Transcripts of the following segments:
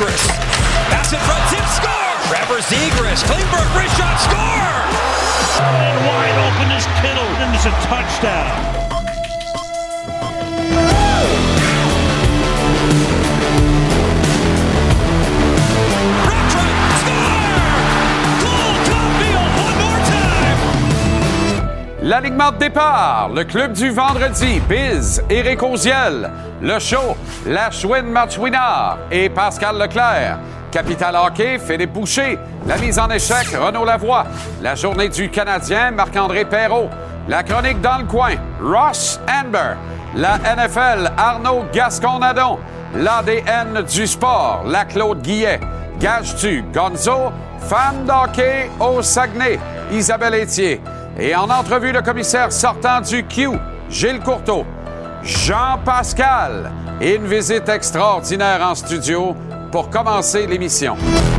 Zegras. Pass in front, tip, score! Trevor Zegras, Klingberg, wrist shot, score! And wide open is Kittle, and it's a touchdown. L'alignement de départ, le club du vendredi, Biz, Éric Oziel, le show, la Chouine Matchwinard et Pascal Leclerc. Capital Hockey, Philippe Boucher. La mise en échec, Renaud Lavoie. La journée du Canadien, Marc-André Perrault. La chronique dans le coin, Ross Amber. La NFL, Arnaud Gascon-Nadon. L'ADN du sport, la Claude Guillet. Gage-tu, Gonzo, fan d'hockey au Saguenay, Isabelle Etier. Et en entrevue, le commissaire sortant du Q, Gilles Courteau. Jean-Pascal. Et une visite extraordinaire en studio pour commencer l'émission.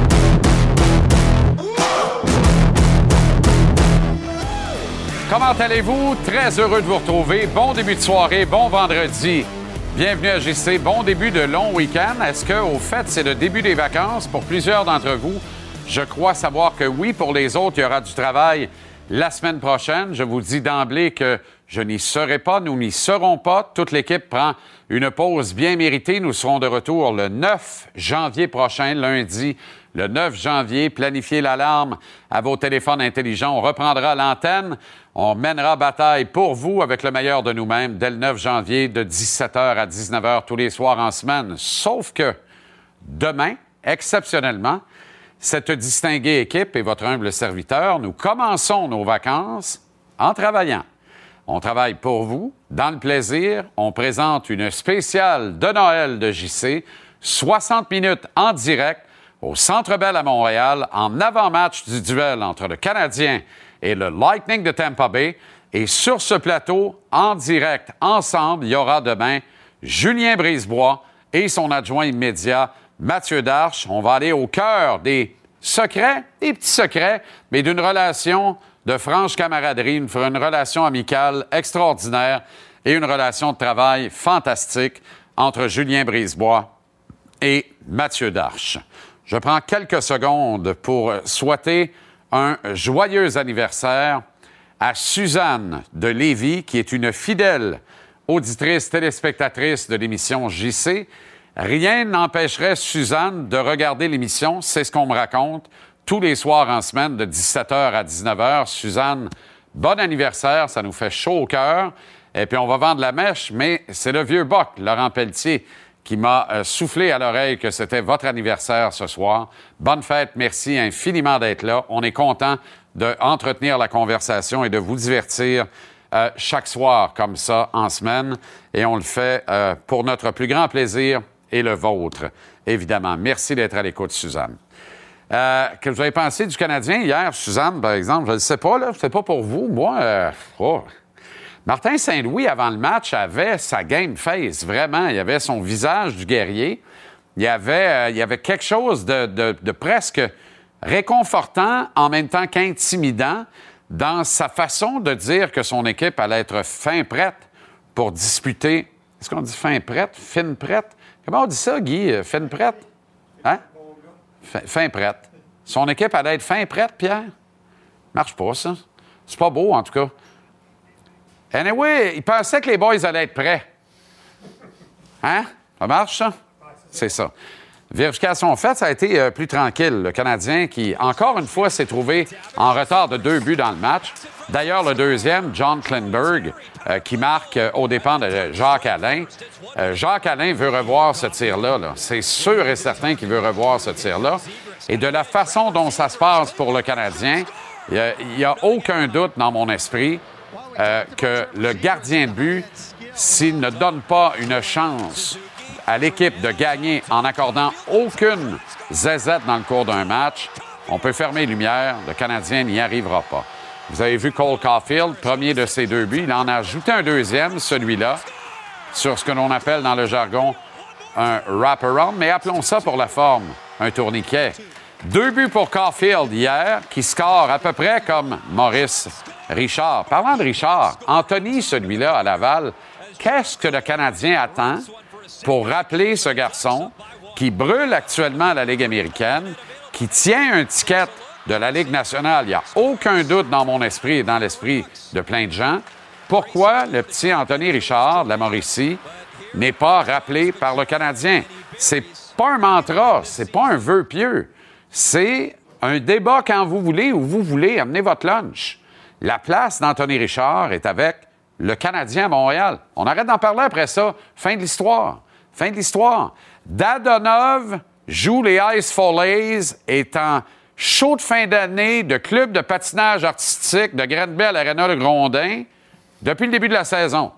Comment allez-vous? Très heureux de vous retrouver. Bon début de soirée, bon vendredi. Bienvenue à JC. Bon début de long week-end. Est-ce que, au fait, c'est le début des vacances pour plusieurs d'entre vous? Je crois savoir que oui. Pour les autres, il y aura du travail la semaine prochaine. Je vous dis d'emblée que je n'y serai pas, nous n'y serons pas. Toute l'équipe prend une pause bien méritée. Nous serons de retour le 9 janvier prochain, lundi. Le 9 janvier, planifiez l'alarme à vos téléphones intelligents. On reprendra l'antenne. On mènera bataille pour vous avec le meilleur de nous-mêmes dès le 9 janvier de 17h à 19h tous les soirs en semaine. Sauf que demain, exceptionnellement, cette distinguée équipe et votre humble serviteur, nous commençons nos vacances en travaillant. On travaille pour vous, dans le plaisir. On présente une spéciale de Noël de JC, 60 minutes en direct au Centre Bell à Montréal, en avant-match du duel entre le Canadien et le Lightning de Tampa Bay. Et sur ce plateau, en direct, ensemble, il y aura demain Julien Brisebois et son adjoint immédiat, Mathieu Darche. On va aller au cœur des secrets, des petits secrets, mais d'une relation de franche camaraderie, une relation amicale extraordinaire et une relation de travail fantastique entre Julien Brisebois et Mathieu Darche. Je prends quelques secondes pour souhaiter un joyeux anniversaire à Suzanne de Lévis, qui est une fidèle auditrice téléspectatrice de l'émission JC. Rien n'empêcherait Suzanne de regarder l'émission, c'est ce qu'on me raconte, tous les soirs en semaine de 17h à 19h. Suzanne, bon anniversaire, ça nous fait chaud au cœur. Et puis on va vendre la mèche, mais c'est le vieux boc, Laurent Pelletier, qui m'a soufflé à l'oreille que c'était votre anniversaire ce soir. Bonne fête, merci infiniment d'être là. On est content d'entretenir la conversation et de vous divertir chaque soir comme ça en semaine. Et on le fait pour notre plus grand plaisir et le vôtre, évidemment. Merci d'être à l'écoute, Suzanne. Que vous avez pensé du Canadien hier, Suzanne, par exemple? Je ne sais pas, là. C'est pas pour vous. Moi, Martin Saint-Louis, avant le match, avait sa game face, vraiment. Il avait son visage du guerrier. Il y avait quelque chose de presque réconfortant, en même temps qu'intimidant, dans sa façon de dire que son équipe allait être fin prête pour disputer. Est-ce qu'on dit fin prête? Fine prête? Comment on dit ça, Guy? Fine prête? Hein? Fin prête. Son équipe allait être fin prête, Pierre? Marche pas, ça. C'est pas beau, en tout cas. Anyway, il pensait que les boys allaient être prêts. Hein? Ça marche, ça? C'est ça. Vérification faite, ça a été plus tranquille. Le Canadien qui, encore une fois, s'est trouvé en retard de 2 buts dans le match. D'ailleurs, le deuxième, John Klingberg, qui marque aux dépens de Jacques Alain. Jacques Alain veut revoir ce tir-là. Là. C'est sûr et certain qu'il veut revoir ce tir-là. Et de la façon dont ça se passe pour le Canadien, il n'y a aucun doute dans mon esprit que le gardien de but, s'il ne donne pas une chance à l'équipe de gagner en accordant aucune zézette dans le cours d'un match, on peut fermer les lumières, le Canadien n'y arrivera pas. Vous avez vu Cole Caulfield, premier de ses 2 buts, il en a ajouté un deuxième, celui-là, sur ce que l'on appelle dans le jargon un wraparound, mais appelons ça pour la forme, un tourniquet. 2 buts pour Caulfield hier, qui score à peu près comme Maurice Richard. Parlant de Richard, Anthony, celui-là, à Laval, qu'est-ce que le Canadien attend pour rappeler ce garçon qui brûle actuellement la Ligue américaine, qui tient un ticket de la Ligue nationale, il n'y a aucun doute dans mon esprit et dans l'esprit de plein de gens, pourquoi le petit Anthony Richard de la Mauricie n'est pas rappelé par le Canadien? C'est pas un mantra, c'est pas un vœu pieux. C'est un débat quand vous voulez, où vous voulez, amener votre lunch. La place d'Anthony Richard est avec le Canadien à Montréal. On arrête d'en parler après ça. Fin de l'histoire. Fin de l'histoire. Dadonov joue les Ice Follies, est en show de fin d'année de club de patinage artistique de Granville Arena de Grondin depuis le début de la saison.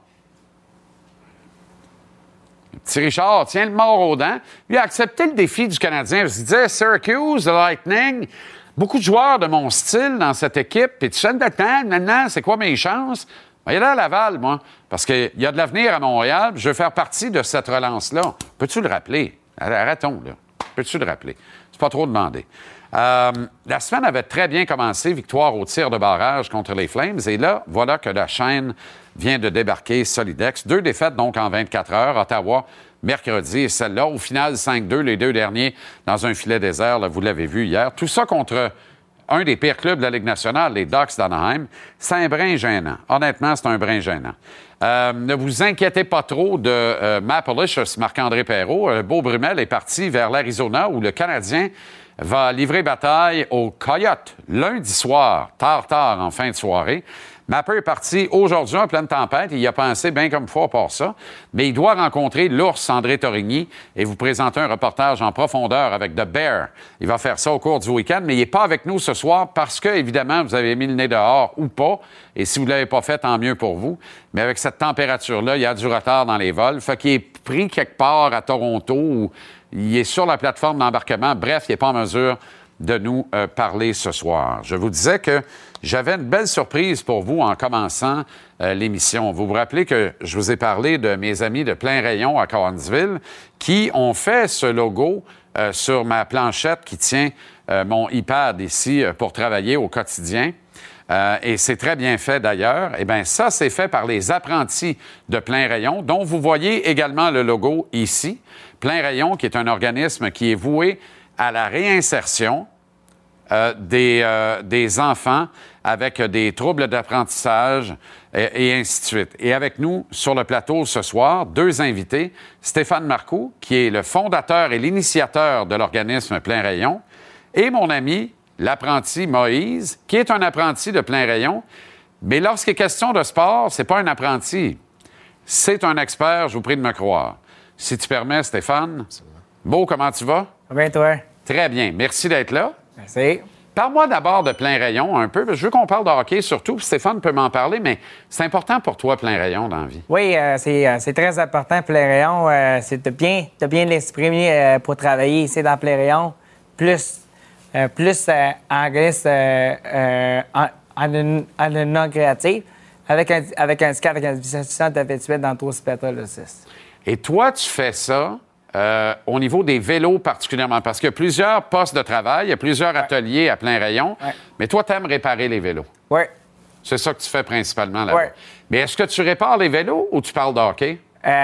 Le petit Richard tient le mort aux dents. Lui a accepté le défi du Canadien. Il se disait, Syracuse, the Lightning, beaucoup de joueurs de mon style dans cette équipe. Puis tu sais, maintenant, c'est quoi mes chances? Ben, il est là à Laval, moi, parce qu'il y a de l'avenir à Montréal. Je veux faire partie de cette relance-là. Peux-tu le rappeler? Arrêtons, là. Peux-tu le rappeler? C'est pas trop demandé. La semaine avait très bien commencé, victoire au tir de barrage contre les Flames. Et là, voilà que la chaîne vient de débarquer Solidex. 2 défaites donc en 24 heures. Ottawa, mercredi, et celle-là, au final 5-2, les 2 derniers dans un filet désert, là, vous l'avez vu hier. Tout ça contre un des pires clubs de la Ligue nationale, les Ducks d'Anaheim. C'est un brin gênant. Honnêtement, c'est un brin gênant. Ne vous inquiétez pas trop de Mapolish, Marc-André Perreault. Beau Brumel est parti vers l'Arizona où le Canadien va livrer bataille aux Coyotes lundi soir, tard en fin de soirée. Mapper est parti aujourd'hui en pleine tempête. Il y a pensé bien comme il faut à part ça. Mais il doit rencontrer l'ours André Torigny et vous présenter un reportage en profondeur avec The Bear. Il va faire ça au cours du week-end, mais il n'est pas avec nous ce soir parce que, évidemment, vous avez mis le nez dehors ou pas. Et si vous ne l'avez pas fait, tant mieux pour vous. Mais avec cette température-là, il y a du retard dans les vols. Fait qu'il est pris quelque part à Toronto ou il est sur la plateforme d'embarquement. Bref, il n'est pas en mesure de nous parler ce soir. Je vous disais que j'avais une belle surprise pour vous en commençant l'émission. Vous vous rappelez que je vous ai parlé de mes amis de Plein Rayon à Cowansville qui ont fait ce logo sur ma planchette qui tient mon iPad ici pour travailler au quotidien. Et c'est très bien fait d'ailleurs. Eh bien, ça, c'est fait par les apprentis de Plein Rayon, dont vous voyez également le logo ici. Plein Rayon, qui est un organisme qui est voué à la réinsertion des enfants avec des troubles d'apprentissage et ainsi de suite. Et avec nous, sur le plateau ce soir, 2 invités. Stéphane Marcoux, qui est le fondateur et l'initiateur de l'organisme Plein Rayon, et mon ami, l'apprenti Moïse, qui est un apprenti de Plein Rayon. Mais lorsqu'il est question de sport, c'est pas un apprenti. C'est un expert, je vous prie de me croire. Si tu permets, Stéphane. Beau, comment tu vas? Bien, toi? Très bien. Merci d'être là. Merci. Parle-moi d'abord de Plein Rayon un peu. Je veux qu'on parle de hockey surtout. Stéphane peut m'en parler, mais c'est important pour toi, Plein Rayon, dans la vie. Oui, c'est très important, Plein Rayon. C'est de bien l'exprimer pour travailler ici dans Plein Rayon. Plus anglais en non créatif, avec un ski avec un assistant de 28 dans 3 spectacles 6. Et toi, tu fais ça au niveau des vélos particulièrement, parce qu'il y a plusieurs postes de travail, il y a plusieurs ateliers à Plein Rayon, mais toi, tu aimes réparer les vélos. Oui. C'est ça que tu fais principalement là-bas. Oui. Mais est-ce que tu répares les vélos ou tu parles de hockey?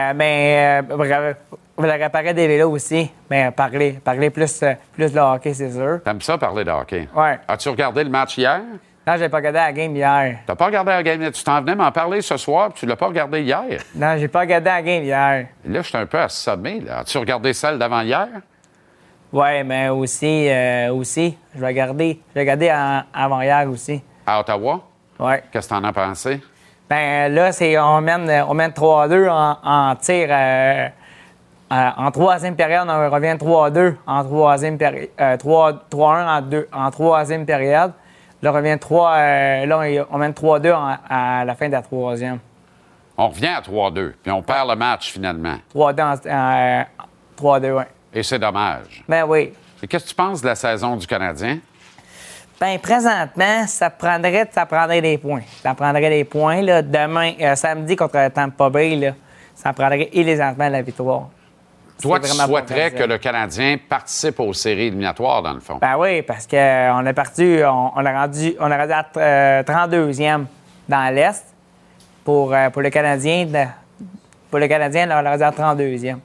Réparer des vélos aussi, mais parler plus de hockey, c'est sûr. T'aimes ça, parler de hockey? Oui. As-tu regardé le match hier? Non, j'ai pas regardé la game hier. T'as pas regardé la game? Tu t'en venais m'en parler ce soir, puis tu l'as pas regardé hier. Non, j'ai pas regardé la game hier. Là, je suis un peu assommé. Là. As-tu regardé celle d'avant-hier? Oui, mais aussi, je vais regarder avant-hier aussi. À Ottawa? Oui. Qu'est-ce que t'en as pensé? Ben là, on mène 3-2 en tir. En troisième période, on revient 3-2 en troisième période. 3-1 en troisième période. Là, on revient on mène 3-2 à la fin de la troisième. On revient à 3-2, puis on perd le match finalement. 3-2, oui. Et c'est dommage. Ben oui. Et qu'est-ce que tu penses de la saison du Canadien? Ben présentement, ça prendrait des points. Ça prendrait des points. Là, demain, samedi contre Tampa Bay, là, ça prendrait illégalement la victoire. Toi, tu souhaiterais que le Canadien participe aux séries éliminatoires, dans le fond? Ben oui, parce qu'on est parti, on a rendu à 32e dans l'Est pour le Canadien. Pour le Canadien, on a rendu à 32e.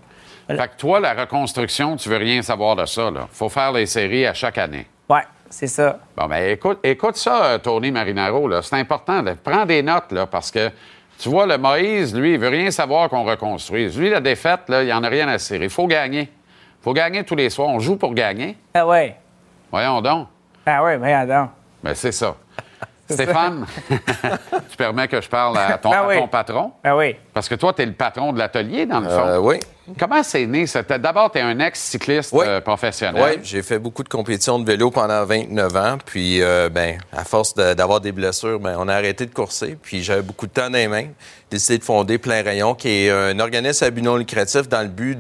Fait que toi, la reconstruction, tu veux rien savoir de ça, là. Faut faire les séries à chaque année. Ouais, c'est ça. Bon, bien, écoute ça, Tony Marinaro, là. C'est important. Là. Prends des notes, là, parce que, tu vois, le Moïse, lui, il veut rien savoir qu'on reconstruise. Lui, la défaite, là, il n'y en a rien à cirer. Il faut gagner. Il faut gagner tous les soirs. On joue pour gagner. Ah ouais. Voyons donc. Ah ouais, voyons donc. Bien, c'est ça. Stéphane, tu permets que je parle à ton patron? Ah oui. Parce que toi, tu es le patron de l'atelier, dans le fond. Oui. Comment c'est né? D'abord, tu es un ex-cycliste professionnel. Oui, j'ai fait beaucoup de compétitions de vélo pendant 29 ans. Puis, à force d'avoir des blessures, on a arrêté de courser. Puis, j'avais beaucoup de temps dans les mains. J'ai décidé de fonder Plein Rayon, qui est un organisme à but non lucratif dans le but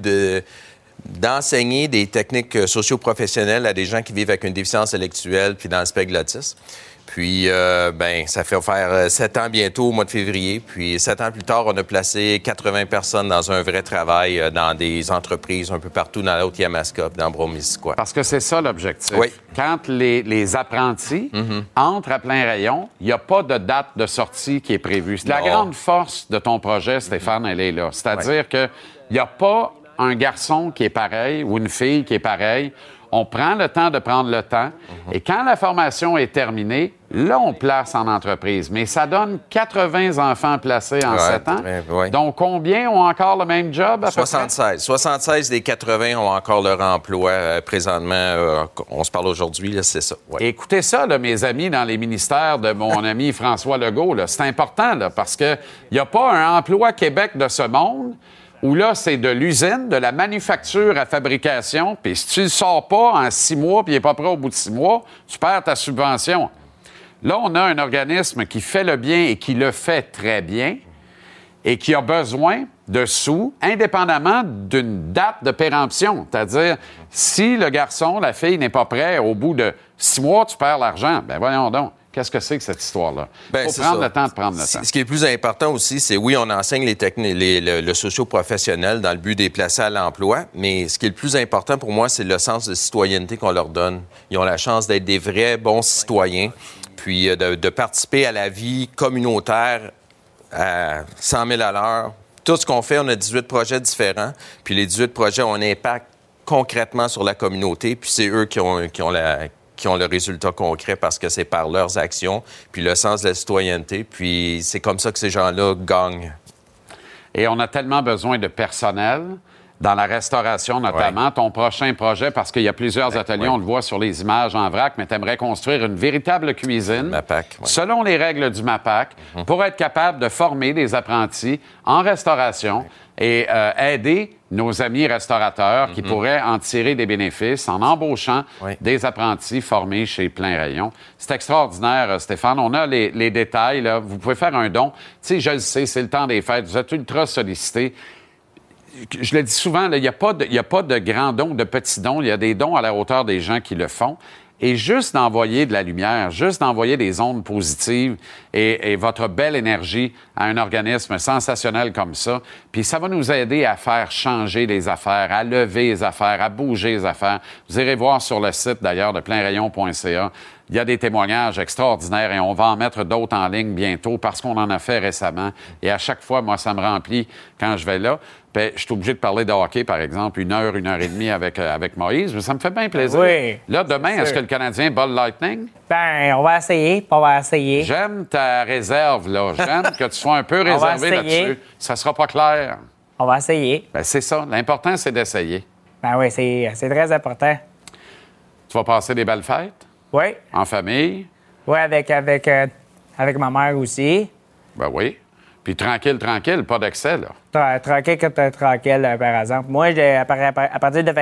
d'enseigner des techniques socio-professionnelles à des gens qui vivent avec une déficience intellectuelle puis dans le spectre de l'autisme. Puis, ça fait faire 7 ans bientôt, au mois de février. Puis, 7 ans plus tard, on a placé 80 personnes dans un vrai travail dans des entreprises un peu partout dans la Haute-Yamaska, dans Brome-Missisquoi. Parce que c'est ça l'objectif. Oui. Quand les apprentis entrent à Plein Rayon, il n'y a pas de date de sortie qui est prévue. La grande force de ton projet, Stéphane, elle est là. C'est-à-dire qu'il n'y a pas un garçon qui est pareil ou une fille qui est pareille. On prend le temps de prendre le temps. Et quand la formation est terminée, là, on place en entreprise. Mais ça donne 80 enfants placés en 7 ans. Ouais. Donc, combien ont encore le même job? À 76. 76 des 80 ont encore leur emploi présentement. On se parle aujourd'hui, là, c'est ça. Ouais. Écoutez ça, là, mes amis, dans les ministères de mon ami François Legault. Là, c'est important là, parce qu'il n'y a pas un emploi Québec de ce monde où là, c'est de l'usine, de la manufacture à fabrication, puis si tu ne le sors pas en 6 mois, puis il n'est pas prêt au bout de 6 mois, tu perds ta subvention. Là, on a un organisme qui fait le bien et qui le fait très bien et qui a besoin de sous, indépendamment d'une date de péremption. C'est-à-dire, si le garçon, la fille n'est pas prêt, au bout de 6 mois, tu perds l'argent. Bien, voyons donc. Qu'est-ce que c'est que cette histoire-là? Il faut prendre le temps de prendre le temps. Ce qui est le plus important aussi, c'est oui, on enseigne les techniques, le socio-professionnel dans le but de les placer à l'emploi, mais ce qui est le plus important pour moi, c'est le sens de citoyenneté qu'on leur donne. Ils ont la chance d'être des vrais bons citoyens, puis de participer à la vie communautaire à 100 000 à l'heure. Tout ce qu'on fait, on a 18 projets différents, puis les 18 projets ont un impact concrètement sur la communauté, puis c'est eux qui ont le résultat concret parce que c'est par leurs actions, puis le sens de la citoyenneté, puis c'est comme ça que ces gens-là gagnent. Et on a tellement besoin de personnel, dans la restauration notamment. Ton prochain projet, parce qu'il y a plusieurs ateliers, on le voit sur les images en vrac, mais tu aimerais construire une véritable cuisine, MAPAC, selon les règles du MAPAC, pour être capable de former des apprentis en restauration et aider nos amis restaurateurs qui pourraient en tirer des bénéfices en embauchant des apprentis formés chez Plein Rayon. C'est extraordinaire, Stéphane. On a les détails, là. Vous pouvez faire un don. Tu sais, je le sais, c'est le temps des fêtes. Vous êtes ultra sollicités. Je le dis souvent, il n'y a pas de grands dons, de petits dons. Il y a des dons à la hauteur des gens qui le font. Et juste d'envoyer de la lumière, juste d'envoyer des ondes positives et votre belle énergie à un organisme sensationnel comme ça, puis ça va nous aider à faire changer les affaires, à lever les affaires, à bouger les affaires. Vous irez voir sur le site, d'ailleurs, de pleinrayon.ca. Il y a des témoignages extraordinaires et on va en mettre d'autres en ligne bientôt parce qu'on en a fait récemment. Et à chaque fois, moi, ça me remplit quand je vais là. Puis, je suis obligé de parler de hockey, par exemple, 1 heure et demie avec Moïse. Mais ça me fait bien plaisir. Oui. Là, demain, est-ce que le Canadien bat le Lightning? Ben, on va essayer. On va essayer. J'aime ta réserve, là. J'aime que tu sois un peu réservé là-dessus. Ça sera pas clair. On va essayer. Ben, c'est ça. L'important, c'est d'essayer. Ben oui, c'est très important. Tu vas passer des belles fêtes? Oui. En famille? Oui, avec ma mère aussi. Ben oui. Puis tranquille, pas d'excès, là. Tranquille, par exemple. Moi, à partir de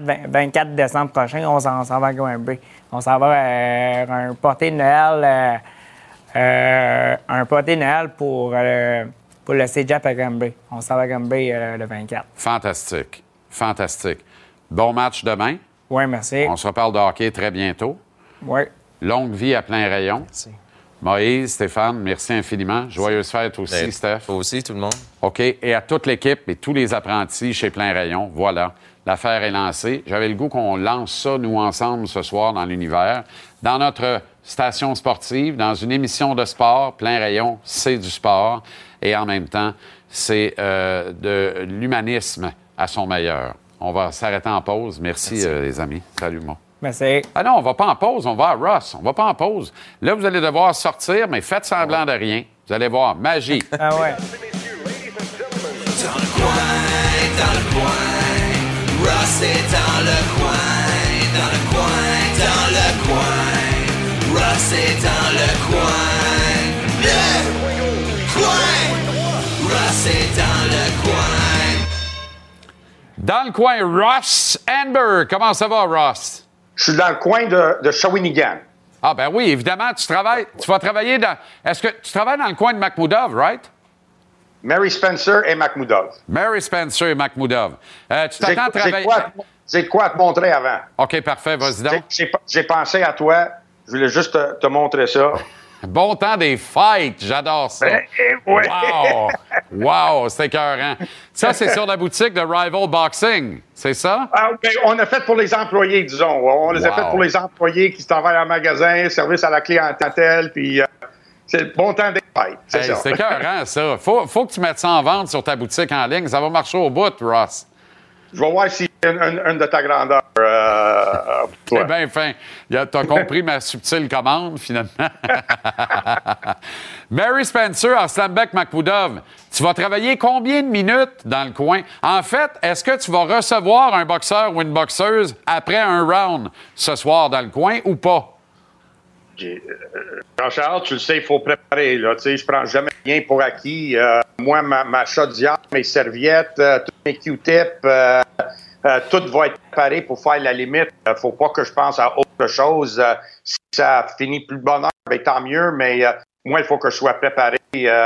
24 décembre prochain, on s'en va à Granby. On s'en va à un party de Noël, pour le cégep à Granby. On s'en va à Granby le 24. Fantastique. Fantastique. Bon match demain. Oui, merci. On se reparle de hockey très bientôt. Oui. Longue vie à Plein Rayon. Merci. Moïse, Stéphane, merci infiniment. Joyeuse fête aussi, Steph. Toi aussi, tout le monde. OK. Et à toute l'équipe et tous les apprentis chez Plein Rayon, voilà, l'affaire est lancée. J'avais le goût qu'on lance ça, nous, ensemble, ce soir, dans l'univers. Dans notre station sportive, dans une émission de sport, Plein Rayon, c'est du sport. Et en même temps, c'est de l'humanisme à son meilleur. On va s'arrêter en pause. Merci. Les amis. Salut, moi. Merci. Ah non, on va pas en pause, on va à Ross. On va pas en pause. Là, vous allez devoir sortir, mais faites semblant de rien. Vous allez voir, magie. Ah ouais. Dans le coin, Ross est dans le coin, dans le coin, Ross est dans le coin, Ross est dans le coin. Dans le coin, Ross Amber. Comment ça va, Ross? Je suis dans le coin de Shawinigan. Ah ben oui, évidemment, tu vas travailler dans... Est-ce que tu travailles dans le coin de Makhmoudov, right? Mary Spencer et Makhmoudov. Mary Spencer et Makhmoudov. Tu t'attends à travailler... J'ai de quoi à te montrer avant. OK, parfait, vas-y donc. J'ai pensé à toi. Je voulais juste te montrer ça. Bon temps des fights, j'adore ça. Oui. Wow! Wow, c'est écœurant. Ça, c'est sur la boutique de Rival Boxing, c'est ça? Ah, ben, on a fait pour les employés, disons. On les a fait pour les employés qui travaillent en magasin, service à la clientèle, puis c'est le bon temps des fêtes. C'est ça. C'est écœurant, ça. Faut que tu mettes ça en vente sur ta boutique en ligne. Ça va marcher au bout, Ross. Je vais voir si une de ta grandeur pour toi. C'est bien fin. T'as compris ma subtile commande, finalement. Mary Spencer, Arslanbek Makhmoudov, tu vas travailler combien de minutes dans le coin? En fait, est-ce que tu vas recevoir un boxeur ou une boxeuse après un round ce soir dans le coin ou pas? Jean-Charles, tu le sais, il faut préparer. Là, je prends jamais rien pour acquis. Moi, ma chaudière, mes serviettes, tous mes Q-tips, tout va être préparé pour faire la limite. Faut pas que je pense à autre chose. Si ça finit plus de bonheur, ben, tant mieux, mais moi, il faut que je sois préparé.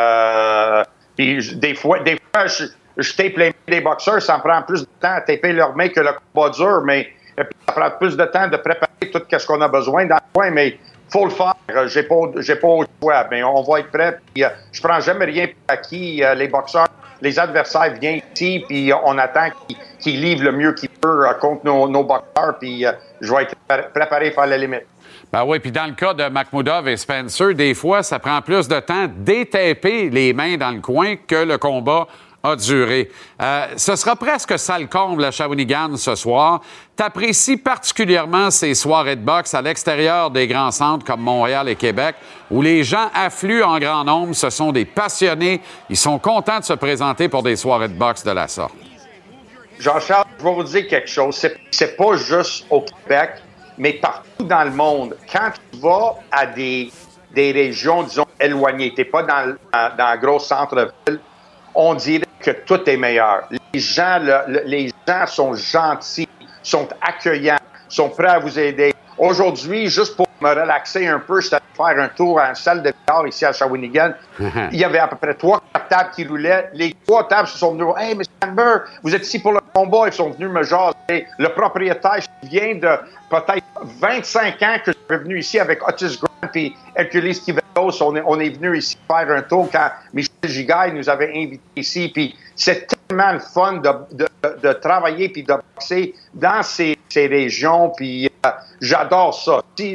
Puis des fois, je tape les mains des boxeurs, ça me prend plus de temps à taper leurs mains que le combat dur, mais ça prend plus de temps de préparer tout ce qu'on a besoin dans le coin, mais faut le faire. J'ai pas autre choix. Mais on va être prêt. Puis, je prends jamais rien pour acquis. Les boxeurs, les adversaires viennent ici, puis on attend qu'ils livrent le mieux qu'ils peuvent contre nos boxeurs. Puis je vais être préparé à faire la limite. Ben oui, puis dans le cas de Makhmoudov et Spencer, des fois, ça prend plus de temps d'étaper les mains dans le coin que le combat a duré. Ce sera presque ça le comble à Shawinigan ce soir. T'apprécies particulièrement ces soirées de boxe à l'extérieur des grands centres comme Montréal et Québec, où les gens affluent en grand nombre. Ce sont des passionnés. Ils sont contents de se présenter pour des soirées de boxe de la sorte. Jean-Charles, je vais vous dire quelque chose. C'est pas juste au Québec, mais partout dans le monde. Quand tu vas à des régions, disons, éloignées, t'es pas dans un gros centre-ville, on dirait que tout est meilleur. Les gens sont gentils, sont accueillants, sont prêts à vous aider. Aujourd'hui, juste pour me relaxer un peu, je suis allé faire un tour à une salle de billard ici à Shawinigan. Il y avait à peu près 3-4 tables qui roulaient. Les 3 tables se sont venues. « Hey, M. Amber, vous êtes ici pour le combat. » Ils sont venus me jaser. Le propriétaire vient de peut-être 25 ans que je suis venu ici avec Otis Grant et Hercules Kivelos. On est venu ici faire un tour quand Michel Gigaille nous avait invités ici. Puis c'est tellement le fun de travailler puis de boxer dans ces régions. Puis j'adore ça. Si,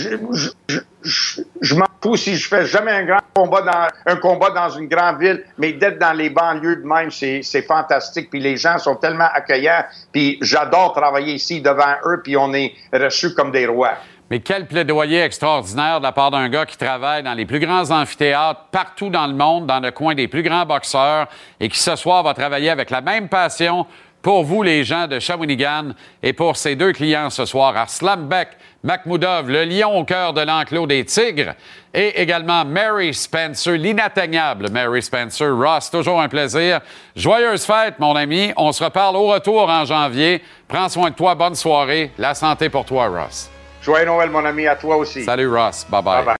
je m'en fous si je fais jamais un combat dans une grande ville, mais d'être dans les banlieues de même, c'est fantastique. Puis les gens sont tellement accueillants. Puis j'adore travailler ici devant eux. Puis on est reçus comme des rois. Mais quel plaidoyer extraordinaire de la part d'un gars qui travaille dans les plus grands amphithéâtres partout dans le monde, dans le coin des plus grands boxeurs, et qui ce soir va travailler avec la même passion pour vous, les gens de Shawinigan, et pour ses 2 clients ce soir, Arslanbek Makhmoudov, le lion au cœur de l'enclos des tigres, et également Mary Spencer, l'inatteignable Mary Spencer. Ross, toujours un plaisir. Joyeuse fête, mon ami. On se reparle au retour en janvier. Prends soin de toi. Bonne soirée. La santé pour toi, Ross. Joyeux Noël, mon ami, à toi aussi. Salut, Ross. Bye-bye. Bye-bye.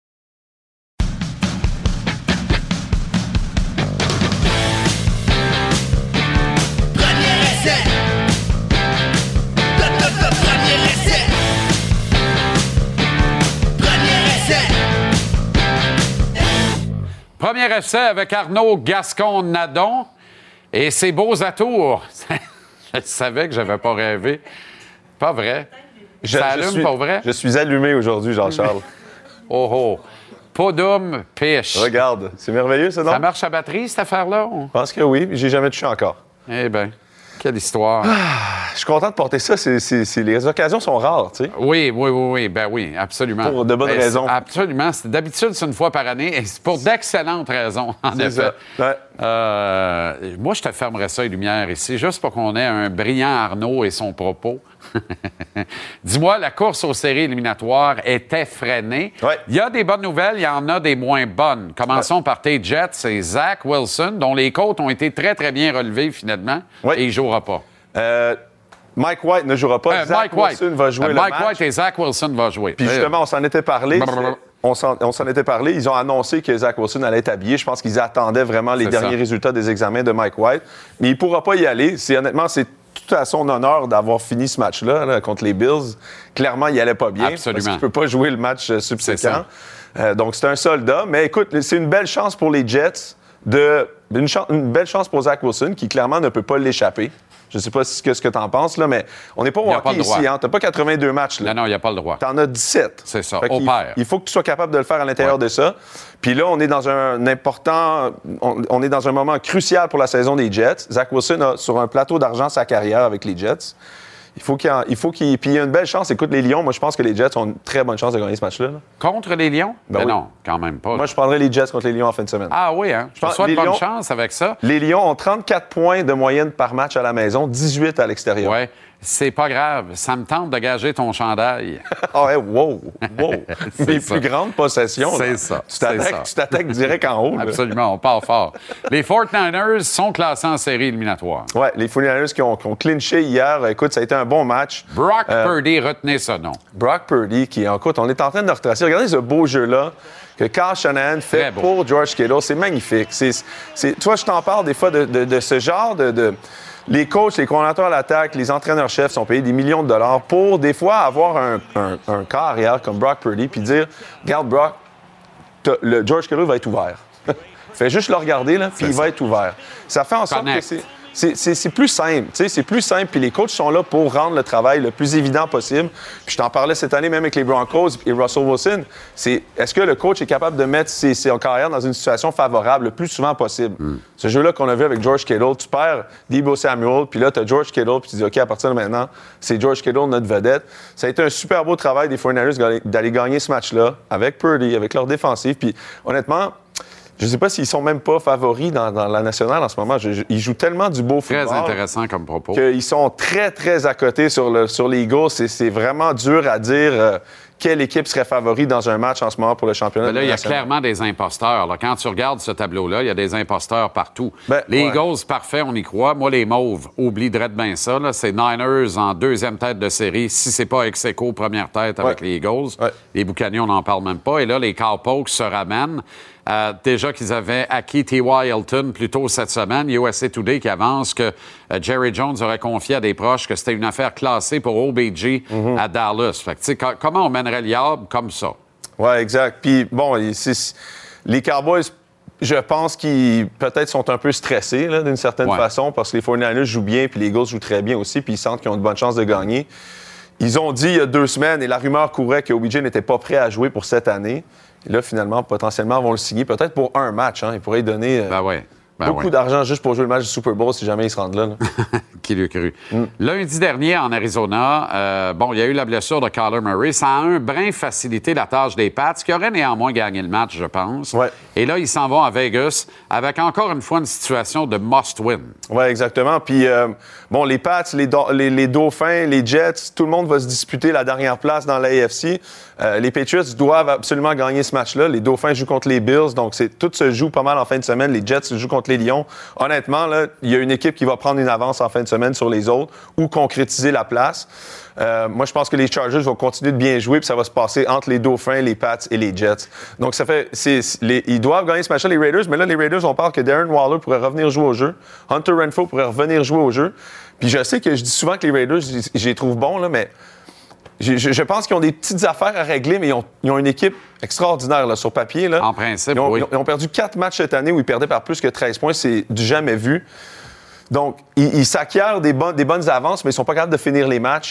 Premier essai. Premier essai. Premier essai. Premier essai avec Arnaud Gascon-Nadon et ses beaux atours. Je savais que j'avais pas rêvé. Pas vrai. Ça allume, pas vrai? Je suis allumé aujourd'hui, Jean-Charles. Oh oh. Podum piche. Regarde, c'est merveilleux, ça, non? Ça marche à batterie, cette affaire-là? Je pense que oui, j'ai jamais touché encore. Eh bien. Quelle histoire. Je suis content de porter ça. Les occasions sont rares, tu sais. Oui. Ben oui, absolument. Pour de bonnes raisons. Absolument. D'habitude, c'est une fois par année et c'est pour d'excellentes raisons, en effet. Ça. Ouais. Moi, je te fermerais ça, les lumières ici, juste pour qu'on ait un brillant Arnaud et son propos. Dis-moi, la course aux séries éliminatoires était freinée. Ouais. Il y a des bonnes nouvelles, il y en a des moins bonnes. Commençons par tes Jets et Zach Wilson, dont les côtes ont été très, très bien relevées finalement, et il ne jouera pas. Mike White ne jouera pas. Zach Wilson va jouer le match. Mike White et Zach Wilson vont jouer. Puis justement, on s'en était parlé. On s'en était parlé. Ils ont annoncé que Zach Wilson allait être habillé. Je pense qu'ils attendaient vraiment les derniers résultats des examens de Mike White. Mais il ne pourra pas y aller. Honnêtement, c'est tout à son honneur d'avoir fini ce match-là là, contre les Bills. Clairement, il n'allait pas bien. Absolument. Parce qu'il ne peut pas jouer le match subséquent. Donc, c'est un soldat. Mais écoute, c'est une belle chance pour les Jets. Une belle chance pour Zach Wilson, qui clairement ne peut pas l'échapper. Je ne sais pas ce que tu en penses, là, mais on n'est pas au hockey ici. Hein? Tu n'as pas 82 matchs. Là. Non, il n'y a pas le droit. Tu en as 17. C'est ça, au pair. Il faut que tu sois capable de le faire à l'intérieur de ça. Puis là, on est dans on est dans un moment crucial pour la saison des Jets. Zach Wilson a sur un plateau d'argent sa carrière avec les Jets. Il faut qu'il Puis il y a une belle chance. Écoute, les Lions, moi, je pense que les Jets ont une très bonne chance de gagner ce match-là. Là. Contre les Lions? Ben oui. Non, quand même pas. Moi, je prendrais les Jets contre les Lions en fin de semaine. Ah oui, hein? Je te souhaite bonne chance avec ça. Les Lions ont 34 points de moyenne par match à la maison, 18 à l'extérieur. Oui. C'est pas grave. Ça me tente de gager ton chandail. Ah ouais, wow! Mes plus grandes possessions. C'est ça. Tu t'attaques direct en haut. Là. Absolument, on part fort. Les 49ers sont classés en série éliminatoire. Oui, les 49ers qui ont clinché hier. Écoute, ça a été un bon match. Brock Purdy, retenez ce nom. Brock Purdy, écoute, on est en train de retracer. Regardez ce beau jeu-là que Kyle Shanahan fait pour George Kittle. C'est magnifique. Toi, je t'en parle des fois de ce genre de les coachs, les coordinateurs à l'attaque, les entraîneurs-chefs sont payés des millions de dollars pour, des fois, avoir un corps arrière comme Brock Purdy puis dire « Regarde, Brock, le George Kittle va être ouvert. » Fais juste le regarder, là, puis il va être ouvert. Ça fait en sorte que c'est plus simple. C'est plus simple, puis les coachs sont là pour rendre le travail le plus évident possible. Puis je t'en parlais cette année même avec les Broncos et Russell Wilson. Est-ce que le coach est capable de mettre ses carrières dans une situation favorable le plus souvent possible? Ce jeu-là qu'on a vu avec George Kittle, tu perds Deebo Samuel, puis là, tu as George Kittle, puis tu dis, OK, à partir de maintenant, c'est George Kittle, notre vedette. Ça a été un super beau travail des 49ers d'aller gagner ce match-là avec Purdy, avec leur défensive. Puis honnêtement, je ne sais pas s'ils sont même pas favoris dans la nationale en ce moment. Ils jouent tellement du beau football. Très intéressant comme propos. Qu'ils sont très, très à côté sur les Eagles. C'est vraiment dur à dire quelle équipe serait favori dans un match en ce moment pour le championnat. Mais là, il y a clairement des imposteurs. Là. Quand tu regardes ce tableau-là, il y a des imposteurs partout. Les Eagles, parfait, on y croit. Moi, les Mauves, oublie bien ça. Là. C'est Niners en deuxième tête de série. Si c'est pas ex aequo, première tête avec les Eagles. Les Buccaneers, on n'en parle même pas. Et là, les Cowpokes se ramènent. Déjà qu'ils avaient acquis T.Y. Hilton plus tôt cette semaine, USA Today qui avance que Jerry Jones aurait confié à des proches que c'était une affaire classée pour OBJ à Dallas. Fait que, comment on mènerait l'Iable comme ça? Oui, exact. Puis, bon, les Cowboys, je pense qu'ils peut-être sont un peu stressés là, d'une certaine façon parce que les 49ers jouent bien puis les Eagles jouent très bien aussi puis ils sentent qu'ils ont de bonnes chances de gagner. Ils ont dit il y a 2 semaines, et la rumeur courait que OBJ n'était pas prêt à jouer pour cette année. Et là, finalement, potentiellement, ils vont le signer peut-être pour un match. Hein. Ils pourraient lui donner beaucoup d'argent juste pour jouer le match du Super Bowl si jamais ils se rendent là. Qui l'eût cru. Lundi dernier, en Arizona, il y a eu la blessure de Kyler Murray. Ça a un brin facilité la tâche des Pats, qui auraient néanmoins gagné le match, je pense. Ouais. Et là, ils s'en vont à Vegas avec encore une fois une situation de must-win. Oui, exactement. Puis, les Pats, les Dauphins, les Jets, tout le monde va se disputer la dernière place dans l'AFC. Les Patriots doivent absolument gagner ce match-là. Les Dauphins jouent contre les Bills, donc tout se joue pas mal en fin de semaine. Les Jets jouent contre les Lions. Honnêtement, là, il y a une équipe qui va prendre une avance en fin de semaine sur les autres ou concrétiser la place. Moi, je pense que les Chargers vont continuer de bien jouer puis ça va se passer entre les Dauphins, les Pats et les Jets. Donc, ils doivent gagner ce match-là, les Raiders, mais là, les Raiders, on parle que Darren Waller pourrait revenir jouer au jeu. Hunter Renfrow pourrait revenir jouer au jeu. Puis je sais que je dis souvent que les Raiders, je les trouve bons, là, mais je pense qu'ils ont des petites affaires à régler, mais ils ont une équipe extraordinaire là, sur papier. Là. En principe, ils ont perdu 4 matchs cette année où ils perdaient par plus que 13 points. C'est du jamais vu. Donc, ils s'acquièrent des bonnes avances, mais ils ne sont pas capables de finir les matchs.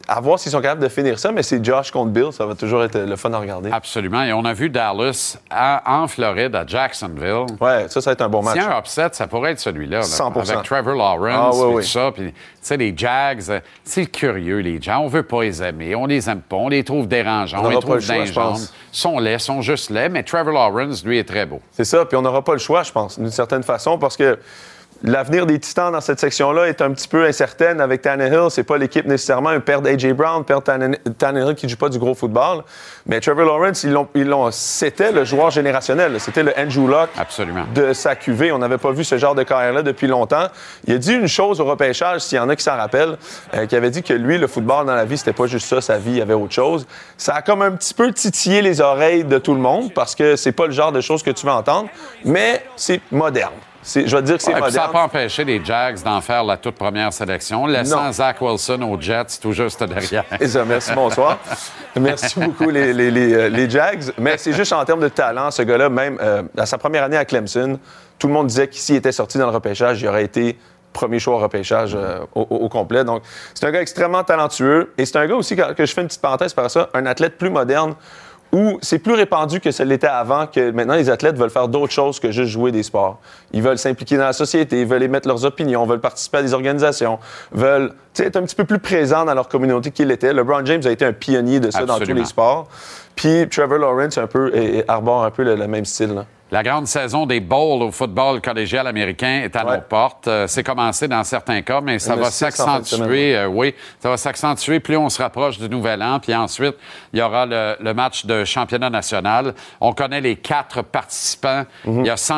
à voir s'ils sont capables de finir ça, mais c'est Josh contre Bill, ça va toujours être le fun à regarder. Absolument. Et on a vu Dallas en Floride, à Jacksonville. Ouais, ça va être un bon match. Si un upset, ça pourrait être celui-là. 100%. Avec Trevor Lawrence, oui. tout ça. Puis, tu sais, les Jags, c'est curieux, les gens. On veut pas les aimer. On les aime pas. On les trouve dérangeants. On les trouve dingues. Sont laids, sont juste laids. Mais Trevor Lawrence, lui, est très beau. C'est ça. Puis on n'aura pas le choix, je pense, d'une certaine façon, parce que l'avenir des Titans dans cette section-là est un petit peu incertaine avec Tannehill. C'est pas l'équipe nécessairement. Ils perdent A.J. Brown, perdent Tannehill qui joue pas du gros football. Mais Trevor Lawrence, c'était le joueur générationnel. C'était le Andrew Luck de sa QV. On n'avait pas vu ce genre de carrière-là depuis longtemps. Il a dit une chose au repêchage, s'il y en a qui s'en rappellent, qui avait dit que lui, le football dans la vie, c'était pas juste ça, sa vie, il y avait autre chose. Ça a comme un petit peu titillé les oreilles de tout le monde parce que c'est pas le genre de choses que tu vas entendre, mais c'est moderne. Je vais te dire que c'est moderne. Ça n'a pas empêché les Jags d'en faire la toute première sélection, laissant Zach Wilson aux Jets tout juste derrière. C'est ça, merci, bonsoir. Merci beaucoup, les Jags. Mais c'est juste en termes de talent, ce gars-là, même à sa première année à Clemson, tout le monde disait que s'il était sorti dans le repêchage, il aurait été premier choix au repêchage au complet. Donc, c'est un gars extrêmement talentueux. Et c'est un gars aussi, que je fais une petite parenthèse par ça, un athlète plus moderne, où c'est plus répandu que ça l'était avant, que maintenant les athlètes veulent faire d'autres choses que juste jouer des sports. Ils veulent s'impliquer dans la société, ils veulent émettre leurs opinions, veulent participer à des organisations, veulent être un petit peu plus présents dans leur communauté qu'il l'était. LeBron James a été un pionnier de ça dans tous les sports. Puis Trevor Lawrence arbore un peu le même style, là. La grande saison des bowls au football collégial américain est à nos portes. C'est commencé dans certains cas, mais ça va s'accentuer. Ça va s'accentuer plus on se rapproche du Nouvel An. Puis ensuite, il y aura le match de championnat national. On connaît les 4 participants. Il y a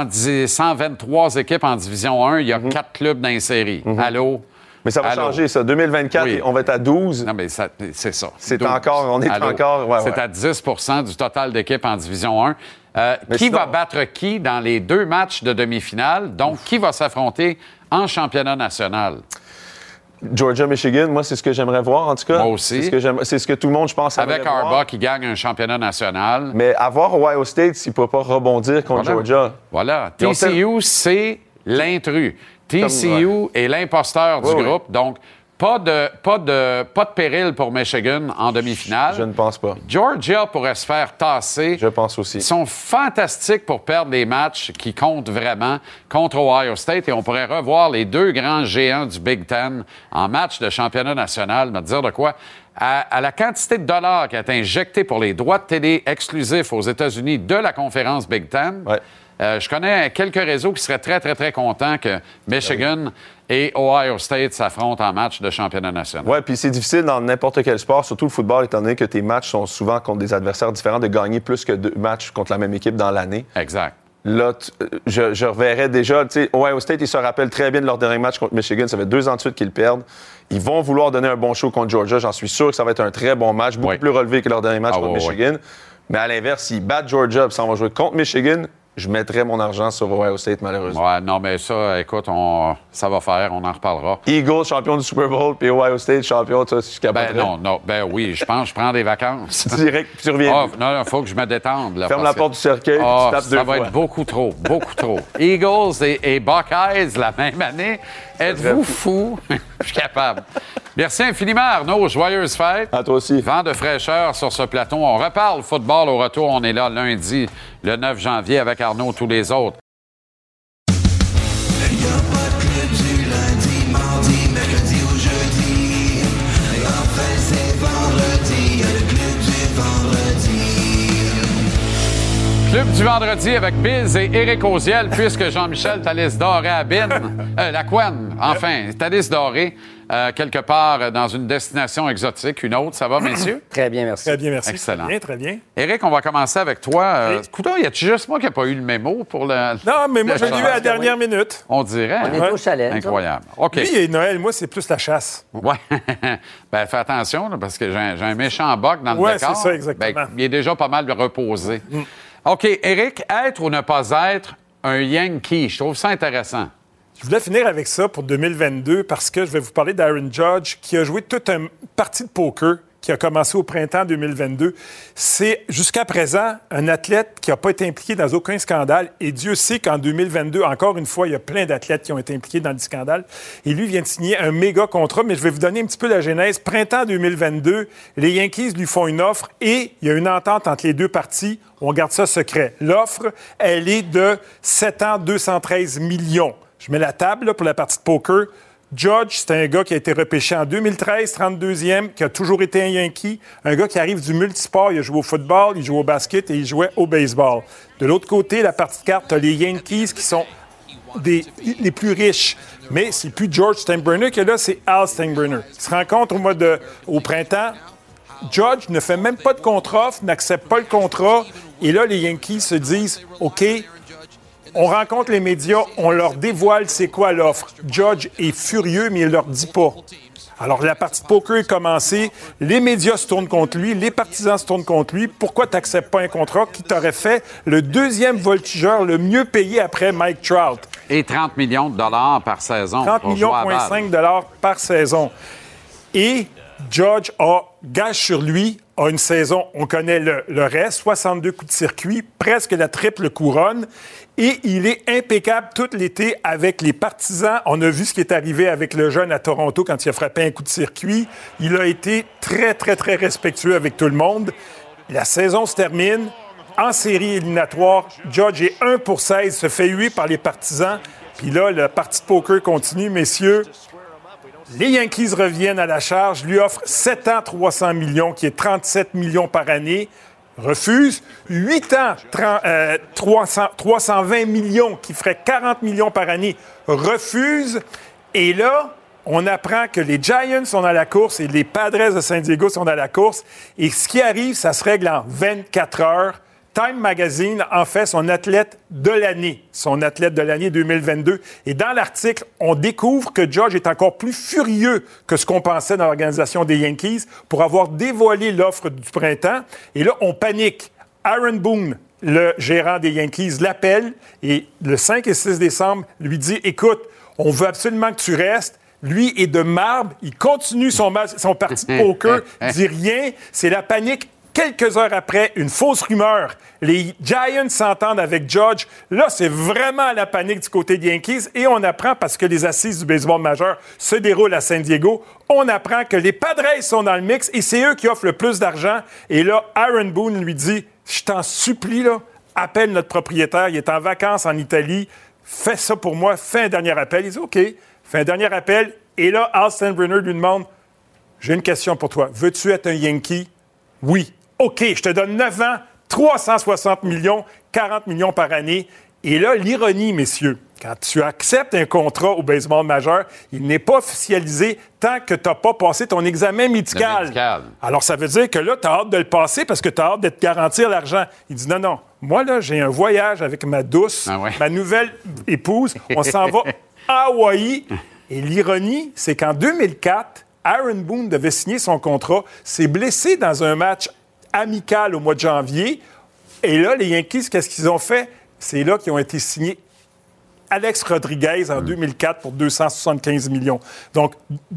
123 équipes en Division 1. Il y a 4 clubs dans les séries. Allô? Mais ça va changer, ça. 2024, on va être à 12. Non, mais c'est ça. C'est encore... C'est à 10 du total d'équipes en Division 1. Qui va battre qui dans les 2 matchs de demi-finale? Donc, qui va s'affronter en championnat national? Georgia-Michigan, moi, c'est ce que j'aimerais voir, en tout cas. Moi aussi. C'est ce que tout le monde, je pense, avec Harbaugh qui gagne un championnat national. Mais avoir Ohio State, il ne peut pas rebondir contre Georgia. Voilà. TCU, c'est l'intrus. TCU est l'imposteur du groupe. Donc, pas de péril pour Michigan en demi-finale. Je ne pense pas. Georgia pourrait se faire tasser. Je pense aussi. Ils sont fantastiques pour perdre les matchs qui comptent vraiment contre Ohio State et on pourrait revoir les 2 grands géants du Big Ten en match de championnat national. Me dire de quoi? À la quantité de dollars qui a été injectée pour les droits de télé exclusifs aux États-Unis de la conférence Big Ten, je connais quelques réseaux qui seraient très, très, très contents que Michigan et Ohio State s'affrontent en match de championnat national. Oui, puis c'est difficile dans n'importe quel sport, surtout le football, étant donné que tes matchs sont souvent contre des adversaires différents, de gagner plus que 2 matchs contre la même équipe dans l'année. Exact. Là, je reverrais déjà, tu sais, Ohio State, ils se rappellent très bien de leur dernier match contre Michigan. Ça fait 2 ans de suite qu'ils perdent. Ils vont vouloir donner un bon show contre Georgia. J'en suis sûr que ça va être un très bon match, beaucoup plus relevé que leur dernier match contre Michigan. Mais à l'inverse, s'ils battent Georgia et s'en vont jouer contre Michigan, je mettrais mon argent sur Ohio State, malheureusement. Ouais, non, mais ça, écoute, ça va faire, on en reparlera. Eagles, champion du Super Bowl, puis Ohio State, champion, tu je suis capable. Oui, je pense que je prends des vacances. Direct, puis tu reviens. Non, il faut que je me détende. Là, ferme la porte du cercueil, puis tu tapes 2 fois. Ça va être beaucoup trop. Eagles et Buckeyes la même année. Êtes-vous fous? Je suis capable. Merci infiniment, Arnaud. Joyeuses fêtes. À toi aussi. Vent de fraîcheur sur ce plateau. On reparle football au retour. On est là lundi, le 9 janvier, avec Arnaud, tous les autres. Il n'y a pas de club du lundi, mardi, mercredi ou jeudi. Et enfin, c'est vendredi. Il y a le club du vendredi. Club du vendredi avec Biz et Éric Oziel, puisque Jean-Michel Thalys Doré habine. La couenne, enfin, Thalys Doré. Quelque part dans une destination exotique, une autre. Ça va, messieurs? Très bien, merci. Très bien, merci. Excellent. Très bien, très bien. Éric, on va commencer avec toi. Coudon, y a-tu juste moi qui n'ai pas eu le mémo pour le... Non, mais moi, je l'ai eu à la dernière minute. On dirait. On est au chalet. Incroyable. OK. Lui et Noël, moi, c'est plus la chasse. Oui. Bien, fais attention, là, parce que j'ai un méchant boc dans le décor. Oui, c'est ça, exactement. Ben, il est déjà pas mal reposé. OK, Éric, être ou ne pas être un Yankee? Je trouve ça intéressant. Je voulais finir avec ça pour 2022 parce que je vais vous parler d'Aaron Judge qui a joué toute une partie de poker qui a commencé au printemps 2022. C'est, jusqu'à présent, un athlète qui n'a pas été impliqué dans aucun scandale. Et Dieu sait qu'en 2022, encore une fois, il y a plein d'athlètes qui ont été impliqués dans des scandales. Et lui vient de signer un méga contrat. Mais je vais vous donner un petit peu la genèse. Printemps 2022, les Yankees lui font une offre et il y a une entente entre les deux parties. On garde ça secret. L'offre, elle est de 7 ans, 213 millions. Je mets la table là, pour la partie de poker. Judge, c'est un gars qui a été repêché en 2013, 32e, qui a toujours été un Yankee. Un gars qui arrive du multisport. Il a joué au football, il joue au basket et il jouait au baseball. De l'autre côté, la partie de carte, tu as les Yankees qui sont les plus riches. Mais c'est plus George Steinbrenner qui est là, c'est Al Steinbrenner. Ils se rencontrent au printemps. Judge ne fait même pas de contre-offre, n'accepte pas le contrat. Et là, les Yankees se disent, OK, on rencontre les médias, on leur dévoile c'est quoi l'offre. Judge est furieux, mais il leur dit pas. Alors, la partie de poker est commencée. Les médias se tournent contre lui. Les partisans se tournent contre lui. Pourquoi tu n'acceptes pas un contrat qui t'aurait fait le deuxième voltigeur le mieux payé après Mike Trout? Et 30 millions de dollars par saison. 30 millions, $5 par saison. Et Judge gage sur lui, a une saison, on connaît le reste, 62 coups de circuit, presque la triple couronne. Et il est impeccable tout l'été avec les partisans. On a vu ce qui est arrivé avec le jeune à Toronto quand il a frappé un coup de circuit. Il a été très, très, très respectueux avec tout le monde. La saison se termine. En série éliminatoire, Judge est 1-16, se fait huer par les partisans. Puis là, la partie de poker continue, messieurs. Les Yankees reviennent à la charge, lui offrent 7 ans, 300 millions, qui est 37 millions par année. Refuse. 8 ans, 320 millions, qui ferait 40 millions par année. Refuse. Et là, on apprend que les Giants sont dans la course et les Padres de San Diego sont dans la course. Et ce qui arrive, ça se règle en 24 heures. Time Magazine en fait son athlète de l'année 2022. Et dans l'article, on découvre que Judge est encore plus furieux que ce qu'on pensait dans l'organisation des Yankees pour avoir dévoilé l'offre du printemps. Et là, on panique. Aaron Boone, le gérant des Yankees, l'appelle et le 5 et 6 décembre lui dit « Écoute, on veut absolument que tu restes. » Lui est de marbre, il continue son parti de poker, dit rien. C'est la panique. Quelques heures après, une fausse rumeur. Les Giants s'entendent avec Judge. Là, c'est vraiment la panique du côté des Yankees. Et on apprend, parce que les assises du baseball majeur se déroulent à San Diego, on apprend que les Padres sont dans le mix et c'est eux qui offrent le plus d'argent. Et là, Aaron Boone lui dit, je t'en supplie, là, appelle notre propriétaire. Il est en vacances en Italie. Fais ça pour moi. Fais un dernier appel. Il dit, OK. Fait un dernier appel. Et là, Al Steinbrenner lui demande, j'ai une question pour toi. Veux-tu être un Yankee? Oui. OK, je te donne 9 ans, 360 millions, 40 millions par année. Et là, l'ironie, messieurs, quand tu acceptes un contrat au baseball majeur, il n'est pas officialisé tant que tu n'as pas passé ton examen médical. Alors, ça veut dire que là, tu as hâte de le passer parce que tu as hâte de te garantir l'argent. Il dit non, moi, là, j'ai un voyage avec ma douce, ma nouvelle épouse. On s'en va à Hawaï. Et l'ironie, c'est qu'en 2004, Aaron Boone devait signer son contrat, s'est blessé dans un match amical au mois de janvier. Et là, les Yankees, qu'est-ce qu'ils ont fait? C'est là qu'ils ont été signés Alex Rodriguez en 2004 pour 275 millions. Donc,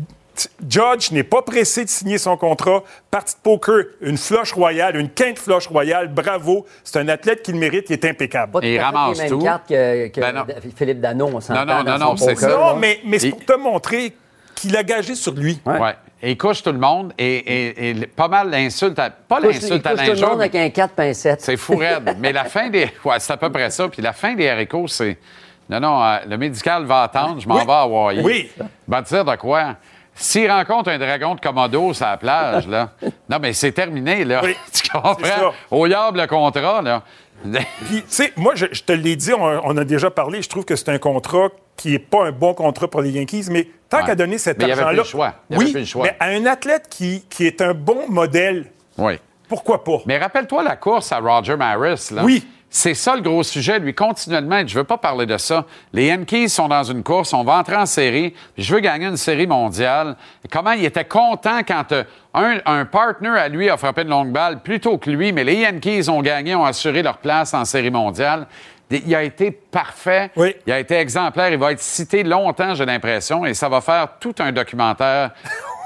Judge n'est pas pressé de signer son contrat. Partie de poker, une flush royale, une quinte flush royale. Bravo. C'est un athlète qui le mérite, qui est impeccable. Pas tout à fait les mêmes cartes que Philippe Dano, on s'entend. Non, c'est ça. Non, mais c'est pour te montrer qu'il a gagé sur lui. Ouais. Et il couche tout le monde et pas mal l'insulte à... Pas l'insulte à l'injure. Il couche tout le monde avec un 4 pincettes. C'est fou raide. Mais la fin des... Ouais, c'est à peu près ça. Puis la fin des haricots, c'est... Non, le médical va attendre. Je m'en vais à Hawaii. Oui. Va te dire de quoi? S'il rencontre un dragon de Komodo sur la plage, là... Non, mais c'est terminé, là. Oui. Tu comprends? Au yard, le contrat, là. Puis, tu sais, moi, je te l'ai dit, on a déjà parlé, je trouve que c'est un contrat qui n'est pas un bon contrat pour les Yankees, mais tant qu'à donner cet argent-là... Il n'y avait plus le choix. Mais à un athlète qui est un bon modèle, pourquoi pas? Mais rappelle-toi la course à Roger Maris, là. Oui. C'est ça le gros sujet, lui, continuellement. Je veux pas parler de ça. Les Yankees sont dans une course, on va entrer en série, puis je veux gagner une série mondiale. Comment il était content quand un partner à lui a frappé une longue balle plutôt que lui, mais les Yankees ont gagné, ont assuré leur place en série mondiale. Il a été parfait, il a été exemplaire, il va être cité longtemps, j'ai l'impression, et ça va faire tout un documentaire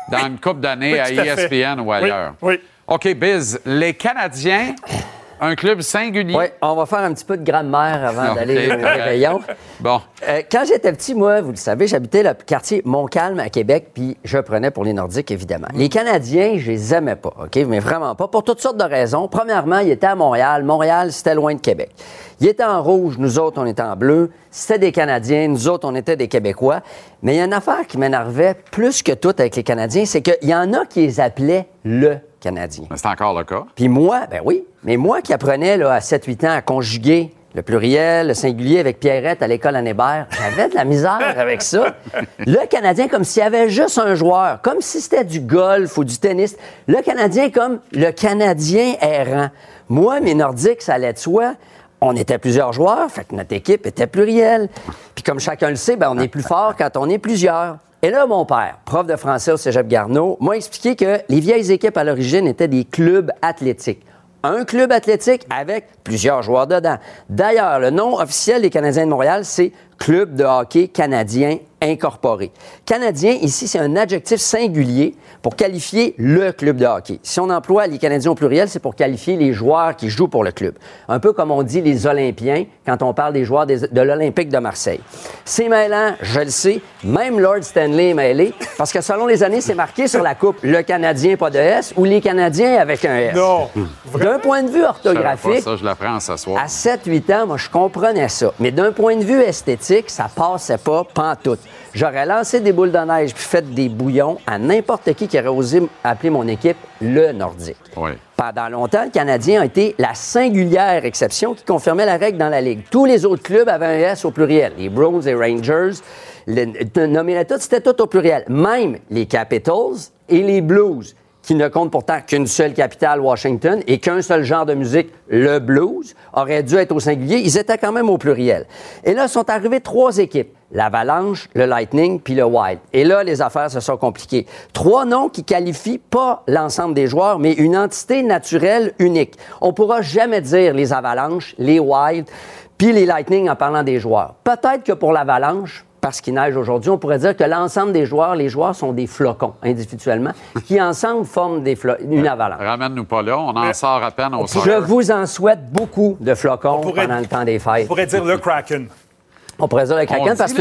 dans une couple d'années à ESPN ou ailleurs. Oui. OK, Biz, les Canadiens, un club singulier. Oui, on va faire un petit peu de grammaire avant d'aller au réveillon. Bon. Quand j'étais petit, moi, vous le savez, j'habitais le quartier Montcalm à Québec, puis je prenais pour les Nordiques, évidemment. Les Canadiens, je les aimais pas, OK? Mais vraiment pas, pour toutes sortes de raisons. Premièrement, ils étaient à Montréal. Montréal, c'était loin de Québec. Ils étaient en rouge, nous autres, on était en bleu. C'était des Canadiens, nous autres, on était des Québécois. Mais il y a une affaire qui m'énervait plus que tout avec les Canadiens, c'est qu'il y en a qui les appelaient le Canadien. C'est encore le cas. Puis moi, ben oui, mais moi qui apprenais là, à 7-8 ans à conjuguer le pluriel, le singulier avec Pierrette à l'école Anne Hébert, j'avais de la misère avec ça. Le Canadien, comme s'il y avait juste un joueur, comme si c'était du golf ou du tennis. Le Canadien comme le Canadien errant. Moi, mes Nordiques, ça allait de soi. On était plusieurs joueurs, fait que notre équipe était plurielle. Puis comme chacun le sait, ben on est plus fort quand on est plusieurs. Et là, mon père, prof de français au Cégep Garneau, m'a expliqué que les vieilles équipes à l'origine étaient des clubs athlétiques. Un club athlétique avec plusieurs joueurs dedans. D'ailleurs, le nom officiel des Canadiens de Montréal, c'est Club de hockey canadien incorporé. Canadien, ici, c'est un adjectif singulier pour qualifier le club de hockey. Si on emploie les Canadiens au pluriel, c'est pour qualifier les joueurs qui jouent pour le club. Un peu comme on dit les Olympiens quand on parle des joueurs de l'Olympique de Marseille. C'est mêlant, je le sais. Même Lord Stanley est mêlé parce que selon les années, c'est marqué sur la coupe le Canadien, pas de S, ou les Canadiens avec un S. Non. D'un point de vue orthographique, ça, je l'apprends ce soir. à 7-8 ans, moi, je comprenais ça. Mais d'un point de vue esthétique, ça passait pas pantoute. J'aurais lancé des boules de neige puis fait des bouillons à n'importe qui aurait osé appeler mon équipe le Nordique. Oui. Pendant longtemps, le Canadien a été la singulière exception qui confirmait la règle dans la Ligue. Tous les autres clubs avaient un S au pluriel. Les Bruins et Rangers, nommez-les tous, c'était tout au pluriel. Même les Capitals et les Blues, qui ne comptent pourtant qu'une seule capitale, Washington, et qu'un seul genre de musique, le blues, auraient dû être au singulier. Ils étaient quand même au pluriel. Et là, sont arrivées 3 équipes. L'Avalanche, le Lightning, puis le Wild. Et là, les affaires se sont compliquées. 3 noms qui qualifient pas l'ensemble des joueurs, mais une entité naturelle unique. On pourra jamais dire les Avalanches, les Wild, puis les Lightning en parlant des joueurs. Peut-être que pour l'Avalanche, parce qu'il neige aujourd'hui, on pourrait dire que l'ensemble des joueurs, les joueurs sont des flocons individuellement, qui ensemble forment une avalanche. Ramène-nous pas là, on en sort à peine au Je vous en souhaite beaucoup de flocons pendant le temps des fêtes. On pourrait dire le Kraken. On pourrait dire le Kraken parce que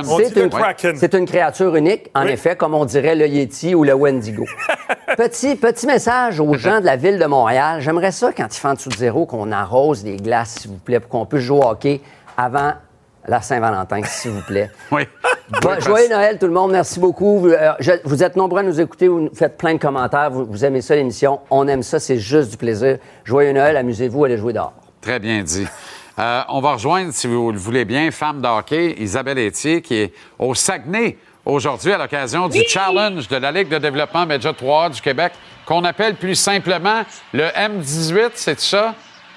c'est une créature unique, en effet, comme on dirait le Yeti ou le Wendigo. Petit message aux gens de la ville de Montréal. J'aimerais ça, quand il fait en dessous de zéro, qu'on arrose des glaces, s'il vous plaît, pour qu'on puisse jouer au hockey avant la Saint-Valentin, s'il vous plaît. Oui. Joyeux Noël, tout le monde. Merci beaucoup. Vous êtes nombreux à nous écouter. Vous faites plein de commentaires. Vous aimez ça, l'émission. On aime ça. C'est juste du plaisir. Joyeux Noël. Amusez-vous. Allez jouer dehors. Très bien dit. On va rejoindre, si vous le voulez bien, femme de hockey, Isabelle Etier, qui est au Saguenay aujourd'hui à l'occasion du challenge de la Ligue de développement Média 3 du Québec, qu'on appelle plus simplement le M18. C'est ça?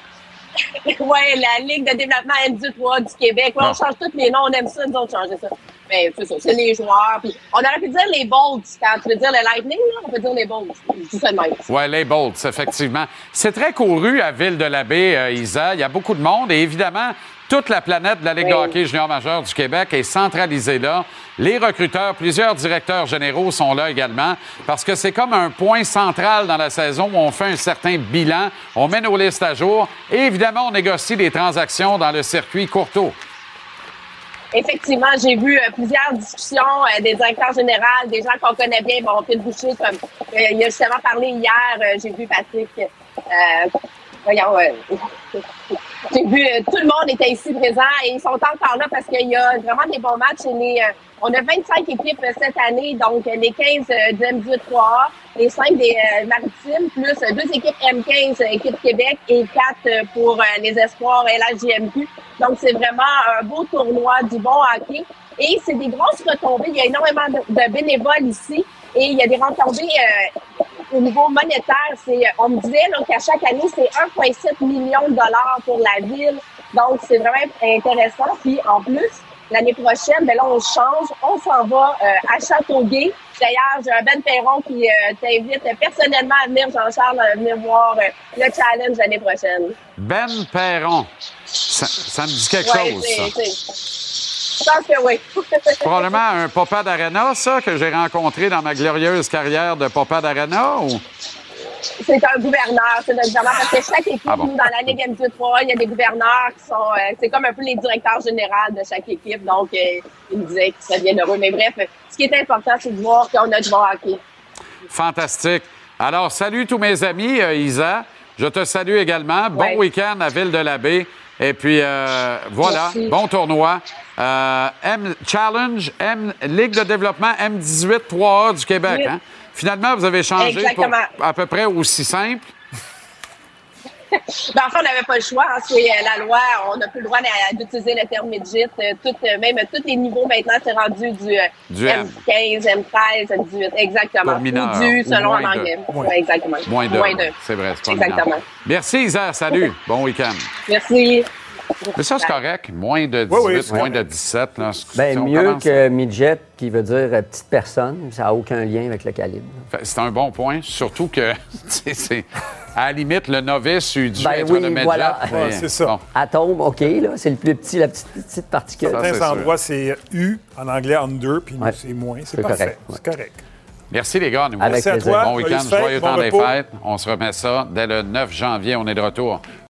Oui, la Ligue de développement M18 du Québec. Ouais, on change tous les noms, on aime ça, nous autres, changer ça. Mais c'est ça, c'est les joueurs. Puis on aurait pu dire les Bolts. Quand tu veux dire le Lightning, là, on peut dire les Bolts. Je dis ça de même. Oui, les Bolts, effectivement. C'est très couru à Ville-de-la-Baie, Isa. Il y a beaucoup de monde et évidemment, toute la planète de la Ligue de hockey junior majeur du Québec est centralisée là. Les recruteurs, plusieurs directeurs généraux sont là également parce que c'est comme un point central dans la saison où on fait un certain bilan, on met nos listes à jour et évidemment, on négocie des transactions dans le circuit Courteau. Effectivement, j'ai vu plusieurs discussions des directeurs généraux, des gens qu'on connaît bien. Bon, Phil Boucher, comme il a justement parlé hier, j'ai vu Patrick. J'ai vu tout le monde était ici présent et ils sont encore là parce qu'il y a vraiment des bons matchs. On a 25 équipes cette année, donc les 15 du M18-3A, les 5 des Maritimes, plus 2 équipes M15, équipe Québec, et 4 pour les Espoirs et la JMQ. Donc, c'est vraiment un beau tournoi, du bon hockey. Et c'est des grosses retombées. Il y a énormément de bénévoles ici et il y a des retombées au niveau monétaire. On me disait là, qu'à chaque année, c'est 1,7 million de dollars pour la ville. Donc, c'est vraiment intéressant. Puis, en plus, l'année prochaine, ben là, on change. On s'en va à Châteauguay. D'ailleurs, j'ai un Ben Perron qui t'invite personnellement à venir, Jean-Charles, à venir voir le challenge l'année prochaine. Ben Perron. Ça me dit quelque chose, ça. Je pense que oui. C'est probablement un Papa d'Arena, ça, que j'ai rencontré dans ma glorieuse carrière de Papa d'Arena, ou... C'est un gouverneur, c'est le gouverneur, parce que chaque équipe, nous, dans la Ligue M3, il y a des gouverneurs qui sont... c'est comme un peu les directeurs généraux de chaque équipe, donc il me disait qu'ils seraient bien heureux. Mais bref, ce qui est important, c'est de voir qu'on a du bon hockey. Fantastique. Alors, salut tous mes amis, Isa. Je te salue également. Bon week-end à Ville-de-la-Baie. Et puis, voilà, merci. Bon tournoi. Challenge, Ligue de développement M18 3A du Québec. Oui. Hein? Finalement, vous avez changé pour à peu près aussi simple. Ben, enfin, on n'avait pas le choix. Hein. C'est la loi. On n'a plus le droit d'utiliser le terme midget. Même tous les niveaux maintenant, c'est rendu du M15, M13, M18. Exactement. Pour mineur, ou du, selon en anglais. Oui, exactement. Moins 2. C'est vrai, c'est pas exactement. Mineur. Merci, Isa. Salut. Bon week-end. Merci. Mais ça, c'est correct. Moins de 18, moins de 17. Là. Bien, mieux que midget, qui veut dire petite personne. Ça n'a aucun lien avec le calibre. C'est un bon point. Surtout que, c'est à la limite, le novice eût dû être le midget. Voilà. Mais, c'est ça. Bon. Atome, OK, là, c'est le plus petit, la petite particule. Certains endroits, c'est U, en anglais under, puis nous, c'est moins. C'est parfait. Correct. C'est correct. Merci, les gars. Merci à toi. Bon week-end, joyeux temps des fêtes. On se remet ça dès le 9 janvier. On est de retour.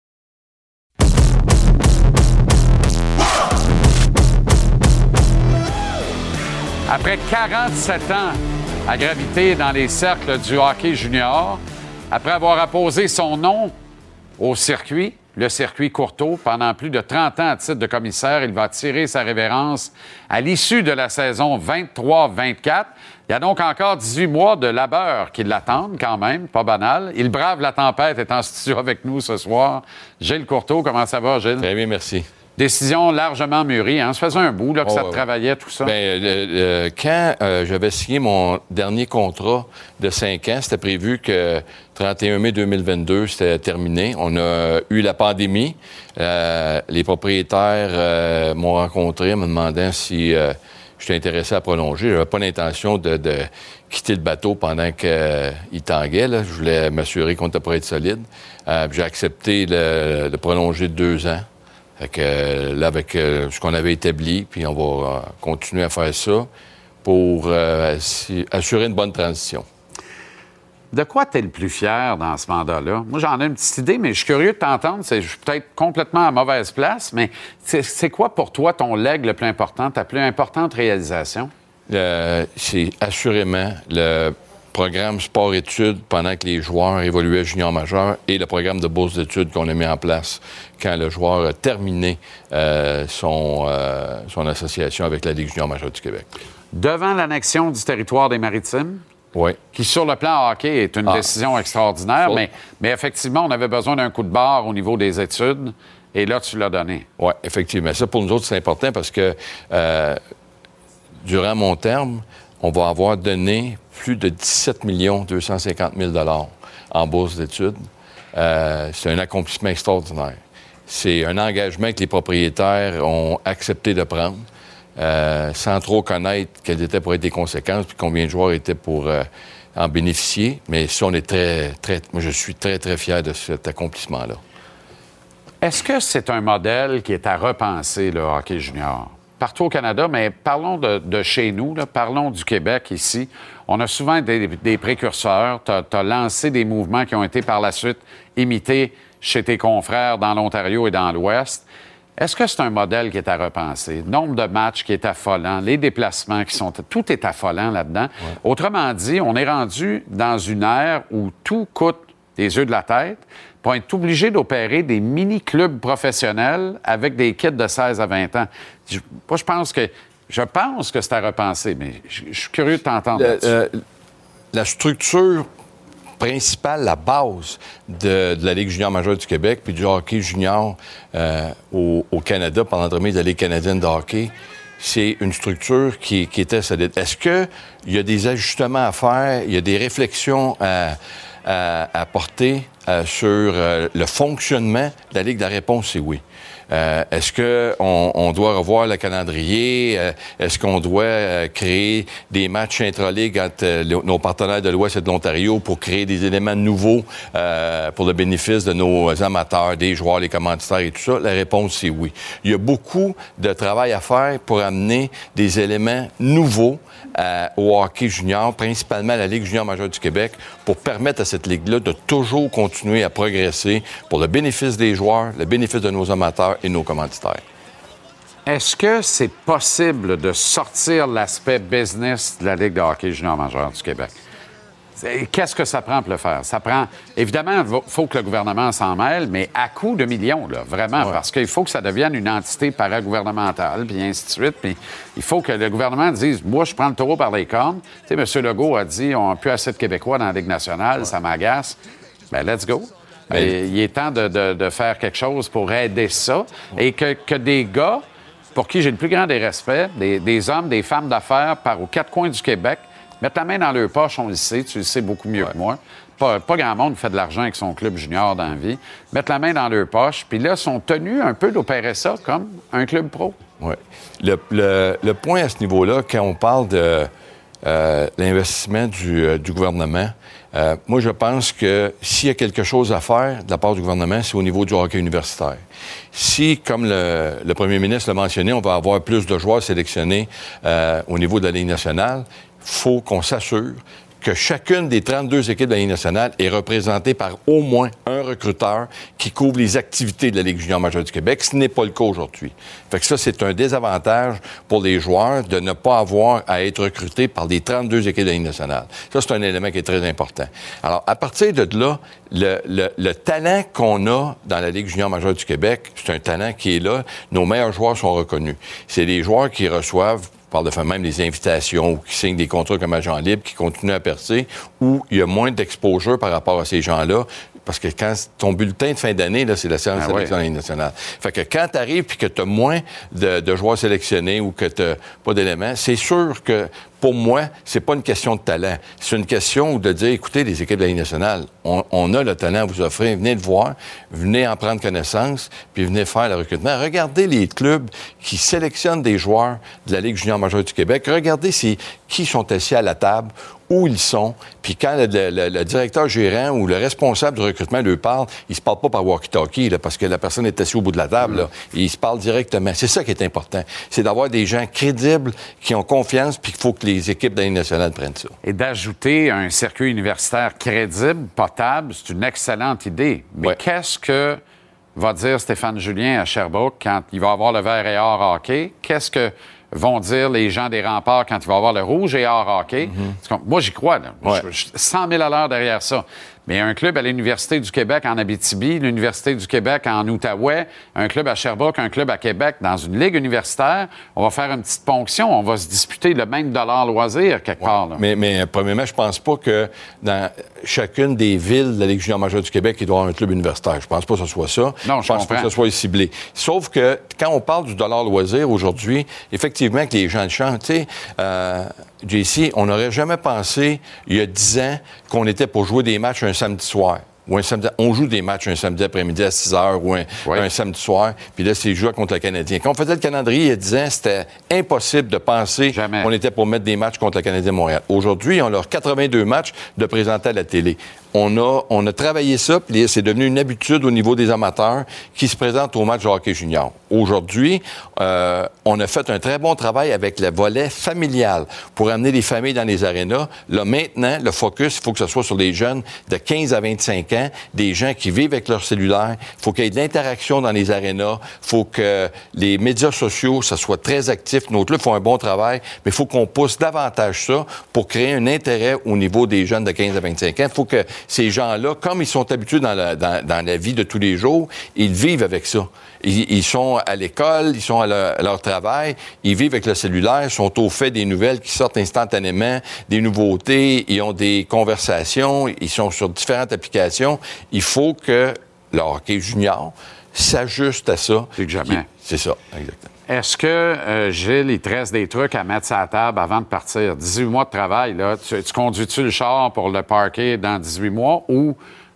Après 47 ans à graviter dans les cercles du hockey junior, après avoir apposé son nom au circuit, le circuit Courteau, pendant plus de 30 ans à titre de commissaire, il va tirer sa révérence à l'issue de la saison 23-24. Il y a donc encore 18 mois de labeur qui l'attendent quand même, pas banal. Il brave la tempête, est en studio avec nous ce soir. Gilles Courteau, comment ça va, Gilles? Très bien, merci. Décision largement mûrie. Hein? Ça faisait un bout là, que ça te travaillait, tout ça. Bien, quand j'avais signé mon dernier contrat de 5 ans, c'était prévu que 31 mai 2022, c'était terminé. On a eu la pandémie. Les propriétaires m'ont rencontré en me demandant si j'étais intéressé à prolonger. Je n'avais pas l'intention de quitter le bateau pendant qu'il tanguait. Là. Je voulais m'assurer qu'on était prêt à être solide. J'ai accepté de prolonger de 2 ans. Fait que, là, avec ce qu'on avait établi, puis on va continuer à faire ça pour assurer une bonne transition. De quoi tu es le plus fier dans ce mandat-là? Moi, j'en ai une petite idée, mais je suis curieux de t'entendre. Je suis peut-être complètement à mauvaise place, mais c'est quoi pour toi ton legs le plus important, ta plus importante réalisation? C'est assurément le programme sport-études pendant que les joueurs évoluaient junior majeur et le programme de bourse d'études qu'on a mis en place quand le joueur a terminé son association avec la Ligue junior majeure du Québec. Devant l'annexion du territoire des Maritimes, oui. Qui, sur le plan hockey, est une décision extraordinaire, mais effectivement, on avait besoin d'un coup de barre au niveau des études, et là, tu l'as donné. Oui, effectivement. Ça, pour nous autres, c'est important parce que durant mon terme, on va avoir donné plus de 17 250 000 $ en bourse d'études. C'est un accomplissement extraordinaire. C'est un engagement que les propriétaires ont accepté de prendre sans trop connaître quelles étaient pour être les conséquences puis combien de joueurs étaient pour en bénéficier. Mais ça, on est moi, je suis très, très fier de cet accomplissement-là. Est-ce que c'est un modèle qui est à repenser, le hockey junior? Partout au Canada, mais parlons de chez nous, là, parlons du Québec ici. On a souvent des précurseurs. Tu as lancé des mouvements qui ont été par la suite imités chez tes confrères dans l'Ontario et dans l'Ouest. Est-ce que c'est un modèle qui est à repenser? Nombre de matchs qui est affolant, les déplacements qui sont... Tout est affolant là-dedans. Ouais. Autrement dit, on est rendu dans une ère où tout coûte des yeux de la tête pour être obligé d'opérer des mini-clubs professionnels avec des kits de 16 à 20 ans. Je pense que c'est à repenser, mais je suis curieux de t'entendre là-dessus. La structure principale, la base de la Ligue junior majeure du Québec puis du hockey junior au Canada par l'entremise de la Ligue canadienne de hockey, c'est une structure qui était solide. Est-ce qu'il y a des ajustements à faire? Il y a des réflexions à porter sur le fonctionnement de la Ligue? La réponse, c'est oui. Est-ce qu'on doit revoir le calendrier? Est-ce qu'on doit créer des matchs intra-ligue entre nos partenaires de l'Ouest et de l'Ontario pour créer des éléments nouveaux pour le bénéfice de nos amateurs, des joueurs, les commanditaires et tout ça? La réponse, c'est oui. Il y a beaucoup de travail à faire pour amener des éléments nouveaux au hockey junior, principalement à la Ligue junior majeure du Québec, pour permettre à cette ligue-là de toujours continuer à progresser pour le bénéfice des joueurs, le bénéfice de nos amateurs et de nos commanditaires. Est-ce que c'est possible de sortir l'aspect business de la Ligue de hockey junior majeure du Québec? Qu'est-ce que ça prend pour le faire? Ça prend... Évidemment, il faut que le gouvernement s'en mêle, mais à coût de millions, là, vraiment, parce qu'il faut que ça devienne une entité paragouvernementale, puis ainsi de suite. Puis il faut que le gouvernement dise, moi, je prends le taureau par les cornes. Tu sais, M. Legault a dit, on n'a plus assez de Québécois dans la Ligue nationale, ça m'agace. Bien, let's go. Il est temps de faire quelque chose pour aider ça. Et que des gars, pour qui j'ai le plus grand des respects, des hommes, des femmes d'affaires, par aux quatre coins du Québec, mettre la main dans leur poche, on le sait, tu le sais beaucoup mieux que moi. Pas grand monde fait de l'argent avec son club junior dans la vie. Mettre la main dans leur poche, puis là, sont tenus un peu d'opérer ça comme un club pro. Oui. Le point à ce niveau-là, quand on parle de l'investissement du gouvernement, moi, je pense que s'il y a quelque chose à faire de la part du gouvernement, c'est au niveau du hockey universitaire. Si, comme le premier ministre l'a mentionné, on va avoir plus de joueurs sélectionnés au niveau de la Ligue nationale, il faut qu'on s'assure que chacune des 32 équipes de la Ligue nationale est représentée par au moins un recruteur qui couvre les activités de la Ligue junior majeure du Québec. Ce n'est pas le cas aujourd'hui. Fait que ça, c'est un désavantage pour les joueurs de ne pas avoir à être recrutés par les 32 équipes de la Ligue nationale. Ça, c'est un élément qui est très important. Alors, à partir de là, le talent qu'on a dans la Ligue junior majeure du Québec, c'est un talent qui est là. Nos meilleurs joueurs sont reconnus. C'est les joueurs qui reçoivent, on parle de faire même des invitations ou qui signent des contrats comme agent libre, qui continuent à percer, où il y a moins d'exposure par rapport à ces gens-là. Parce que quand ton bulletin de fin d'année, là, c'est la séance de sélection nationale. Fait que quand tu arrives et que tu as moins de joueurs sélectionnés ou que tu n'as pas d'éléments, c'est sûr que, pour moi, c'est pas une question de talent. C'est une question de dire, écoutez, les équipes de la Ligue nationale, on a le talent à vous offrir. Venez le voir, venez en prendre connaissance, puis venez faire le recrutement. Regardez les clubs qui sélectionnent des joueurs de la Ligue junior majeure du Québec. Regardez qui sont assis à la table, où ils sont, puis quand le directeur gérant ou le responsable du recrutement lui parle, il se parle pas par walkie-talkie, là, parce que la personne est assise au bout de la table, là, et il se parle directement. C'est ça qui est important. C'est d'avoir des gens crédibles, qui ont confiance, puis qu'il faut que les équipes de la Ligue nationale prennent ça. Et d'ajouter un circuit universitaire crédible, potable, c'est une excellente idée. Mais qu'est-ce que va dire Stéphane Julien à Sherbrooke quand il va avoir le vert et or hockey? Qu'est-ce que vont dire les gens des Remparts quand il va avoir le rouge et or hockey? Moi, j'y crois. Là. Je suis 100 000 à l'heure derrière ça. Mais un club à l'Université du Québec en Abitibi, l'Université du Québec en Outaouais, un club à Sherbrooke, un club à Québec, dans une ligue universitaire, on va faire une petite ponction, on va se disputer le même dollar loisir quelque part. Là. Mais premièrement, je pense pas que dans chacune des villes de la Ligue junior majeure du Québec, il doit y avoir un club universitaire. Je pense pas que ce soit ça. Non, je pense pas que ce soit ciblé. Sauf que quand on parle du dollar loisir aujourd'hui, effectivement, que les gens le chantent, tu sais, JC, on n'aurait jamais pensé, il y a 10 ans, qu'on était pour jouer des matchs un samedi soir. Ou un samedi, on joue des matchs un samedi après-midi à 6 heures ou un samedi soir, puis là, c'est joué contre le Canadien. Quand on faisait le calendrier il y a 10 ans, c'était impossible de penser qu'on était pour mettre des matchs contre le Canadien de Montréal. Aujourd'hui, on a leurs 82 matchs de présenter à la télé. On a travaillé ça, puis c'est devenu une habitude au niveau des amateurs qui se présentent au match de hockey junior. Aujourd'hui, on a fait un très bon travail avec le volet familial pour amener les familles dans les arénas. Là, maintenant, le focus, il faut que ce soit sur les jeunes de 15 à 25 ans, des gens qui vivent avec leur cellulaire. Il faut qu'il y ait de l'interaction dans les arénas. Il faut que les médias sociaux, ça soit très actif. Nos clubs font un bon travail, mais il faut qu'on pousse davantage ça pour créer un intérêt au niveau des jeunes de 15 à 25 ans. Il faut que ces gens-là, comme ils sont habitués dans la vie de tous les jours, ils vivent avec ça. Ils sont à l'école, ils sont à leur travail, ils vivent avec le cellulaire, sont au fait des nouvelles qui sortent instantanément, des nouveautés, ils ont des conversations, ils sont sur différentes applications. Il faut que le hockey junior s'ajuste à ça. Plus que jamais. C'est ça, exactement. Est-ce que, Gilles, il te reste des trucs à mettre sur la table avant de partir? 18 mois de travail, là. Tu conduis-tu le char pour le parquer dans 18 mois ou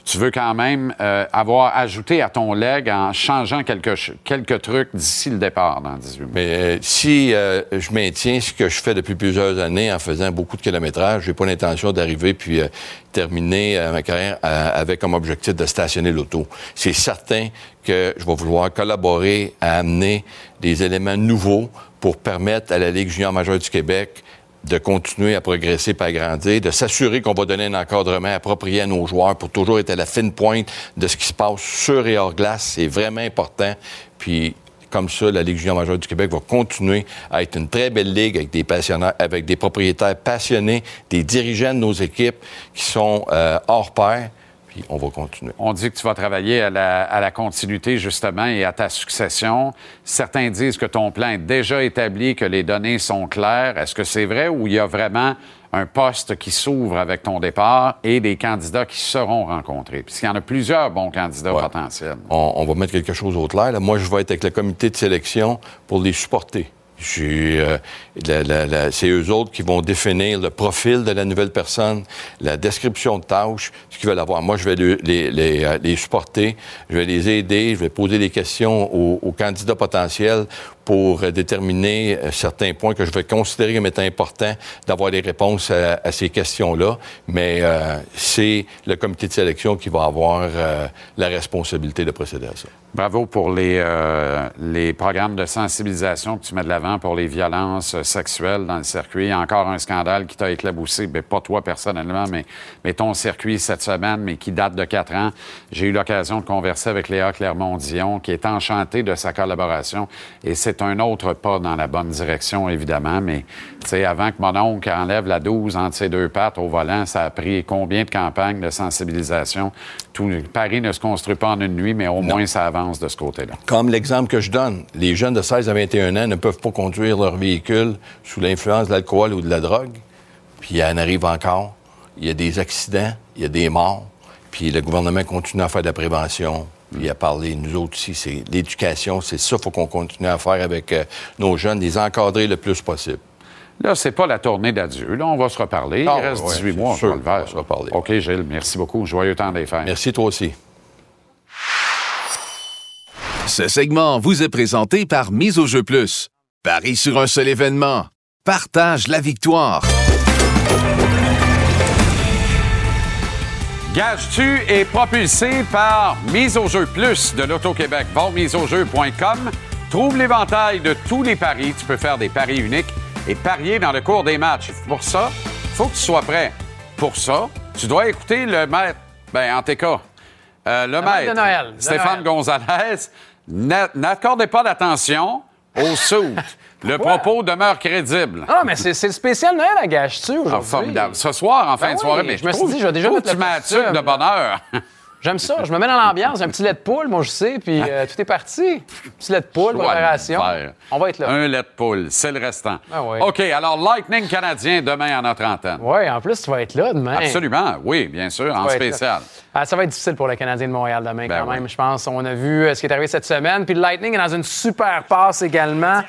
tu veux quand même avoir ajouté à ton leg en changeant quelques trucs d'ici le départ dans 18 mois. Mais si je maintiens ce que je fais depuis plusieurs années en faisant beaucoup de kilométrage, j'ai pas l'intention d'arriver puis terminer ma carrière avec comme objectif de stationner l'auto. C'est certain que je vais vouloir collaborer à amener des éléments nouveaux pour permettre à la Ligue junior majeure du Québec de continuer à progresser et à grandir, de s'assurer qu'on va donner un encadrement approprié à nos joueurs pour toujours être à la fine pointe de ce qui se passe sur et hors glace. C'est vraiment important. Puis, comme ça, la Ligue junior majeure du Québec va continuer à être une très belle ligue avec des passionnés, avec des propriétaires passionnés, des dirigeants de nos équipes qui sont hors pair. Puis on va continuer. On dit que tu vas travailler à la continuité, justement, et à ta succession. Certains disent que ton plan est déjà établi, que les données sont claires. Est-ce que c'est vrai ou il y a vraiment un poste qui s'ouvre avec ton départ et des candidats qui seront rencontrés? Puisqu'il y en a plusieurs bons candidats potentiels. On va mettre quelque chose au clair. Là. Moi, je vais être avec le comité de sélection pour les supporter. C'est eux autres qui vont définir le profil de la nouvelle personne, la description de tâches, ce qu'ils veulent avoir. Moi, je vais les supporter, je vais les aider, je vais poser des questions aux candidats potentiels pour déterminer certains points que je vais considérer comme étant importants d'avoir des réponses à ces questions-là. Mais c'est le comité de sélection qui va avoir la responsabilité de procéder à ça. Bravo pour les programmes de sensibilisation que tu mets de l'avant pour les violences sexuelles dans le circuit. Encore un scandale qui t'a éclaboussé, bien, pas toi personnellement, mais ton circuit cette semaine, mais qui date de 4 ans. J'ai eu l'occasion de converser avec Léa Clermont-Dion, qui est enchantée de sa collaboration. Et c'est un autre pas dans la bonne direction, évidemment. Mais, tu sais, avant que mon oncle enlève la 12 entre ses deux pattes au volant, ça a pris combien de campagnes de sensibilisation? Paris ne se construit pas en une nuit, mais au moins ça avance de ce côté-là. Comme l'exemple que je donne, les jeunes de 16 à 21 ans ne peuvent pas conduire leur véhicule sous l'influence de l'alcool ou de la drogue. Puis il en arrive encore. Il y a des accidents, il y a des morts. Puis le gouvernement continue à faire de la prévention. Puis à parler, nous autres aussi, c'est l'éducation. C'est ça qu'il faut qu'on continue à faire avec nos jeunes, les encadrer le plus possible. Là, c'est pas la tournée d'adieu. Là, on va se reparler. Il reste 18 mois, sûr, on va se reparler. OK, Gilles, merci beaucoup. Joyeux temps des fêtes. Merci, toi aussi. Ce segment vous est présenté par Mise au jeu plus. Parie sur un seul événement. Partage la victoire. Gage-tu est propulsé par Mise au jeu plus de l'Auto-Québec. Va au miseaujeu.com. Trouve l'éventail de tous les paris. Tu peux faire des paris uniques et parier dans le cours des matchs. Pour ça, il faut que tu sois prêt. Pour ça, tu dois écouter le maître, en TK, le maître, de Noël, Stéphane Gonzalez. N'accordez pas d'attention au suit. Le propos demeure crédible. Ah, mais c'est le spécial Noël à Gage-tu aujourd'hui. Ah, formidable. Ce soir, en fin de soirée, mais je me suis dit, je vais déjà mettre le costume de bonheur. J'aime ça. Je me mets dans l'ambiance. Un petit lait de poule, moi, je sais, puis tout est parti. Petit lait de poule, préparation. On va être là. Un lait de poule, c'est le restant. Ah oui. OK, alors Lightning canadien demain à notre antenne. Oui, en plus, tu vas être là demain. Absolument, oui, bien sûr, en spécial. Ça va être difficile pour le Canadien de Montréal demain, quand même, je pense. On a vu ce qui est arrivé cette semaine. Puis le Lightning est dans une super passe également.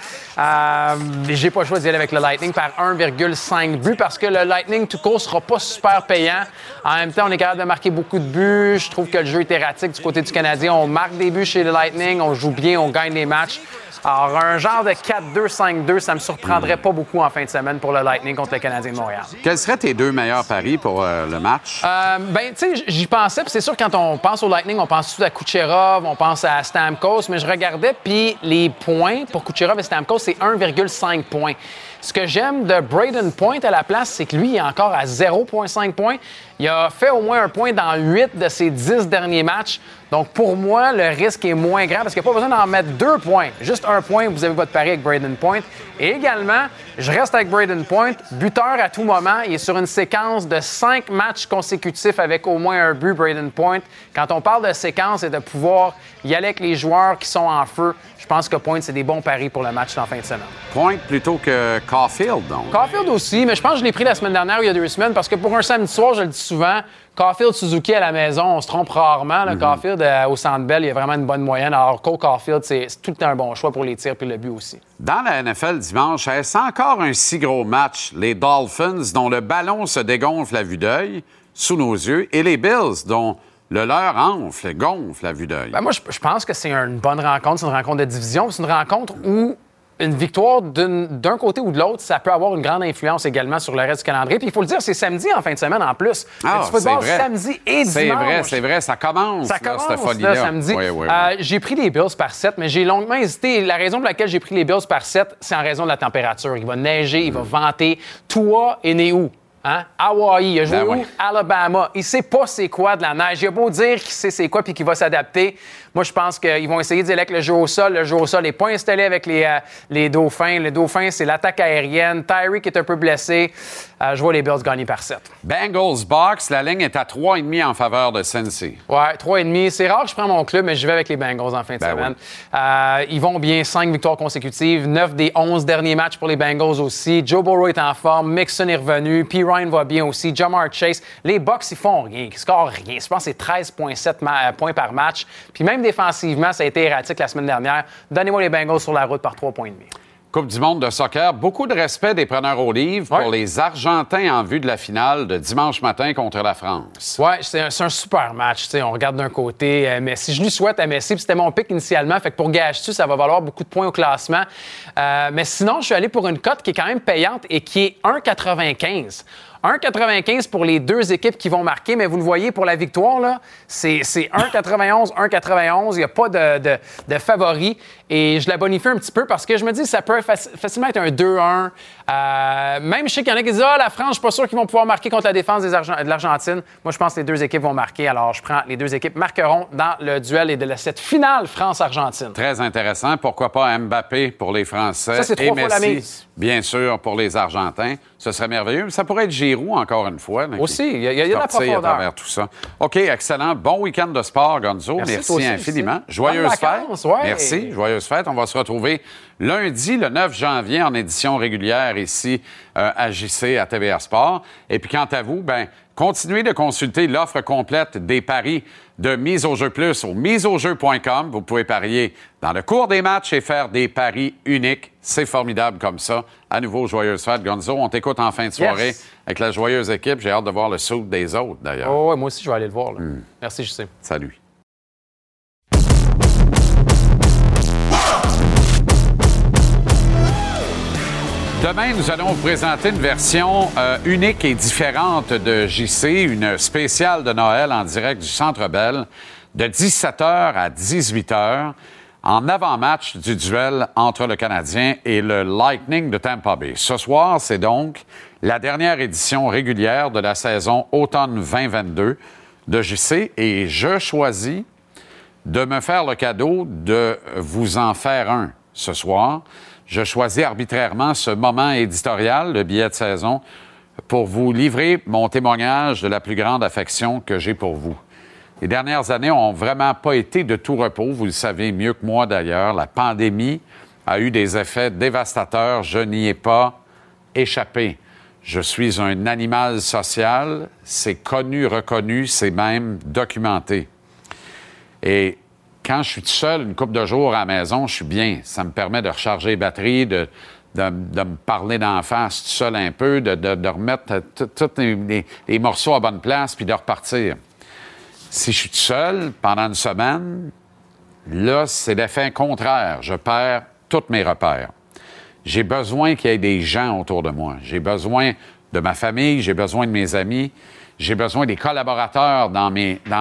J'ai pas le choix d'y aller avec le Lightning par 1,5 buts parce que le Lightning tout court sera pas super payant. En même temps, on est capable de marquer beaucoup de buts. Je trouve que le jeu est erratique du côté du Canadien. On marque des buts chez le Lightning, on joue bien, on gagne les matchs. Alors, un genre de 4-2, 5-2, ça me surprendrait pas beaucoup en fin de semaine pour le Lightning contre le Canadien de Montréal. Quels seraient tes deux meilleurs paris pour le match? Tu sais, j'y pensais, puis c'est sûr, quand on pense au Lightning, on pense tout à Kucherov, on pense à Stamkos, mais je regardais, puis les points pour Kucherov et Stamkos, c'est 1,5 points. Ce que j'aime de Brayden Point à la place, c'est que lui, il est encore à 0,5 points. Il a fait au moins un point dans 8 de ses 10 derniers matchs. Donc, pour moi, le risque est moins grand parce qu'il n'y a pas besoin d'en mettre 2 points. Juste un point, vous avez votre pari avec Brayden Point. Et également, je reste avec Brayden Point, buteur à tout moment. Il est sur une séquence de 5 matchs consécutifs avec au moins un but, Brayden Point. Quand on parle de séquence et de pouvoir y aller avec les joueurs qui sont en feu, je pense que Point, c'est des bons paris pour le match en fin de semaine. Point plutôt que Caulfield, donc? Caulfield aussi, mais je pense que je l'ai pris la semaine dernière ou il y a 2 semaines parce que pour un samedi soir, je le dis souvent, Caulfield-Suzuki à la maison, on se trompe rarement. Caulfield au Centre Bell, il y a vraiment une bonne moyenne. Alors, Cole Caulfield, c'est tout le temps un bon choix pour les tirs puis le but aussi. Dans la NFL dimanche, est-ce encore un si gros match? Les Dolphins, dont le ballon se dégonfle à vue d'œil, sous nos yeux, et les Bills, dont Le leur gonfle à vue d'œil. Ben moi, je pense que c'est une bonne rencontre. C'est une rencontre de division. C'est une rencontre où une victoire d'un côté ou de l'autre, ça peut avoir une grande influence également sur le reste du calendrier. Puis il faut le dire, c'est samedi en fin de semaine en plus. Ah, du football samedi et dimanche. C'est vrai. Ça commence, cette folie-là. Samedi. Oui. J'ai pris les Bills par 7, mais j'ai longuement hésité. La raison pour laquelle j'ai pris les Bills par 7, c'est en raison de la température. Il va neiger, il va venter. Tua est né où? Hein? Hawaï, il a joué où? Alabama. Il sait pas c'est quoi de la neige. Il a beau dire qu'il sait c'est quoi puis qu'il va s'adapter. Moi, je pense qu'ils vont essayer d'y aller avec le jeu au sol. Le jeu au sol n'est pas installé avec les Dauphins. Les Dauphins, c'est l'attaque aérienne. Tyreek est un peu blessé. Je vois les Bills gagner par 7. Bengals Box, la ligne est à 3,5 en faveur de Cincy. Ouais, 3,5. C'est rare que je prends mon club, mais je vais avec les Bengals en fin de semaine. Oui. Ils vont bien, 5 victoires consécutives. 9 des 11 derniers matchs pour les Bengals aussi. Joe Burrow est en forme. Mixon est revenu. P. Ryan va bien aussi. Jamar Chase. Les Bucks, ils font rien. Ils scorent rien. Je pense que c'est 13,7 points par match. Puis même défensivement, ça a été erratique la semaine dernière. Donnez-moi les Bengals sur la route par 3,5. Coupe du monde de soccer, beaucoup de respect des preneurs au livre pour les Argentins en vue de la finale de dimanche matin contre la France. Oui, c'est un super match. T'sais, on regarde d'un côté Messi. Je lui souhaite à Messi, puis c'était mon pick initialement. Fait que pour gage-tu, ça va valoir beaucoup de points au classement. Mais sinon, je suis allé pour une cote qui est quand même payante et qui est 1,95. 1,95 pour les deux équipes qui vont marquer, mais vous le voyez, pour la victoire, là, c'est 1,91, 1,91. Il n'y a pas de favori. Et je la bonifie un petit peu parce que je me dis que ça peut facilement être un 2-1. Même je sais qu'il y en a qui disent « Ah, la France, je suis pas sûr qu'ils vont pouvoir marquer contre la défense de l'Argentine. » Moi, je pense que les deux équipes vont marquer. Alors, je prends les deux équipes marqueront dans le duel et de cette finale France-Argentine. Très intéressant. Pourquoi pas Mbappé pour les Français ça, c'est 3 fois Messi, la mise. Bien sûr, pour les Argentins. Ce serait merveilleux. Mais ça pourrait être Giroud, encore une fois. Là, aussi, il y a de la profondeur. À travers tout ça. OK, excellent. Bon week-end de sport, Gonzo. Merci infiniment. Joyeuses fêtes. Ouais. Merci. Joyeuses fêtes. On va se retrouver lundi, le 9 janvier, en édition régulière ici à JC, à TVA Sport. Et puis, quant à vous, continuez de consulter l'offre complète des paris de Mise au jeu plus au miseaujeu.com. Vous pouvez parier dans le cours des matchs et faire des paris uniques. C'est formidable comme ça. À nouveau, joyeuse fête, Gonzo. On t'écoute en fin de soirée avec la joyeuse équipe. J'ai hâte de voir le saut des autres, d'ailleurs. Oh, ouais, moi aussi, je vais aller le voir. Là. Merci, JC. Salut. Demain, nous allons vous présenter une version unique et différente de JC, une spéciale de Noël en direct du Centre Bell de 17h à 18h en avant-match du duel entre le Canadien et le Lightning de Tampa Bay. Ce soir, c'est donc la dernière édition régulière de la saison automne 2022 de JC et je choisis de me faire le cadeau de vous en faire un ce soir. Je choisis arbitrairement ce moment éditorial, le billet de saison, pour vous livrer mon témoignage de la plus grande affection que j'ai pour vous. Les dernières années n'ont vraiment pas été de tout repos, vous le savez mieux que moi d'ailleurs. La pandémie a eu des effets dévastateurs, je n'y ai pas échappé. Je suis un animal social, c'est connu, reconnu, c'est même documenté. Et quand je suis tout seul, une couple de jours à la maison, je suis bien. Ça me permet de recharger les batteries, de me parler d'en face tout seul un peu, de remettre tous les morceaux à bonne place puis de repartir. Si je suis tout seul pendant une semaine, là, c'est l'effet contraire. Je perds tous mes repères. J'ai besoin qu'il y ait des gens autour de moi. J'ai besoin de ma famille, j'ai besoin de mes amis, j'ai besoin des collaborateurs dans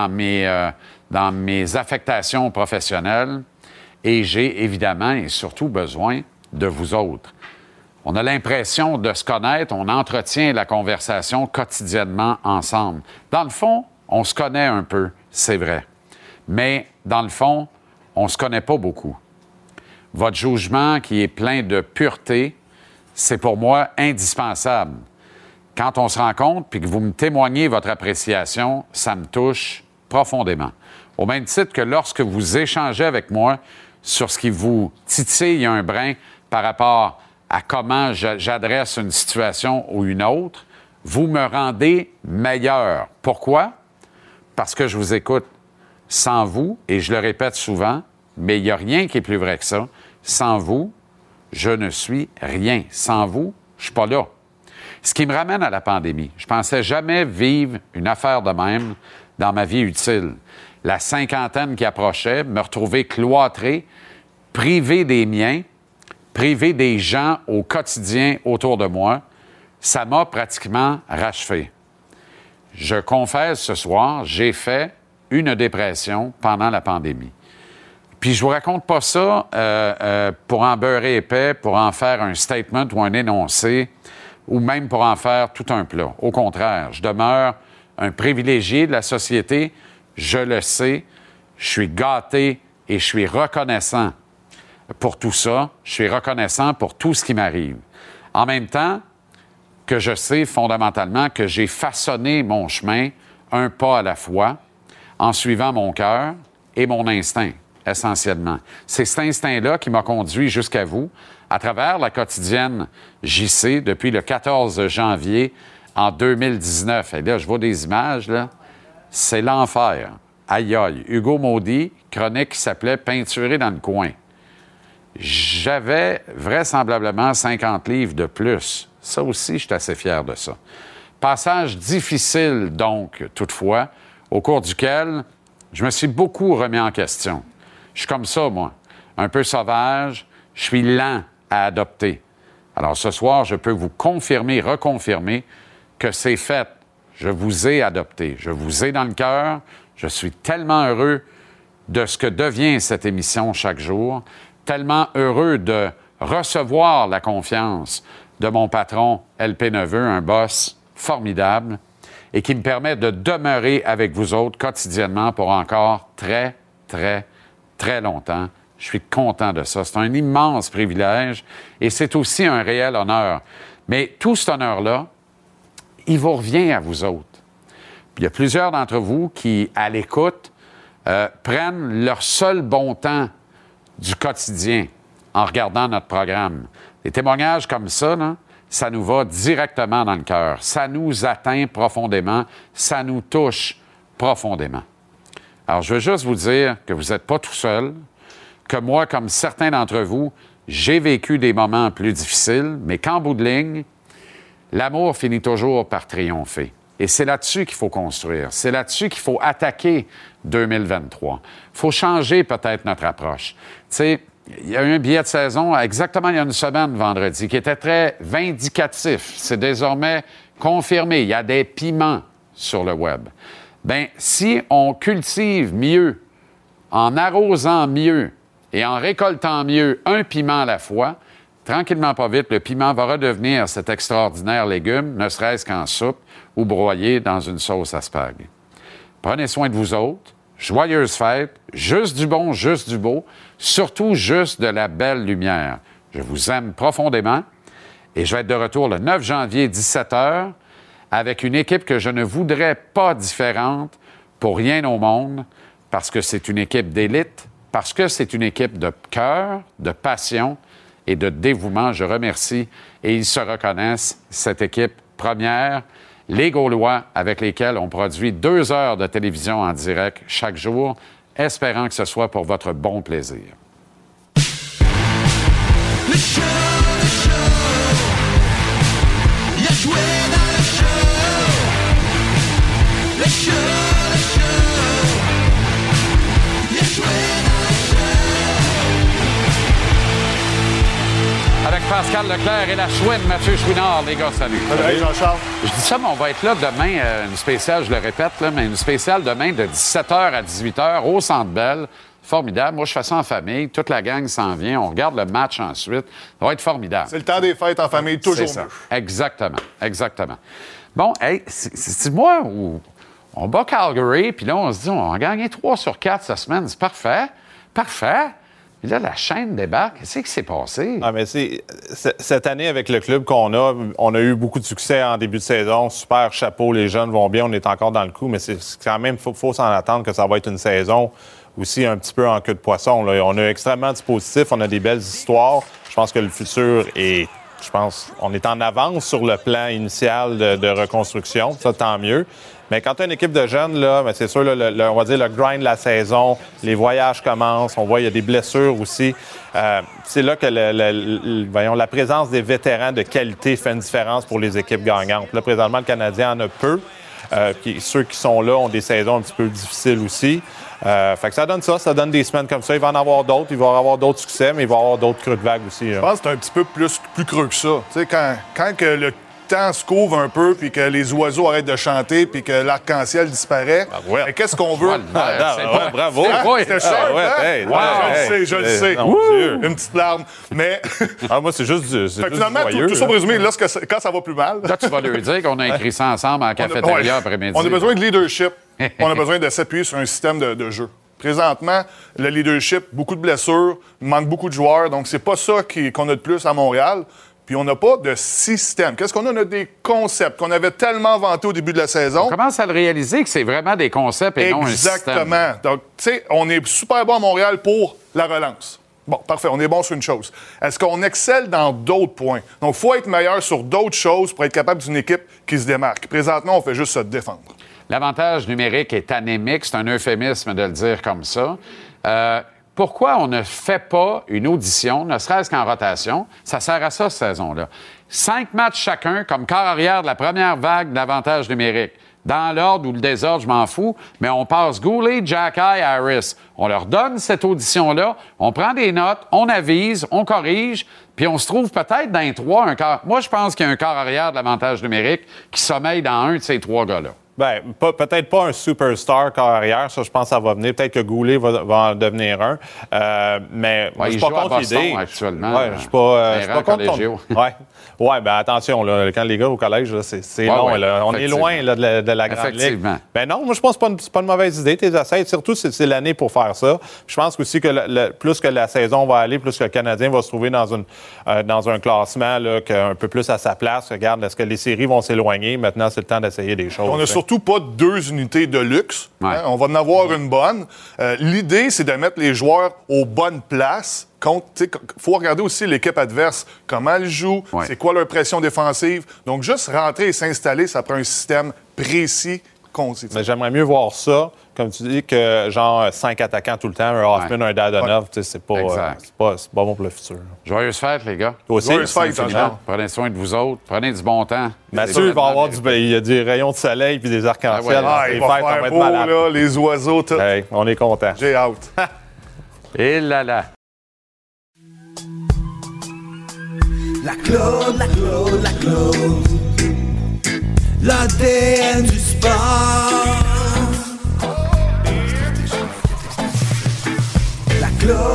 mes affectations professionnelles et j'ai évidemment et surtout besoin de vous autres. On a l'impression de se connaître, on entretient la conversation quotidiennement ensemble. Dans le fond, on se connaît un peu, c'est vrai. Mais dans le fond, on ne se connaît pas beaucoup. Votre jugement qui est plein de pureté, c'est pour moi indispensable. Quand on se rencontre puis que vous me témoignez votre appréciation, ça me touche profondément. Au même titre que lorsque vous échangez avec moi sur ce qui vous titille un brin par rapport à comment j'adresse une situation ou une autre, vous me rendez meilleur. Pourquoi? Parce que je vous écoute. Sans vous, et je le répète souvent, mais il n'y a rien qui est plus vrai que ça, sans vous, je ne suis rien. Sans vous, je ne suis pas là. Ce qui me ramène à la pandémie. Je ne pensais jamais vivre une affaire de même dans ma vie utile. La cinquantaine qui approchait, me retrouver cloîtré, privé des miens, privé des gens au quotidien autour de moi, ça m'a pratiquement rachevé. Je confesse ce soir, j'ai fait une dépression pendant la pandémie. Puis je vous raconte pas ça pour en beurrer épais, pour en faire un statement ou un énoncé, ou même pour en faire tout un plat. Au contraire, je demeure un privilégié de la société, je le sais, je suis gâté et je suis reconnaissant pour tout ça, je suis reconnaissant pour tout ce qui m'arrive. En même temps que je sais fondamentalement que j'ai façonné mon chemin un pas à la fois, en suivant mon cœur et mon instinct, essentiellement. C'est cet instinct-là qui m'a conduit jusqu'à vous, à travers la quotidienne JC, depuis le 14 janvier en 2019. Et là, je vois des images, là. C'est l'enfer. Aïe, aïe. Hugo Maudit, chronique qui s'appelait « Peinturé dans le coin ». J'avais vraisemblablement 50 livres de plus. Ça aussi, je suis assez fier de ça. Passage difficile, donc, toutefois, au cours duquel je me suis beaucoup remis en question. Je suis comme ça, moi. Un peu sauvage, je suis lent à adopter. Alors, ce soir, je peux vous confirmer, reconfirmer que c'est fait. Je vous ai adopté. Je vous ai dans le cœur. Je suis tellement heureux de ce que devient cette émission chaque jour, tellement heureux de recevoir la confiance de mon patron, LP Neveu, un boss formidable, et qui me permet de demeurer avec vous autres quotidiennement pour encore très, très, très longtemps. Je suis content de ça. C'est un immense privilège et c'est aussi un réel honneur. Mais tout cet honneur-là, il vous revient à vous autres. Puis il y a plusieurs d'entre vous qui, à l'écoute, prennent leur seul bon temps du quotidien en regardant notre programme. Des témoignages comme ça, là, ça nous va directement dans le cœur. Ça nous atteint profondément. Ça nous touche profondément. Alors, je veux juste vous dire que vous n'êtes pas tout seul, que moi, comme certains d'entre vous, j'ai vécu des moments plus difficiles, mais qu'en bout de ligne, l'amour finit toujours par triompher. Et c'est là-dessus qu'il faut construire. C'est là-dessus qu'il faut attaquer 2023. Il faut changer peut-être notre approche. Tu sais, il y a eu un billet de saison exactement il y a une semaine, vendredi, qui était très vindicatif. C'est désormais confirmé. Il y a des piments sur le web. Bien, si on cultive mieux, en arrosant mieux et en récoltant mieux un piment à la fois, tranquillement pas vite, le piment va redevenir cet extraordinaire légume, ne serait-ce qu'en soupe ou broyé dans une sauce à spag. Prenez soin de vous autres. Joyeuses fêtes, juste du bon, juste du beau, surtout juste de la belle lumière. Je vous aime profondément et je vais être de retour le 9 janvier, 17h, avec une équipe que je ne voudrais pas différente pour rien au monde, parce que c'est une équipe d'élite, parce que c'est une équipe de cœur, de passion et de dévouement. Je remercie et ils se reconnaissent, cette équipe première, les Gaulois avec lesquels on produit 2 heures de télévision en direct chaque jour, espérant que ce soit pour votre bon plaisir. Le show, il a joué dans le show. Le show, il a joué dans le show. Avec Pascal Leclerc et la chouine Mathieu Chouinard, les gars, salut. Salut Jean-Charles. Je dis ça, mais on va être là demain, une spéciale, je le répète, là, mais une spéciale demain de 17h à 18h au Centre Bell. Formidable. Moi, je fais ça en famille. Toute la gang s'en vient. On regarde le match ensuite. Ça va être formidable. C'est le temps des fêtes en famille, toujours C'est ça. mieux. Exactement. Exactement. Bon, hey, c'est moi où on bat Calgary, puis là, on se dit, on a gagné 3 sur 4 cette semaine. C'est parfait. Parfait. Et là, la chaîne débarque. Qu'est-ce qui s'est passé? Ah, mais cette année, avec le club qu'on a, on a eu beaucoup de succès en début de saison. Super chapeau, les jeunes vont bien, on est encore dans le coup, mais c'est quand même, faut s'en attendre que ça va être une saison aussi un petit peu en queue de poisson. Là. On est extrêmement positif, on a des belles histoires. Je pense que le futur est... on est en avance sur le plan initial de reconstruction. Ça, tant mieux. Mais quand tu as une équipe de jeunes, là, ben c'est sûr, là, on va dire le grind de la saison, les voyages commencent, on voit il y a des blessures aussi. C'est là que la présence des vétérans de qualité fait une différence pour les équipes gagnantes. Là, présentement, le Canadien en a peu. ceux qui sont là ont des saisons un petit peu difficiles aussi. Fait que ça donne des semaines comme ça. Il va en avoir d'autres, il va y avoir d'autres succès, mais il va y avoir d'autres creux de vague aussi. Je pense que c'est un petit peu plus creux que ça. Tu sais, quand que le temps se couvre un peu, puis que les oiseaux arrêtent de chanter, puis que l'arc-en-ciel disparaît, mais qu'est-ce qu'on veut? Bravo! C'était cher, je le sais. Une petite larme. Mais... moi, c'est juste finalement, tout ça pour résumer, quand ça va plus mal... Là, tu vas lui dire qu'on a écrit ça ensemble en cafétéria après-midi. On a besoin de leadership. On a besoin de s'appuyer sur un système de jeu. Présentement, le leadership, beaucoup de blessures, il manque beaucoup de joueurs, donc c'est pas ça qu'on a de plus à Montréal. Puis on n'a pas de système. Qu'est-ce qu'on a? On a des concepts qu'on avait tellement vantés au début de la saison. On commence à le réaliser que c'est vraiment des concepts et non un système. Exactement. Donc, tu sais, on est super bon à Montréal pour la relance. Bon, parfait, on est bon sur une chose. Est-ce qu'on excelle dans d'autres points? Donc, il faut être meilleur sur d'autres choses pour être capable d'une équipe qui se démarque. Présentement, on fait juste se défendre. L'avantage numérique est anémique, c'est un euphémisme de le dire comme ça. Pourquoi on ne fait pas une audition, ne serait-ce qu'en rotation? Ça sert à ça, cette saison-là. 5 matchs chacun, comme quart arrière de la première vague d'avantage numérique. Dans l'ordre ou le désordre, je m'en fous, mais on passe Goulet, Jacky, Harris. On leur donne cette audition-là, on prend des notes, on avise, on corrige, puis on se trouve peut-être dans les 3 un quart. Moi, je pense qu'il y a un quart arrière de l'avantage numérique qui sommeille dans un de ces 3 gars-là. Bien, peut-être pas un superstar carrière, ça, je pense que ça va venir. Peut-être que Goulet va en devenir un. Mais je suis pas contre l'idée. Actuellement. Ouais, je suis pas contre. Oui, bien attention, là, quand les gars au collège, là, c'est long. Là, on est loin là, de la grande ligue. Ben non, moi, je pense que c'est pas une mauvaise idée, tes essais. Surtout, c'est l'année pour faire ça. Puis je pense aussi que plus que la saison va aller, plus que le Canadien va se trouver dans un classement là, un peu plus à sa place. Regarde, est-ce que les séries vont s'éloigner? Maintenant, c'est le temps d'essayer des choses. On n'a surtout pas 2 unités de luxe. Ouais. Hein? On va en avoir une bonne. L'idée, c'est de mettre les joueurs aux bonnes places. Il faut regarder aussi l'équipe adverse, comment elle joue, c'est quoi leur pression défensive. Donc, juste rentrer et s'installer, ça prend un système précis, concis. Mais j'aimerais mieux voir ça, comme tu dis, que genre 5 attaquants tout le temps, un Hoffman, un Dadonov, c'est pas bon pour le futur. Joyeuses fêtes, les gars. Toi aussi. Joyeuses fêtes, prenez soin de vous autres, prenez du bon temps. Mathieu, il va avoir il y a des rayons de soleil puis des arcs-en-ciel. Il va faire beau, là, les oiseaux, tout. Hey, on est contents. J'ai hâte. Et là. La Claude, l'ADN du sport. La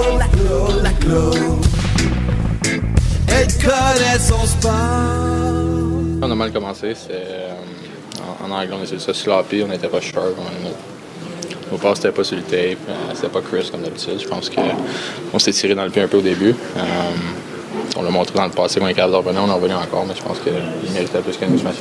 Claude, elle connaît son sport. On a mal commencé, en anglais on essaie de se slapper, on était pas sharp. Nos passes c'était pas sur le tape, c'était pas crisp comme d'habitude. Je pense qu'on s'est tiré dans le pied un peu au début. On l'a montré dans le passé qu'on est capable de revenir, on est revenu encore, mais je pense qu'il méritait plus qu'un match.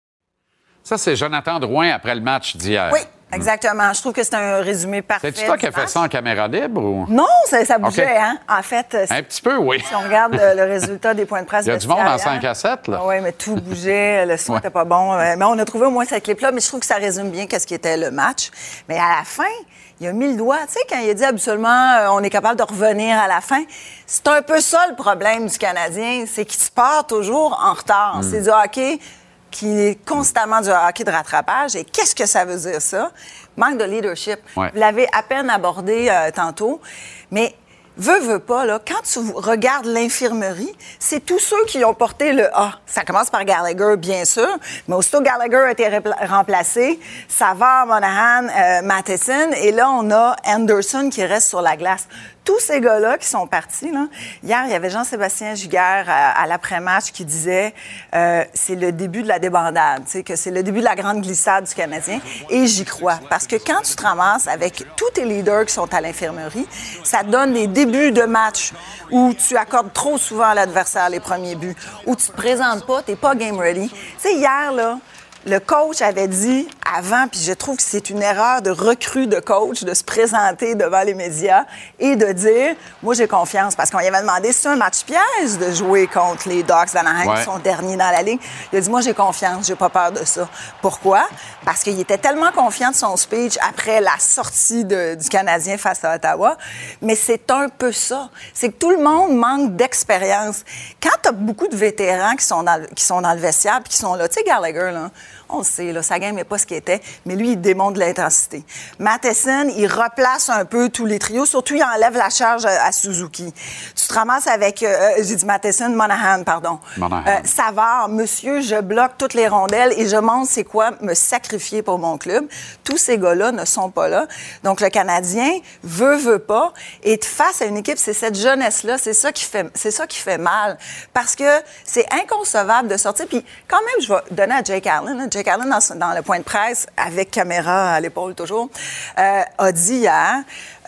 Ça, c'est Jonathan Drouin après le match d'hier. Oui, exactement. Je trouve que c'est un résumé parfait. C'est toi qui as fait ça en caméra libre ou? Non, ça bougeait, hein? En fait. Un petit peu, oui. Si on regarde le résultat des points de presse. Il y a du monde en 5 à 7, là. Oui, mais tout bougeait, le son n'était pas bon. Mais on a trouvé au moins cette clip-là, mais je trouve que ça résume bien ce qui était le match. Mais à la fin, il a mis le doigt. Tu sais, quand il a dit absolument on est capable de revenir à la fin, c'est un peu ça le problème du Canadien, c'est qu'il se part toujours en retard. C'est du hockey qui est constamment du hockey de rattrapage. Et qu'est-ce que ça veut dire, ça? Manque de leadership. Ouais. Vous l'avez à peine abordé tantôt, mais veux pas, là, quand tu regardes l'infirmerie, c'est tous ceux qui ont porté le A. Ça commence par Gallagher, bien sûr, mais aussitôt Gallagher a été remplacé, Savard, Monahan, Matheson, et là, on a Anderson qui reste sur la glace. Tous ces gars-là qui sont partis, là, hier, il y avait Jean-Sébastien Giguère à l'après-match qui disait c'est le début de la débandade, que c'est le début de la grande glissade du Canadien. Et j'y crois. Parce que quand tu te ramasses avec tous tes leaders qui sont à l'infirmerie, ça te donne des débuts de match où tu accordes trop souvent à l'adversaire les premiers buts, où tu te présentes pas, tu n'es pas game ready. Tu sais, hier, là, le coach avait dit avant, puis je trouve que c'est une erreur de recrue de coach de se présenter devant les médias et de dire « Moi, j'ai confiance », parce qu'on lui avait demandé si c'est un match piège de jouer contre les Ducks d'Anaheim qui sont derniers dans la ligue. Il a dit « Moi, j'ai confiance, j'ai pas peur de ça ». Pourquoi? Parce qu'il était tellement confiant de son speech après la sortie du Canadien face à Ottawa. Mais c'est un peu ça. C'est que tout le monde manque d'expérience. Quand tu as beaucoup de vétérans qui sont dans le vestiaire et qui sont là, tu sais, Gallagher, là, On le sait, là, sa game n'est pas ce qu'il était, mais lui, il démontre de l'intensité. Matheson, il replace un peu tous les trios, surtout il enlève la charge à Suzuki. Tu te ramasses avec, j'ai dit Matheson, Monahan, pardon. Savard, monsieur, je bloque toutes les rondelles et je montre c'est quoi me sacrifier pour mon club. Tous ces gars-là ne sont pas là. Donc, le Canadien veut pas. Et face à une équipe, c'est cette jeunesse-là, c'est ça qui fait mal. Parce que c'est inconcevable de sortir. Puis, quand même, je vais donner à Jake Allen. Là. Jake Allen, dans le point de presse, avec caméra à l'épaule toujours, a dit hier...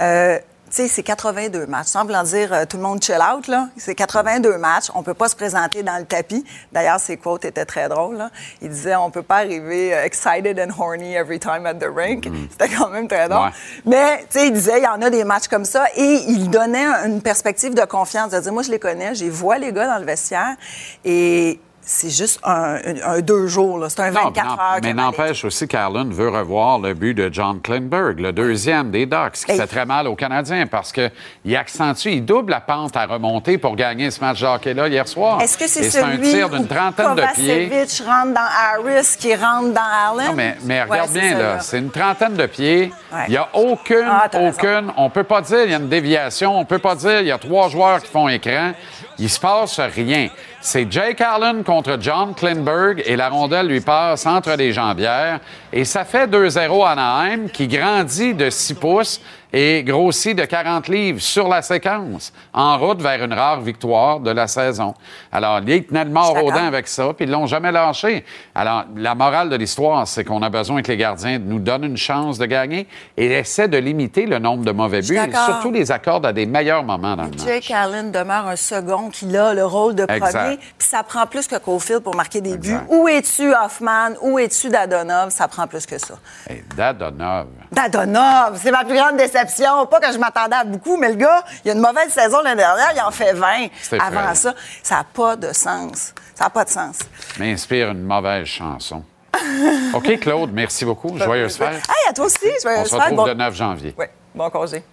tu sais, c'est 82 matchs. Sans vouloir dire tout le monde chill out, là. C'est 82 matchs. On peut pas se présenter dans le tapis. D'ailleurs, ses quotes étaient très drôles, là. Il disait, on peut pas arriver excited and horny every time at the rink. C'était quand même très drôle. Ouais. Mais, tu sais, il disait, il y en a des matchs comme ça. Et il donnait une perspective de confiance. De dire, moi, je les connais. Je vois les gars dans le vestiaire. Et... c'est juste un 2 jours, là. C'est un 24 heures. Mais n'empêche aussi qu'Allen veut revoir le but de John Klingberg, le deuxième des Ducks, qui fait très mal aux Canadiens parce qu'il accentue, il double la pente à remonter pour gagner ce match de hockey-là hier soir. Est-ce que c'est un tir d'une trentaine de pieds? Kovacevic rentre dans Harris, qui rentre dans Allen? Non, mais regarde bien, là. C'est une trentaine de pieds. Il n'y a aucune... On peut pas dire qu'il y a une déviation. On peut pas dire qu'il y a 3 joueurs qui font écran. Il se passe rien. C'est Jake Allen contre John Klingberg et la rondelle lui passe entre les jambières. Et ça fait 2-0 à Anaheim qui grandit de 6 pouces et grossit de 40 livres sur la séquence, en route vers une rare victoire de la saison. Alors, ils tenaient le mort aux dents avec ça, puis ils l'ont jamais lâché. Alors, la morale de l'histoire, c'est qu'on a besoin que les gardiens nous donnent une chance de gagner et essaient de limiter le nombre de mauvais buts, et surtout les accordent à des meilleurs moments dans le match. Jake Allen demeure un second qui a le rôle de premier, puis ça prend plus que Caulfield pour marquer des buts. Où es-tu, Hoffman? Où es-tu, Dadonov? Ça prend plus que ça. Hey, Dadonov, c'est ma plus grande déception. Pas que je m'attendais à beaucoup, mais le gars, il a une mauvaise saison l'année dernière, il en fait 20. Avant ça, ça n'a pas de sens. Ça n'a pas de sens. M'inspire une mauvaise chanson. OK, Claude, merci beaucoup. Joyeuse fête. Hey, à toi aussi, joyeuse fête. On se retrouve le 9 janvier. Oui, bon congé.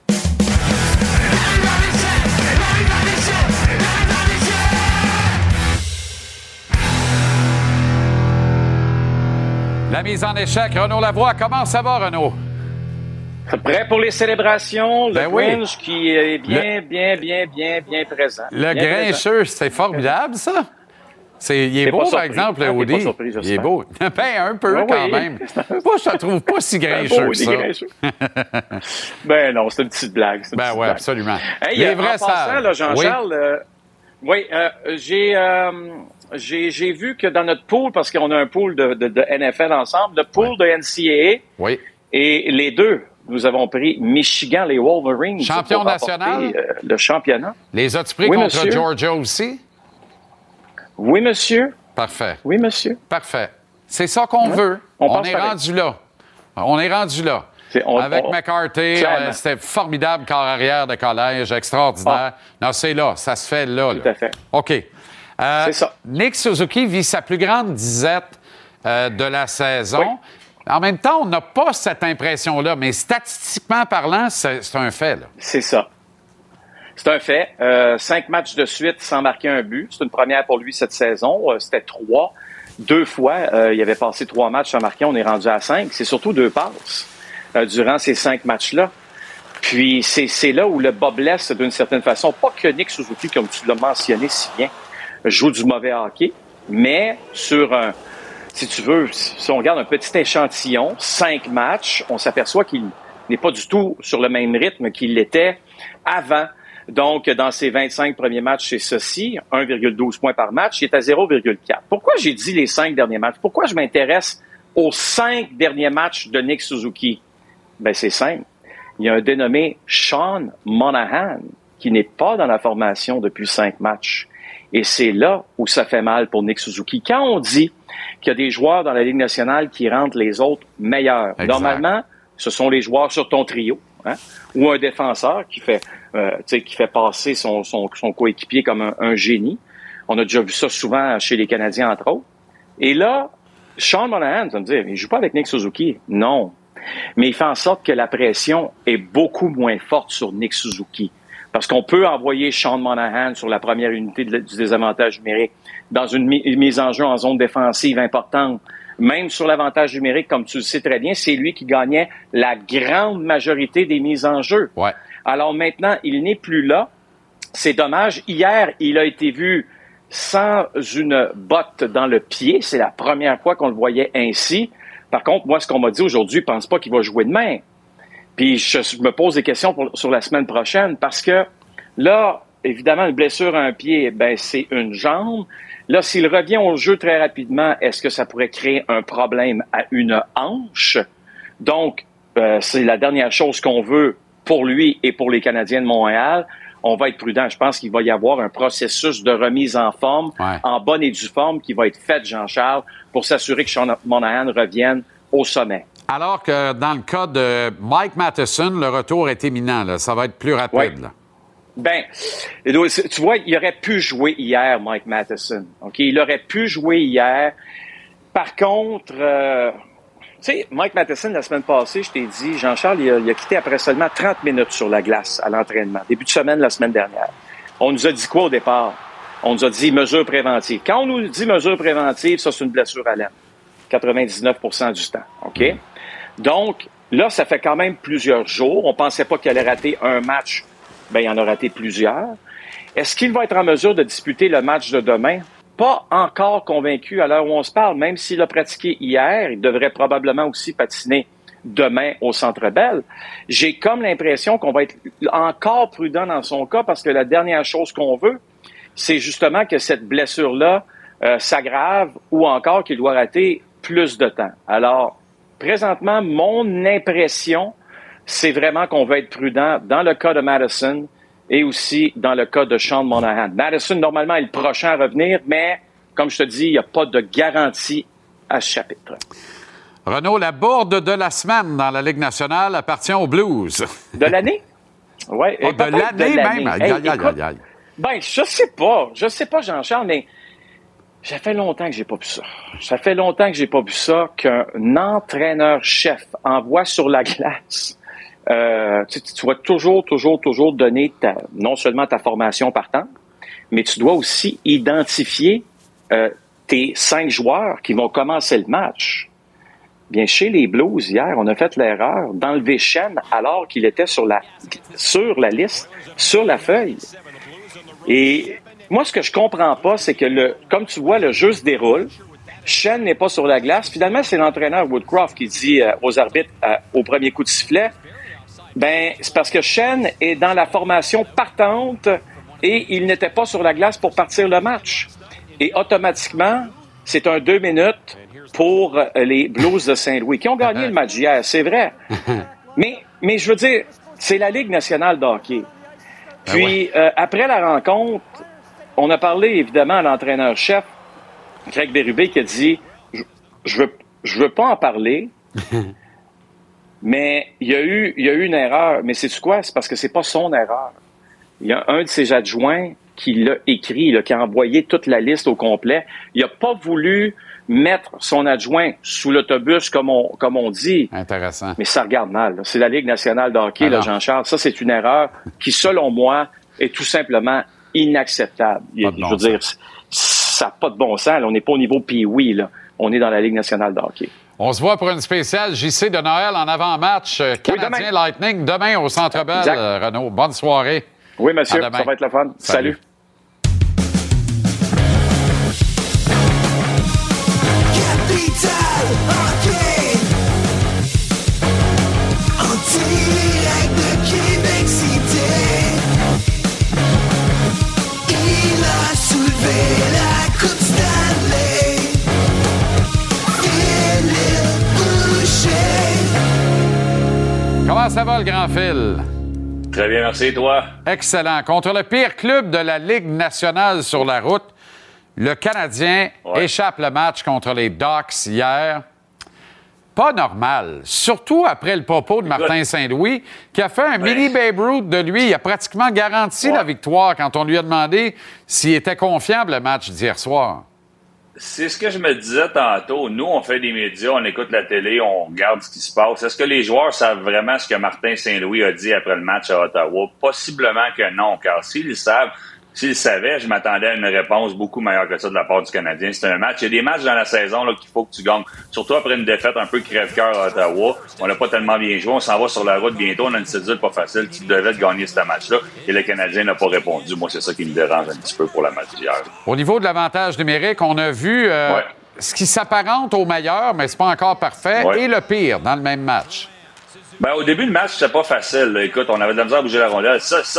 La mise en échec, Renaud Lavoie. Comment ça va, Renaud? Prêt pour les célébrations, le Grinch qui est bien présent. Le Grincheux, c'est formidable, ça? Il est beau, par exemple, Audi. Il est beau. Ben, un peu, quand même. Moi, je te trouve pas si grincheux que ça. Ben non, c'est une petite blague. Ben oui, absolument. Hey, les vrais sages. Jean-Charles, j'ai vu que dans notre pool, parce qu'on a un pool de NFL ensemble, le pool de NCAA, et les deux, nous avons pris Michigan, les Wolverines. Champion national? Le championnat. Les as-tu pris contre Georgia aussi? Oui, monsieur. Parfait. Oui, monsieur. Parfait. C'est ça qu'on veut. On est rendu là. On est rendu là. Avec McCarthy, c'était formidable corps arrière de collège, extraordinaire. Non, c'est là. Ça se fait là. Tout à fait. OK. C'est ça. Nick Suzuki vit sa plus grande disette de la saison. Oui. En même temps, on n'a pas cette impression-là, mais statistiquement parlant, c'est un fait. Là. C'est ça. C'est un fait. 5 matchs de suite sans marquer un but. C'est une première pour lui cette saison. C'était 3. 2 fois, il avait passé 3 matchs sans marquer. On est rendu à 5. C'est surtout 2 passes durant ces 5 matchs-là. Puis, c'est là où le bas blesse d'une certaine façon. Pas que Nick Suzuki, comme tu l'as mentionné si bien, joue du mauvais hockey, mais sur un... Si tu veux, si on regarde un petit échantillon, 5 matchs, on s'aperçoit qu'il n'est pas du tout sur le même rythme qu'il l'était avant. Donc, dans ses 25 premiers matchs, c'est ceci, 1,12 points par match, il est à 0,4. Pourquoi j'ai dit les 5 derniers matchs? Pourquoi je m'intéresse aux 5 derniers matchs de Nick Suzuki? Ben, c'est simple. Il y a un dénommé Sean Monahan qui n'est pas dans la formation depuis 5 matchs. Et c'est là où ça fait mal pour Nick Suzuki. Quand on dit qu'il y a des joueurs dans la Ligue nationale qui rendent les autres meilleurs, normalement, ce sont les joueurs sur ton trio, hein, ou un défenseur qui fait passer son coéquipier comme un génie. On a déjà vu ça souvent chez les Canadiens, entre autres. Et là, Sean Monahan, tu vas me dire, il joue pas avec Nick Suzuki. Non. Mais il fait en sorte que la pression est beaucoup moins forte sur Nick Suzuki. Parce qu'on peut envoyer Sean Monahan sur la première unité du désavantage numérique dans une mise en jeu en zone défensive importante Même sur l'avantage numérique, comme tu le sais très bien, c'est lui qui gagnait la grande majorité des mises en jeu. Ouais. Alors maintenant, il n'est plus là. C'est dommage. Hier, il a été vu sans une botte dans le pied. C'est la première fois qu'on le voyait ainsi. Par contre, moi, ce qu'on m'a dit aujourd'hui, je pense pas qu'il va jouer demain. Puis je me pose des questions sur la semaine prochaine parce que là, évidemment, une blessure à un pied, ben c'est une jambe. Là, s'il revient au jeu très rapidement, est-ce que ça pourrait créer un problème à une hanche? Donc, c'est la dernière chose qu'on veut pour lui et pour les Canadiens de Montréal. On va être prudent. Je pense qu'il va y avoir un processus de remise en forme, en bonne et due forme, qui va être fait, Jean-Charles, pour s'assurer que Sean Monahan revienne au sommet. Alors que dans le cas de Mike Matheson, le retour est imminent. Là. Ça va être plus rapide. Là. Ben, tu vois, il aurait pu jouer hier, Mike Matheson. OK? Il aurait pu jouer hier. Par contre, tu sais, Mike Matheson, la semaine passée, je t'ai dit, Jean-Charles, il a quitté après seulement 30 minutes sur la glace à l'entraînement. Début de semaine, la semaine dernière. On nous a dit quoi au départ? On nous a dit mesure préventive. Quand on nous dit mesure préventive, ça, c'est une blessure à l'aine. 99% du temps. OK? Donc, là, ça fait quand même plusieurs jours. On pensait pas qu'il allait rater un match. Ben, il en a raté plusieurs. Est-ce qu'il va être en mesure de disputer le match de demain? Pas encore convaincu à l'heure où on se parle. Même s'il a pratiqué hier, il devrait probablement aussi patiner demain au Centre Bell. J'ai comme l'impression qu'on va être encore prudent dans son cas parce que la dernière chose qu'on veut, c'est justement que cette blessure-là s'aggrave ou encore qu'il doit rater plus de temps. Alors, présentement, mon impression, c'est vraiment qu'on va être prudent dans le cas de Matheson et aussi dans le cas de Sean Monahan. Matheson, normalement, est le prochain à revenir, mais comme je te dis, il n'y a pas de garantie à ce chapitre. Renaud, la bourde de la semaine dans la Ligue nationale appartient aux Blues. De l'année? Oui. Oh, de l'année même? Aïe. Ben, je sais pas, Jean-Charles, mais ça fait longtemps que j'ai pas vu ça. Ça fait longtemps que j'ai pas vu ça qu'un entraîneur-chef envoie sur la glace. Tu vas toujours donner non seulement ta formation partante, mais tu dois aussi identifier tes 5 joueurs qui vont commencer le match. Bien, chez les Blues, hier, on a fait l'erreur d'enlever Schenn alors qu'il était sur la liste, sur la feuille. Et moi, ce que je comprends pas, c'est que comme tu vois, le jeu se déroule. Schenn n'est pas sur la glace. Finalement, c'est l'entraîneur Woodcroft qui dit aux arbitres au premier coup de sifflet, ben, c'est parce que Schenn est dans la formation partante et il n'était pas sur la glace pour partir le match. Et automatiquement, c'est un 2 minutes pour les Blues de Saint-Louis, qui ont gagné le match hier, c'est vrai. Mais je veux dire, c'est la Ligue nationale de hockey. Puis, après la rencontre, on a parlé évidemment à l'entraîneur-chef, Craig Berube, qui a dit « Je veux pas en parler, mais il y a eu une erreur. Mais sais-tu quoi? C'est parce que c'est pas son erreur. Il y a un de ses adjoints qui l'a écrit, qui a envoyé toute la liste au complet. Il a pas voulu mettre son adjoint sous l'autobus, comme on dit. Intéressant. Mais ça regarde mal. Là. C'est la Ligue nationale de hockey, là, Jean-Charles. Ça, c'est une erreur qui, selon moi, est tout simplement inacceptable. Je veux dire, ça n'a pas de bon sens. Là. On n'est pas au niveau Pee-Wee, là. On est dans la Ligue nationale de hockey. On se voit pour une spéciale JC de Noël en avant-match. Canadien Lightning, demain au Centre Bell, Renaud. Bonne soirée. Oui, monsieur. Ça va être le fun. Salut. Capital Hockey en direct de Québec City. Il a soulevé la Coupe Stanley. Philippe Boucher. Comment ça va, le grand Phil? Très bien, merci, toi. Excellent. Contre le pire club de la Ligue nationale sur la route, le Canadien échappe le match contre les Ducks hier. Pas normal. Surtout après le propos de Martin Saint-Louis, qui a fait un mini Babe Ruth de lui. Il a pratiquement garanti la victoire quand on lui a demandé s'il était confiant pour le match d'hier soir. C'est ce que je me disais tantôt. Nous, on fait des médias, on écoute la télé, on regarde ce qui se passe. Est-ce que les joueurs savent vraiment ce que Martin Saint-Louis a dit après le match à Ottawa? Possiblement que non, car s'ils le savent, S'il savait, je m'attendais à une réponse beaucoup meilleure que ça de la part du Canadien. C'est un match. Il y a des matchs dans la saison là, qu'il faut que tu gagnes. Surtout après une défaite un peu crève-cœur à Ottawa. On n'a pas tellement bien joué. On s'en va sur la route bientôt. On a une cédule pas facile. Tu devais gagner ce match-là. Et le Canadien n'a pas répondu. Moi, c'est ça qui me dérange un petit peu pour la match d'hier. Au niveau de l'avantage numérique, on a vu ce qui s'apparente au meilleur, mais c'est pas encore parfait, et le pire dans le même match. Ben, au début, le match, c'était pas facile. Là. Écoute, on avait de la misère à bouger la rondelle.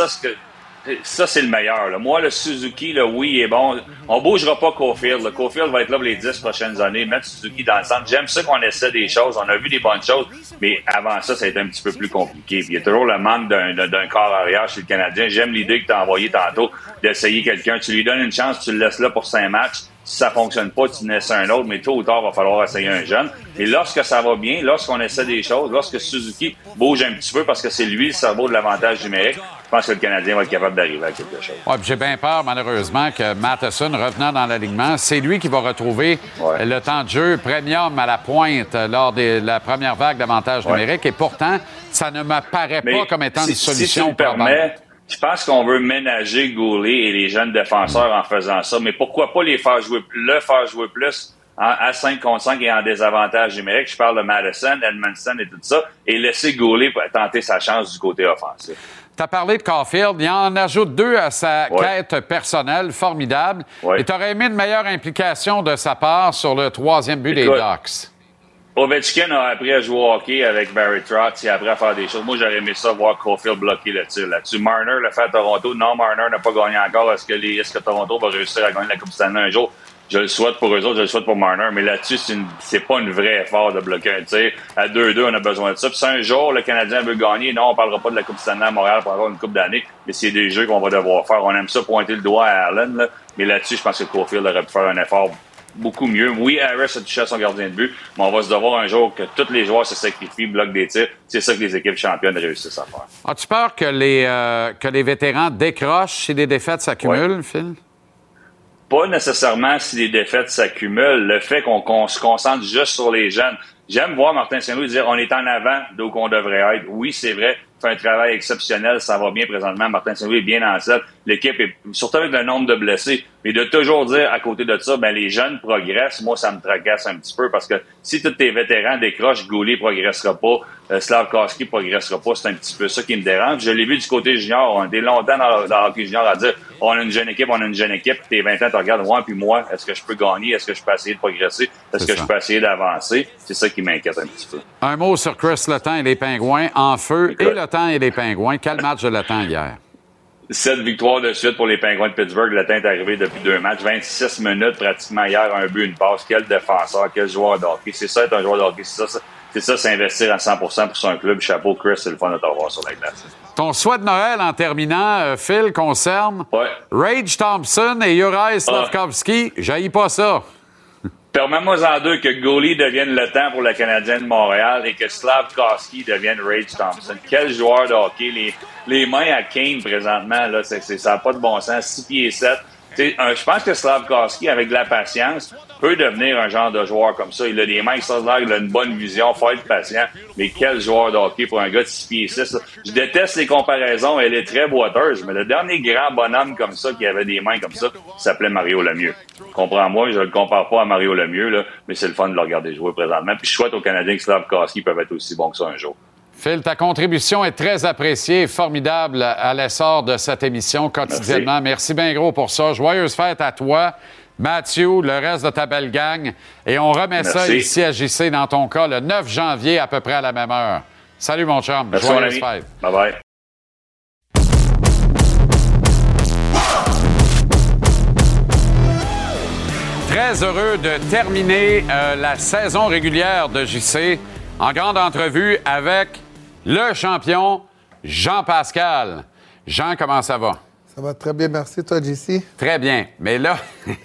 Ça, c'est le meilleur. Là. Moi, le Suzuki, là, oui, il est bon. On bougera pas Caulfield. Le Caulfield va être là pour les 10 prochaines années. Mettre Suzuki dans le centre. J'aime ça qu'on essaie des choses. On a vu des bonnes choses. Mais avant ça a été un petit peu plus compliqué. Puis il y a toujours le manque d'un corps arrière chez le Canadien. J'aime l'idée que tu as envoyé tantôt d'essayer quelqu'un. Tu lui donnes une chance, tu le laisses là pour 5 matchs. Si ça fonctionne pas, tu en essaies un autre, mais tôt ou tard, il va falloir essayer un jeune. Et lorsque ça va bien, lorsqu'on essaie des choses, lorsque Suzuki bouge un petit peu parce que c'est lui le cerveau de l'avantage numérique, je pense que le Canadien va être capable d'arriver à quelque chose. Ouais, j'ai bien peur, malheureusement, que Matheson, revenant dans l'alignement, c'est lui qui va retrouver le temps de jeu premium à la pointe lors de la première vague d'avantage numérique. Et pourtant, ça ne m'apparaît pas comme étant une solution. Si tu me permets, je pense qu'on veut ménager Goulet et les jeunes défenseurs en faisant ça, mais pourquoi pas le faire jouer plus à 5 contre 5 et en désavantage numérique? Je parle de Madison, Edmondson et tout ça, et laisser Goulet tenter sa chance du côté offensif. Tu as parlé de Caulfield. Il en ajoute 2 à sa quête personnelle, formidable. Et tu aurais aimé une meilleure implication de sa part sur le 3e but des Ducks. Ovechkin a appris à jouer au hockey avec Barry Trotz. Il a appris à faire des choses. Moi, j'aurais aimé ça voir Caulfield bloquer le tir là-dessus. Marner le fait à Toronto. Non, Marner n'a pas gagné encore. Est-ce que Toronto va réussir à gagner la Coupe Stanley un jour? Je le souhaite pour eux autres, je le souhaite pour Marner. Mais là-dessus, c'est pas un vrai effort de bloquer un tir. À 2-2, on a besoin de ça. Puis si un jour, le Canadien veut gagner, non, on parlera pas de la Coupe Stanley à Montréal pour avoir une coupe d'année. Mais c'est des jeux qu'on va devoir faire. On aime ça pointer le doigt à Allen, là. Mais là-dessus, je pense que Caulfield aurait pu faire un effort beaucoup mieux. Oui, Harris a touché à son gardien de but, mais on va se devoir un jour que tous les joueurs se sacrifient, bloquent des tirs. C'est ça que les équipes championnes réussissent à faire. As-tu peur que les vétérans décrochent si les défaites s'accumulent, Phil? Pas nécessairement si les défaites s'accumulent. Le fait qu'on se concentre juste sur les jeunes. J'aime voir Martin Saint-Louis dire on est en avant d'où qu'on devrait être. Oui, c'est vrai. Fait un travail exceptionnel, ça va bien présentement. Martin Saint-Louis est bien en selle. L'équipe est, surtout avec le nombre de blessés, mais de toujours dire à côté de ça, ben les jeunes progressent. Moi, ça me tracasse un petit peu parce que si tous tes vétérans décrochent, Goulet progressera pas, Slavkovski progressera pas. C'est un petit peu ça qui me dérange. Je l'ai vu du côté junior. On était longtemps dans le hockey junior à dire on a une jeune équipe. T'es 20 ans, tu regardes, ouais, puis moi, est-ce que je peux gagner? Est-ce que je peux essayer de progresser? Est-ce que je peux essayer d'avancer? C'est ça qui m'inquiète un petit peu. Un mot sur Chris Letang et les Pingouins en feu. Écoute, et Letang et les Pingouins. Quel match de Letang hier? 7 victoires de suite pour les Pingouins de Pittsburgh. Letang est arrivé depuis 2 matchs. 26 minutes pratiquement hier, un but, une passe. Quel défenseur, quel joueur de hockey. C'est ça être un joueur de hockey. C'est ça, s'investir à 100% pour son club. Chapeau, Chris, c'est le fun de t'avoir sur la glace. Ton souhait de Noël en terminant, Phil, concerne Rage Thompson et Juraj Slavkovski. J'haïs pas ça. Permets-moi en deux que Goulet devienne le temps pour le Canadien de Montréal et que Slavkovski devienne Rage Thompson. Quel joueur de hockey. Les mains à Kane présentement, là, ça n'a pas de bon sens. 6 pieds 7. Je pense que Slavkovski, avec de la patience, peut devenir un genre de joueur comme ça. Il a des mains extraordinaires, il a une bonne vision, faut être patient. Mais quel joueur de hockey pour un gars de 6 pieds 6. Je déteste les comparaisons, elle est très boiteuse, mais le dernier grand bonhomme comme ça, qui avait des mains comme ça, s'appelait Mario Lemieux. Comprends-moi, je ne le compare pas à Mario Lemieux, là, mais c'est le fun de le regarder jouer présentement. Puis je souhaite aux Canadiens que Slavkovski peuvent être aussi bons que ça un jour. Phil, ta contribution est très appréciée et formidable à l'essor de cette émission quotidiennement. Merci bien gros pour ça. Joyeuse fête à toi, Mathieu, le reste de ta belle gang. Et on remet ça ici à JC dans ton cas le 9 janvier à peu près à la même heure. Salut mon chum. Merci, joyeuse fête. Bye-bye. Très heureux de terminer la saison régulière de JC en grande entrevue avec le champion Jean-Pascal. Jean, comment ça va? Ça va très bien, merci. Toi, JC? Très bien. Mais là,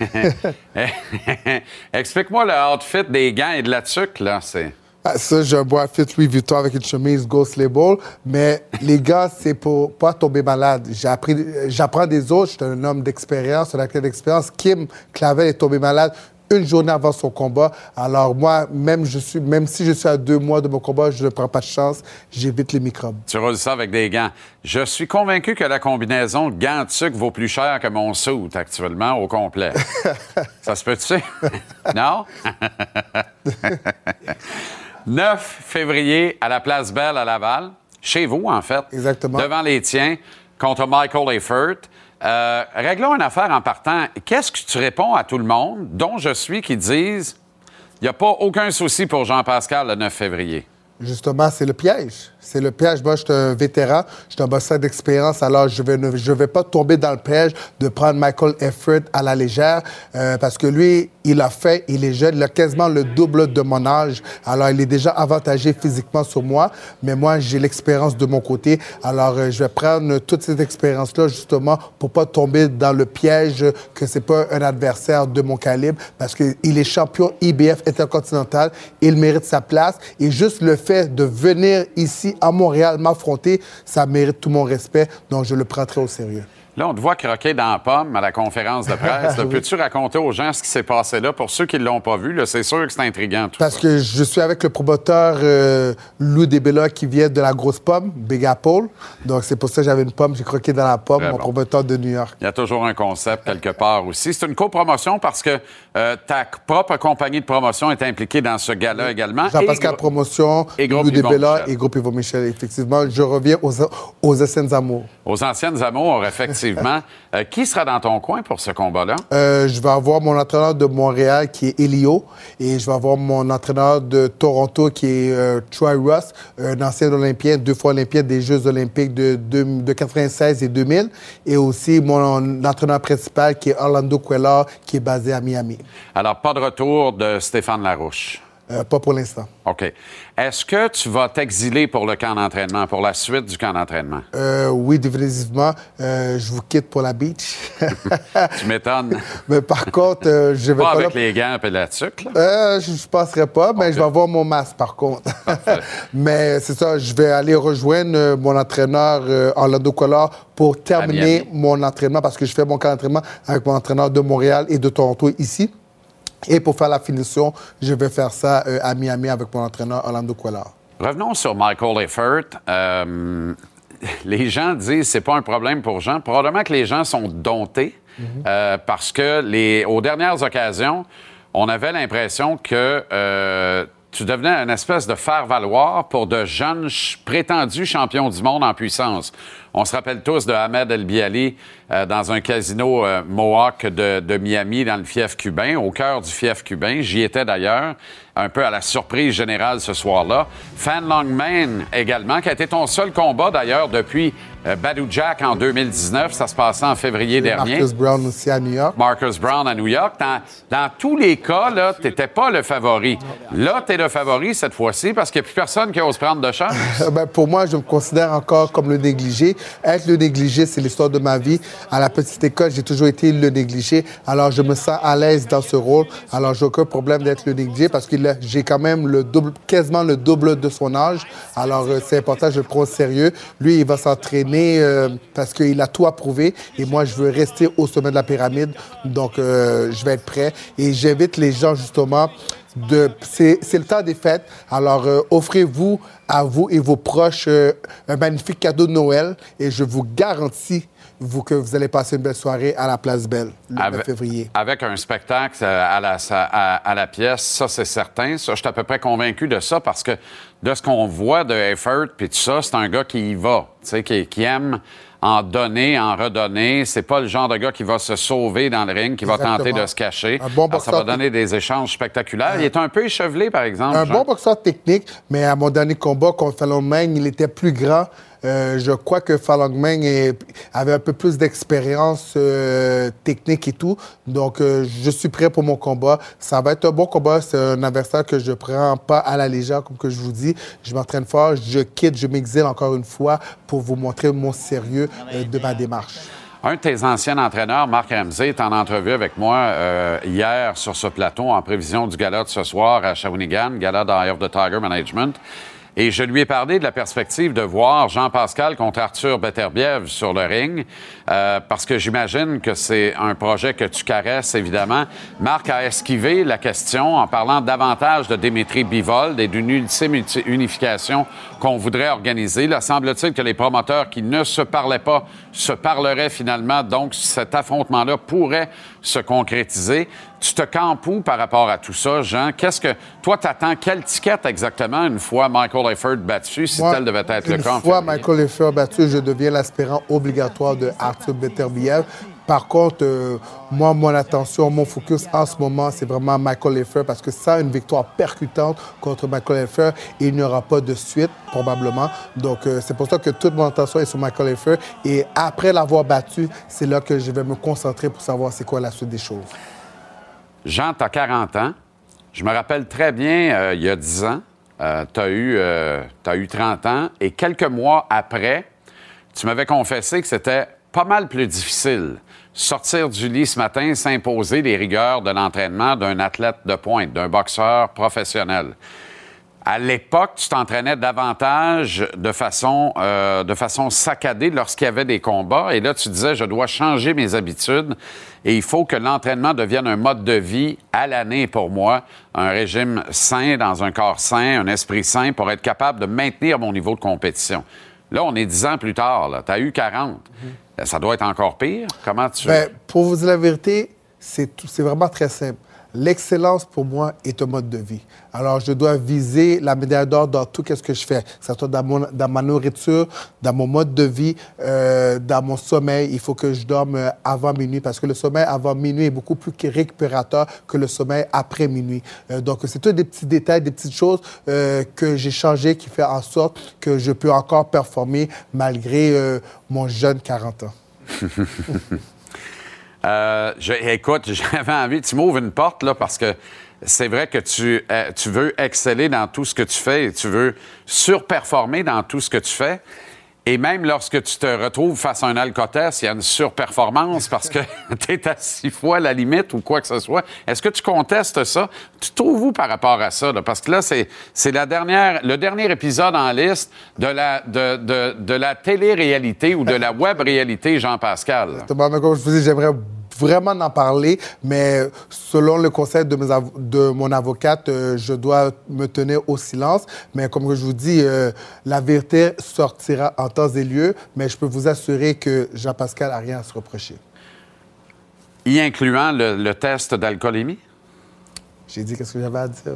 explique-moi le outfit des gants et de la tuque, là. Ça, j'ai un beau outfit Louis Vuitton avec une chemise Ghost Label. Mais les gars, c'est pour pas tomber malade. J'apprends des autres. Je suis un homme d'expérience, un acteur d'expérience. Kim Clavel est tombé malade une journée avant son combat. Alors moi, même si je suis à 2 mois de mon combat, je ne prends pas de chance. J'évite les microbes. Tu roules ça avec des gants. Je suis convaincu que la combinaison gants de sucre vaut plus cher que mon suit actuellement au complet. Ça se peut-tu? Non? 9 février à la Place Belle à Laval. Chez vous, en fait. Exactement. Devant les tiens, contre Michael Effert. Réglons une affaire en partant. Qu'est-ce que tu réponds à tout le monde, dont je suis, qui disent il n'y a pas aucun souci pour Jean-Pascal le 9 février? Justement, c'est le piège. C'est le piège. Moi, je suis un vétéran, je suis un boxeur d'expérience, alors je vais pas tomber dans le piège de prendre Michael Effert à la légère parce que lui, il est jeune, il a quasiment le double de mon âge. Alors, il est déjà avantagé physiquement sur moi, mais moi, j'ai l'expérience de mon côté. Alors, je vais prendre toute cette expérience-là, justement, pour pas tomber dans le piège que c'est pas un adversaire de mon calibre parce qu'il est champion IBF intercontinental, il mérite sa place et juste le fait de venir ici à Montréal m'affronter, ça mérite tout mon respect, donc je le prends très au sérieux. Là, on te voit croquer dans la pomme à la conférence de presse. Oui. Peux-tu raconter aux gens ce qui s'est passé là? Pour ceux qui ne l'ont pas vu, là, c'est sûr que c'est intriguant. Parce que je suis avec le promoteur Lou Debella qui vient de la grosse pomme, Big Apple. Donc, c'est pour ça que j'avais une pomme. J'ai croqué dans la pomme, mon promoteur de New York. Il y a toujours un concept quelque part aussi. C'est une copromotion parce que ta propre compagnie de promotion est impliquée dans ce gala également. Jean-Pascal Promotion, Lou Debella et Groupe Yvon Michel. Effectivement, je reviens aux anciennes amours. Aux anciennes amours, effectivement. Qui sera dans ton coin pour ce combat-là? Je vais avoir mon entraîneur de Montréal qui est Elio et je vais avoir mon entraîneur de Toronto qui est Troy Russ, un ancien Olympien, 2 fois Olympien des Jeux olympiques de 96 et 2000. Et aussi mon entraîneur principal qui est Orlando Cuellar qui est basé à Miami. Alors, pas de retour de Stéphane Larouche? Pas pour l'instant. OK. Est-ce que tu vas t'exiler pour le camp d'entraînement, pour la suite du camp d'entraînement? Oui, définitivement. Je vous quitte pour la beach. Tu m'étonnes. Mais par contre, je vais pas pas avec là... les gants et la tuque, là? Je ne passerai pas, mais je vais avoir mon masque, par contre. Mais c'est ça, je vais aller rejoindre mon entraîneur Orlando Cuellar pour terminer mon entraînement parce que je fais mon camp d'entraînement avec mon entraîneur de Montréal et de Toronto ici. Et pour faire la finition, je vais faire ça à Miami avec mon entraîneur Orlando Cuellar. Revenons sur Michael Effert. Les gens disent que ce n'est pas un problème pour Jean. Probablement que les gens sont domptés parce que aux dernières occasions, on avait l'impression que tu devenais une espèce de faire-valoir pour de jeunes prétendus champions du monde en puissance. On se rappelle tous de Ahmed El Biali dans un casino Mohawk de Miami, dans le fief cubain, au cœur du fief cubain. J'y étais d'ailleurs, un peu à la surprise générale ce soir-là. Fan Longman également, qui a été ton seul combat d'ailleurs depuis Badou Jack en 2019. Ça se passait en février dernier. Marcus Brown aussi à New York. Marcus Brown à New York. Dans tous les cas, tu n'étais pas le favori. Là, tu es le favori cette fois-ci parce qu'il n'y a plus personne qui ose prendre de chance. Pour moi, je me considère encore comme le négligé. Être le négligé, c'est l'histoire de ma vie. À la petite école, j'ai toujours été le négligé. Alors, je me sens à l'aise dans ce rôle. Alors, j'ai aucun problème d'être le négligé parce que j'ai quand même quasiment le double de son âge. Alors, c'est important, je le prends au sérieux. Lui, il va s'entraîner parce qu'il a tout approuvé. Et moi, je veux rester au sommet de la pyramide. Donc, je vais être prêt. Et j'invite les gens, justement, c'est le temps des fêtes. Alors, offrez-vous à vous et vos proches un magnifique cadeau de Noël. Et je vous garantis que vous allez passer une belle soirée à la Place Belle le 9 février. Avec un spectacle à la pièce, ça, c'est certain. Ça, je suis à peu près convaincu de ça parce que de ce qu'on voit de Effert puis tout ça, c'est un gars qui y va, tu sais, qui aime en donner, en redonner. C'est pas le genre de gars qui va se sauver dans le ring, qui va tenter de se cacher. Ça va donner des échanges spectaculaires. Il est un peu échevelé, par exemple. Un bon boxeur technique, mais à mon dernier combat contre Falong Meng, il était plus grand. Je crois que Falong Meng avait un peu plus d'expérience technique et tout. Donc, je suis prêt pour mon combat. Ça va être un bon combat. C'est un adversaire que je prends pas à la légère, comme que je vous dis. Je m'entraîne fort, je m'exile encore une fois pour vous montrer mon sérieux de ma démarche. Un de tes anciens entraîneurs, Marc Ramsey, est en entrevue avec moi hier sur ce plateau en prévision du gala de ce soir à Shawinigan, gala d'Eye of the Tiger Management. Et je lui ai parlé de la perspective de voir Jean-Pascal contre Arthur Beterbiev sur le ring, parce que j'imagine que c'est un projet que tu caresses, évidemment. Marc a esquivé la question en parlant davantage de Dimitri Bivol et d'une ultime unification qu'on voudrait organiser. Là, semble-t-il que les promoteurs qui ne se parlaient pas se parleraient finalement, donc cet affrontement-là pourrait se concrétiser. Tu te campes où par rapport à tout ça, Jean? Qu'est-ce que... Toi, t'attends quelle ticket exactement une fois Michael Efford battu, si tel devait être le cas? Une fois Michael Efford battu, je deviens l'aspirant obligatoire de Arthur Beterbiev. Par contre, moi, mon attention, mon focus en ce moment, c'est vraiment Michael Efford parce que sans une victoire percutante contre Michael Efford, il n'y aura pas de suite, probablement. Donc, c'est pour ça que toute mon attention est sur Michael Efford. Et après l'avoir battu, c'est là que je vais me concentrer pour savoir c'est quoi la suite des choses. Jean, tu as 40 ans. Je me rappelle très bien, il y a 10 ans, tu as eu 30 ans. Et quelques mois après, tu m'avais confessé que c'était pas mal plus difficile sortir du lit ce matin, s'imposer les rigueurs de l'entraînement d'un athlète de pointe, d'un boxeur professionnel. À l'époque, tu t'entraînais davantage de façon saccadée lorsqu'il y avait des combats. Et là, tu disais, je dois changer mes habitudes et il faut que l'entraînement devienne un mode de vie à l'année pour moi, un régime sain, dans un corps sain, un esprit sain pour être capable de maintenir mon niveau de compétition. Là, on est 10 ans plus tard. Tu as eu 40. Ça doit être encore pire. Comment tu... Bien, pour vous dire la vérité, c'est vraiment très simple. L'excellence, pour moi, est un mode de vie. Alors, je dois viser la médaille d'or dans tout ce que je fais, que ce soit dans ma nourriture, dans mon mode de vie, dans mon sommeil. Il faut que je dorme avant minuit parce que le sommeil avant minuit est beaucoup plus récupérateur que le sommeil après minuit. Donc, c'est tous des petits détails, des petites choses que j'ai changées qui font en sorte que je peux encore performer malgré mon jeune 40 ans. Écoute, j'avais envie, tu m'ouvres une porte, là, parce que c'est vrai que tu veux exceller dans tout ce que tu fais et tu veux surperformer dans tout ce que tu fais. Et même lorsque tu te retrouves face à un Alcotest, il y a une surperformance parce que tu es à 6 fois la limite ou quoi que ce soit. Est-ce que tu contestes ça? Tu te trouves où par rapport à ça? Là? Parce que là, c'est le dernier épisode en liste de la télé-réalité ou de la web-réalité, Jean-Pascal. Comme je vous dis, j'aimerais vraiment en parler, mais selon le conseil de mon avocate, je dois me tenir au silence. Mais comme je vous dis, la vérité sortira en temps et lieu, mais je peux vous assurer que Jean-Pascal n'a rien à se reprocher. Y incluant le test d'alcoolémie? J'ai dit qu'est-ce que j'avais à dire.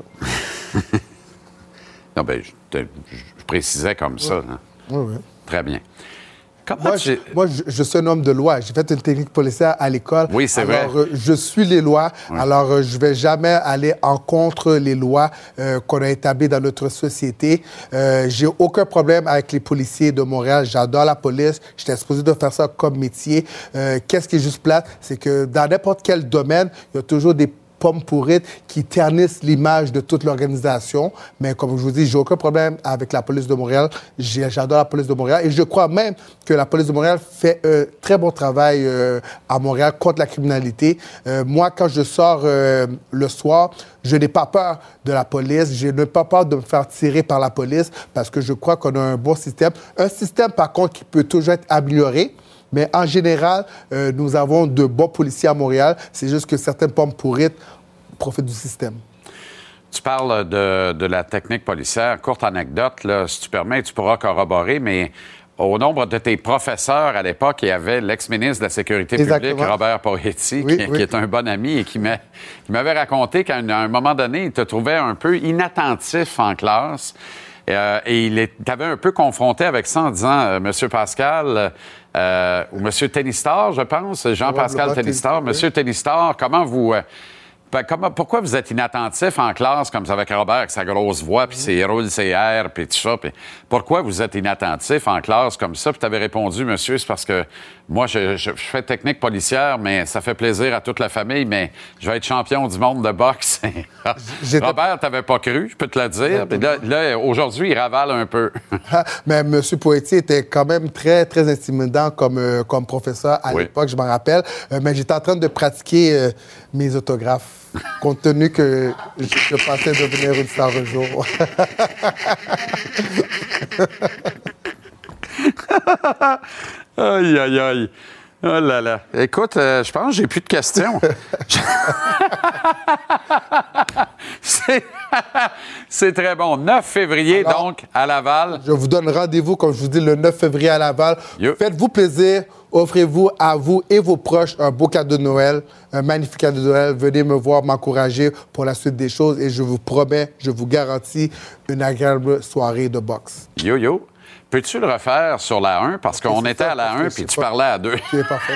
Non, bien, je précisais comme ça. Hein? Oui. Très bien. Moi, je suis un homme de loi. J'ai fait une technique policière à l'école. Oui, c'est vrai. Alors, je suis les lois. Oui. Alors, je ne vais jamais aller en contre les lois qu'on a établies dans notre société. J'ai aucun problème avec les policiers de Montréal. J'adore la police. J'étais supposé de faire ça comme métier. Qu'est-ce qui est juste plate? C'est que dans n'importe quel domaine, il y a toujours des pommes pourrites qui ternissent l'image de toute l'organisation. Mais comme je vous dis, j'ai aucun problème avec la police de Montréal. J'adore la police de Montréal et je crois même que la police de Montréal fait un très bon travail à Montréal contre la criminalité. Moi, quand je sors le soir, je n'ai pas peur de la police. Je n'ai pas peur de me faire tirer par la police parce que je crois qu'on a un bon système. Un système, par contre, qui peut toujours être amélioré. Mais en général, nous avons de bons policiers à Montréal. C'est juste que certaines pommes pourrites profitent du système. Tu parles de la technique policière. Courte anecdote, là, si tu permets, tu pourras corroborer, mais au nombre de tes professeurs à l'époque, il y avait l'ex-ministre de la Sécurité publique, Robert Poetti, qui est un bon ami et qui m'avait raconté qu'à un moment donné, il te trouvait un peu inattentif en classe. Et il t'avait un peu confronté avec ça en disant, Monsieur Pascal, ou Monsieur Tennistar, je pense, Jean-Pascal Tennistar, Monsieur Tennistar, comment vous... pourquoi vous êtes inattentif en classe comme ça avec Robert, avec sa grosse voix, puis ses roule, ses airs, puis tout ça? Puis pourquoi vous êtes inattentif en classe comme ça? Puis tu avais répondu, monsieur, c'est parce que moi, je fais technique policière, mais ça fait plaisir à toute la famille, mais je vais être champion du monde de boxe. Robert, t'avais pas cru, je peux te le dire. Puis là, aujourd'hui, il ravale un peu. Mais M. Poetti était quand même très, très intimidant comme professeur à l'époque, je m'en rappelle. Mais j'étais en train de pratiquer mes autographes. compte tenu que je pensais devenir une star un jour. Aïe, aïe, aïe. Oh là là. Écoute, je pense que j'ai plus de questions. C'est très bon. 9 février, alors, donc, à Laval. Je vous donne rendez-vous, comme je vous dis, le 9 février à Laval. Faites-vous plaisir. Offrez-vous à vous et vos proches un beau cadeau de Noël, un magnifique cadeau de Noël. Venez me voir, m'encourager pour la suite des choses. Et je vous promets, je vous garantis une agréable soirée de boxe. Yo. Peux-tu le refaire sur la 1? Parce qu'on était à la 1 puis tu parlais à 2. C'est parfait.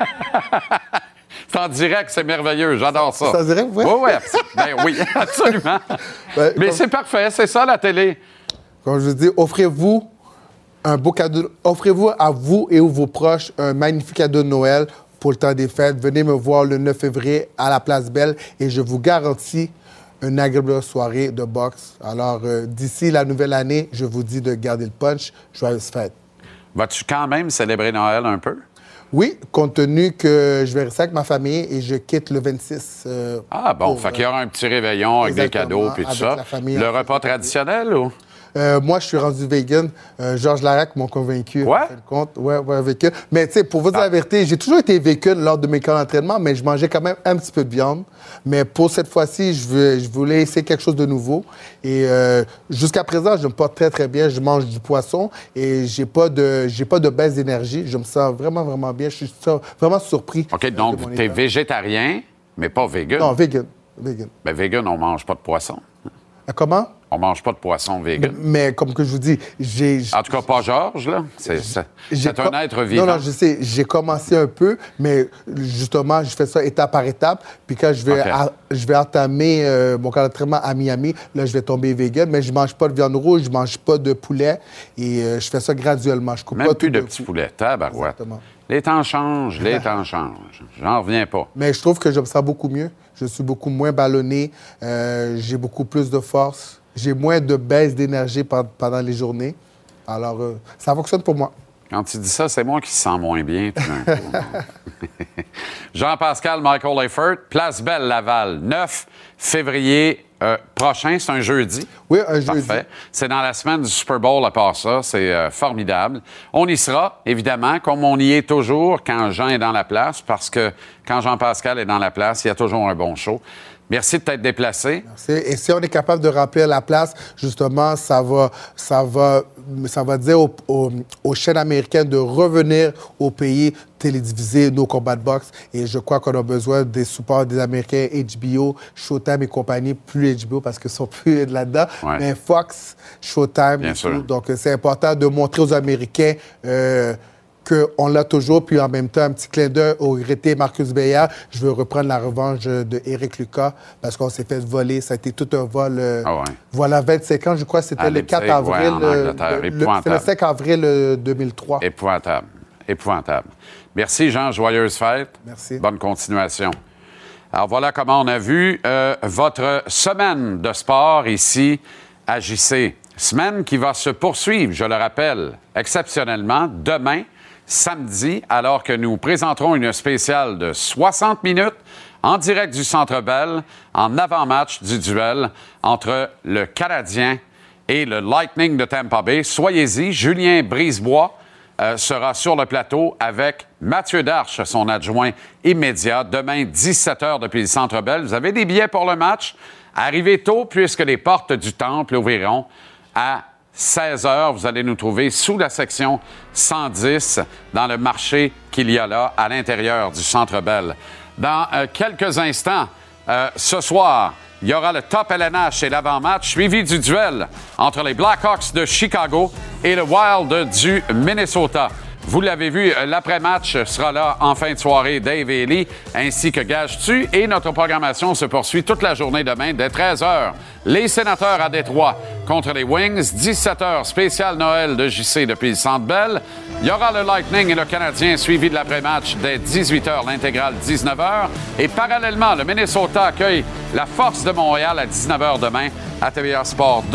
C'est en direct, c'est merveilleux. J'adore ça. C'est en direct, oui? Oui, absolument. Mais c'est parfait, c'est ça la télé. Comme je vous dis, offrez-vous un beau cadeau. Offrez-vous à vous et vos proches un magnifique cadeau de Noël pour le temps des fêtes. Venez me voir le 9 février à la Place Belle et je vous garantis une agréable soirée de boxe. Alors, d'ici la nouvelle année, je vous dis de garder le punch. Joyeuses fêtes. Vas-tu quand même célébrer Noël un peu? Oui, compte tenu que je vais rester avec ma famille et je quitte le 26. Fait qu'il y aura un petit réveillon avec des cadeaux et tout ça. Le repas traditionnel ou? Moi, je suis rendu vegan. Georges Larac m'a convaincu. Ouais? Ouais, vegan. Mais tu sais, pour vous dire la vérité, j'ai toujours été vegan lors de mes camps d'entraînement, mais je mangeais quand même un petit peu de viande. Mais pour cette fois-ci, je voulais essayer quelque chose de nouveau. Et jusqu'à présent, je me porte très, très bien. Je mange du poisson et j'ai pas de baisse d'énergie. Je me sens vraiment, vraiment bien. Je suis vraiment surpris. OK, donc tu es végétarien, mais pas vegan. Non, vegan. Ben, vegan, on mange pas de poisson. Comment? On mange pas de poisson vegan. Mais comme que je vous dis, En tout cas, pas Georges, là. C'est un être vivant. Non, je sais. J'ai commencé un peu, mais justement, je fais ça étape par étape. Puis quand je vais entamer mon camp d'entraînement à Miami, là, je vais tomber vegan. Mais je mange pas de viande rouge, je mange pas de poulet. Et je fais ça graduellement. Je coupe Même pas plus tout de petits poulets. Tabarouette. Exactement. Les temps changent, les temps changent. J'en reviens pas. Mais je trouve que je me sens beaucoup mieux. Je suis beaucoup moins ballonné. J'ai beaucoup plus de force. J'ai moins de baisse d'énergie pendant les journées. Alors, ça fonctionne pour moi. Quand tu dis ça, c'est moi qui se sens moins bien tout d'un coup. Jean-Pascal Michael Leifert, Place Belle, Laval, 9 février prochain. C'est un jeudi. Oui, un jeudi. Parfait. C'est dans la semaine du Super Bowl à part ça. C'est formidable. On y sera, évidemment, comme on y est toujours quand Jean est dans la place, parce que quand Jean-Pascal est dans la place, il y a toujours un bon show. Merci de t'être déplacé. Merci. Et si on est capable de remplir la place, justement, ça va dire aux chaînes américaines de revenir au pays, télédiviser nos combats de boxe. Et je crois qu'on a besoin des supports des Américains, HBO, Showtime et compagnie, plus HBO parce qu'ils sont plus là-dedans, mais Fox, Showtime Bien et sûr. tout. Donc, c'est important de montrer aux Américains qu'on l'a toujours, puis en même temps, un petit clin d'œil au regretté Marcus Béliard. Je veux reprendre la revanche de Éric Lucas parce qu'on s'est fait voler. Ça a été tout un vol. Voilà, 25 ans, je crois que c'était le 4 avril. C'est le 5 avril 2003. Épouvantable. Épouvantable. Merci, Jean. Joyeuse fête. Merci. Bonne continuation. Alors, voilà comment on a vu votre semaine de sport ici à JC. Semaine qui va se poursuivre, je le rappelle, exceptionnellement, demain, samedi, alors que nous présenterons une spéciale de 60 minutes en direct du Centre Bell, en avant-match du duel entre le Canadien et le Lightning de Tampa Bay. Soyez-y, Julien Brisebois sera sur le plateau avec Mathieu Darche, son adjoint immédiat, demain 17h depuis le Centre Bell. Vous avez des billets pour le match? Arrivez tôt puisque les portes du Temple ouvriront à 16h. Vous allez nous trouver sous la section 110 dans le marché qu'il y a là à l'intérieur du Centre Bell. Dans quelques instants, ce soir, il y aura le Top LNH et l'avant-match suivi du duel entre les Blackhawks de Chicago et le Wild du Minnesota. Vous l'avez vu, l'après-match sera là en fin de soirée, Dave et Ellie, ainsi que Gage-Tu. Et notre programmation se poursuit toute la journée demain dès 13h. Les Sénateurs à Détroit contre les Wings, 17h, spécial Noël de JC depuis le Centre Bell. Il y aura le Lightning et le Canadien suivi de l'après-match dès 18h, l'intégrale 19h. Et parallèlement, le Minnesota accueille la Force de Montréal à 19h demain à TVA Sport 2.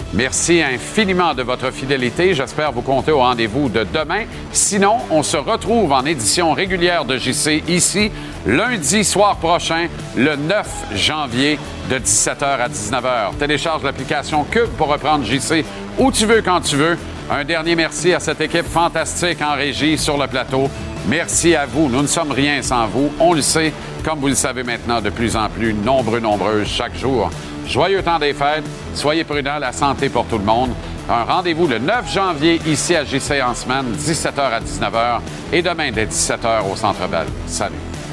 Merci infiniment de votre fidélité. J'espère vous compter au rendez-vous de demain. Sinon, on se retrouve en édition régulière de JC ici, lundi soir prochain, le 9 janvier, de 17h à 19h. Télécharge l'application Cube pour reprendre JC où tu veux, quand tu veux. Un dernier merci à cette équipe fantastique en régie sur le plateau. Merci à vous. Nous ne sommes rien sans vous. On le sait, comme vous le savez maintenant, de plus en plus nombreuses chaque jour. Joyeux temps des fêtes. Soyez prudents, la santé pour tout le monde. Un rendez-vous le 9 janvier ici à JC en semaine, 17h à 19h et demain dès 17h au Centre Bell. Salut.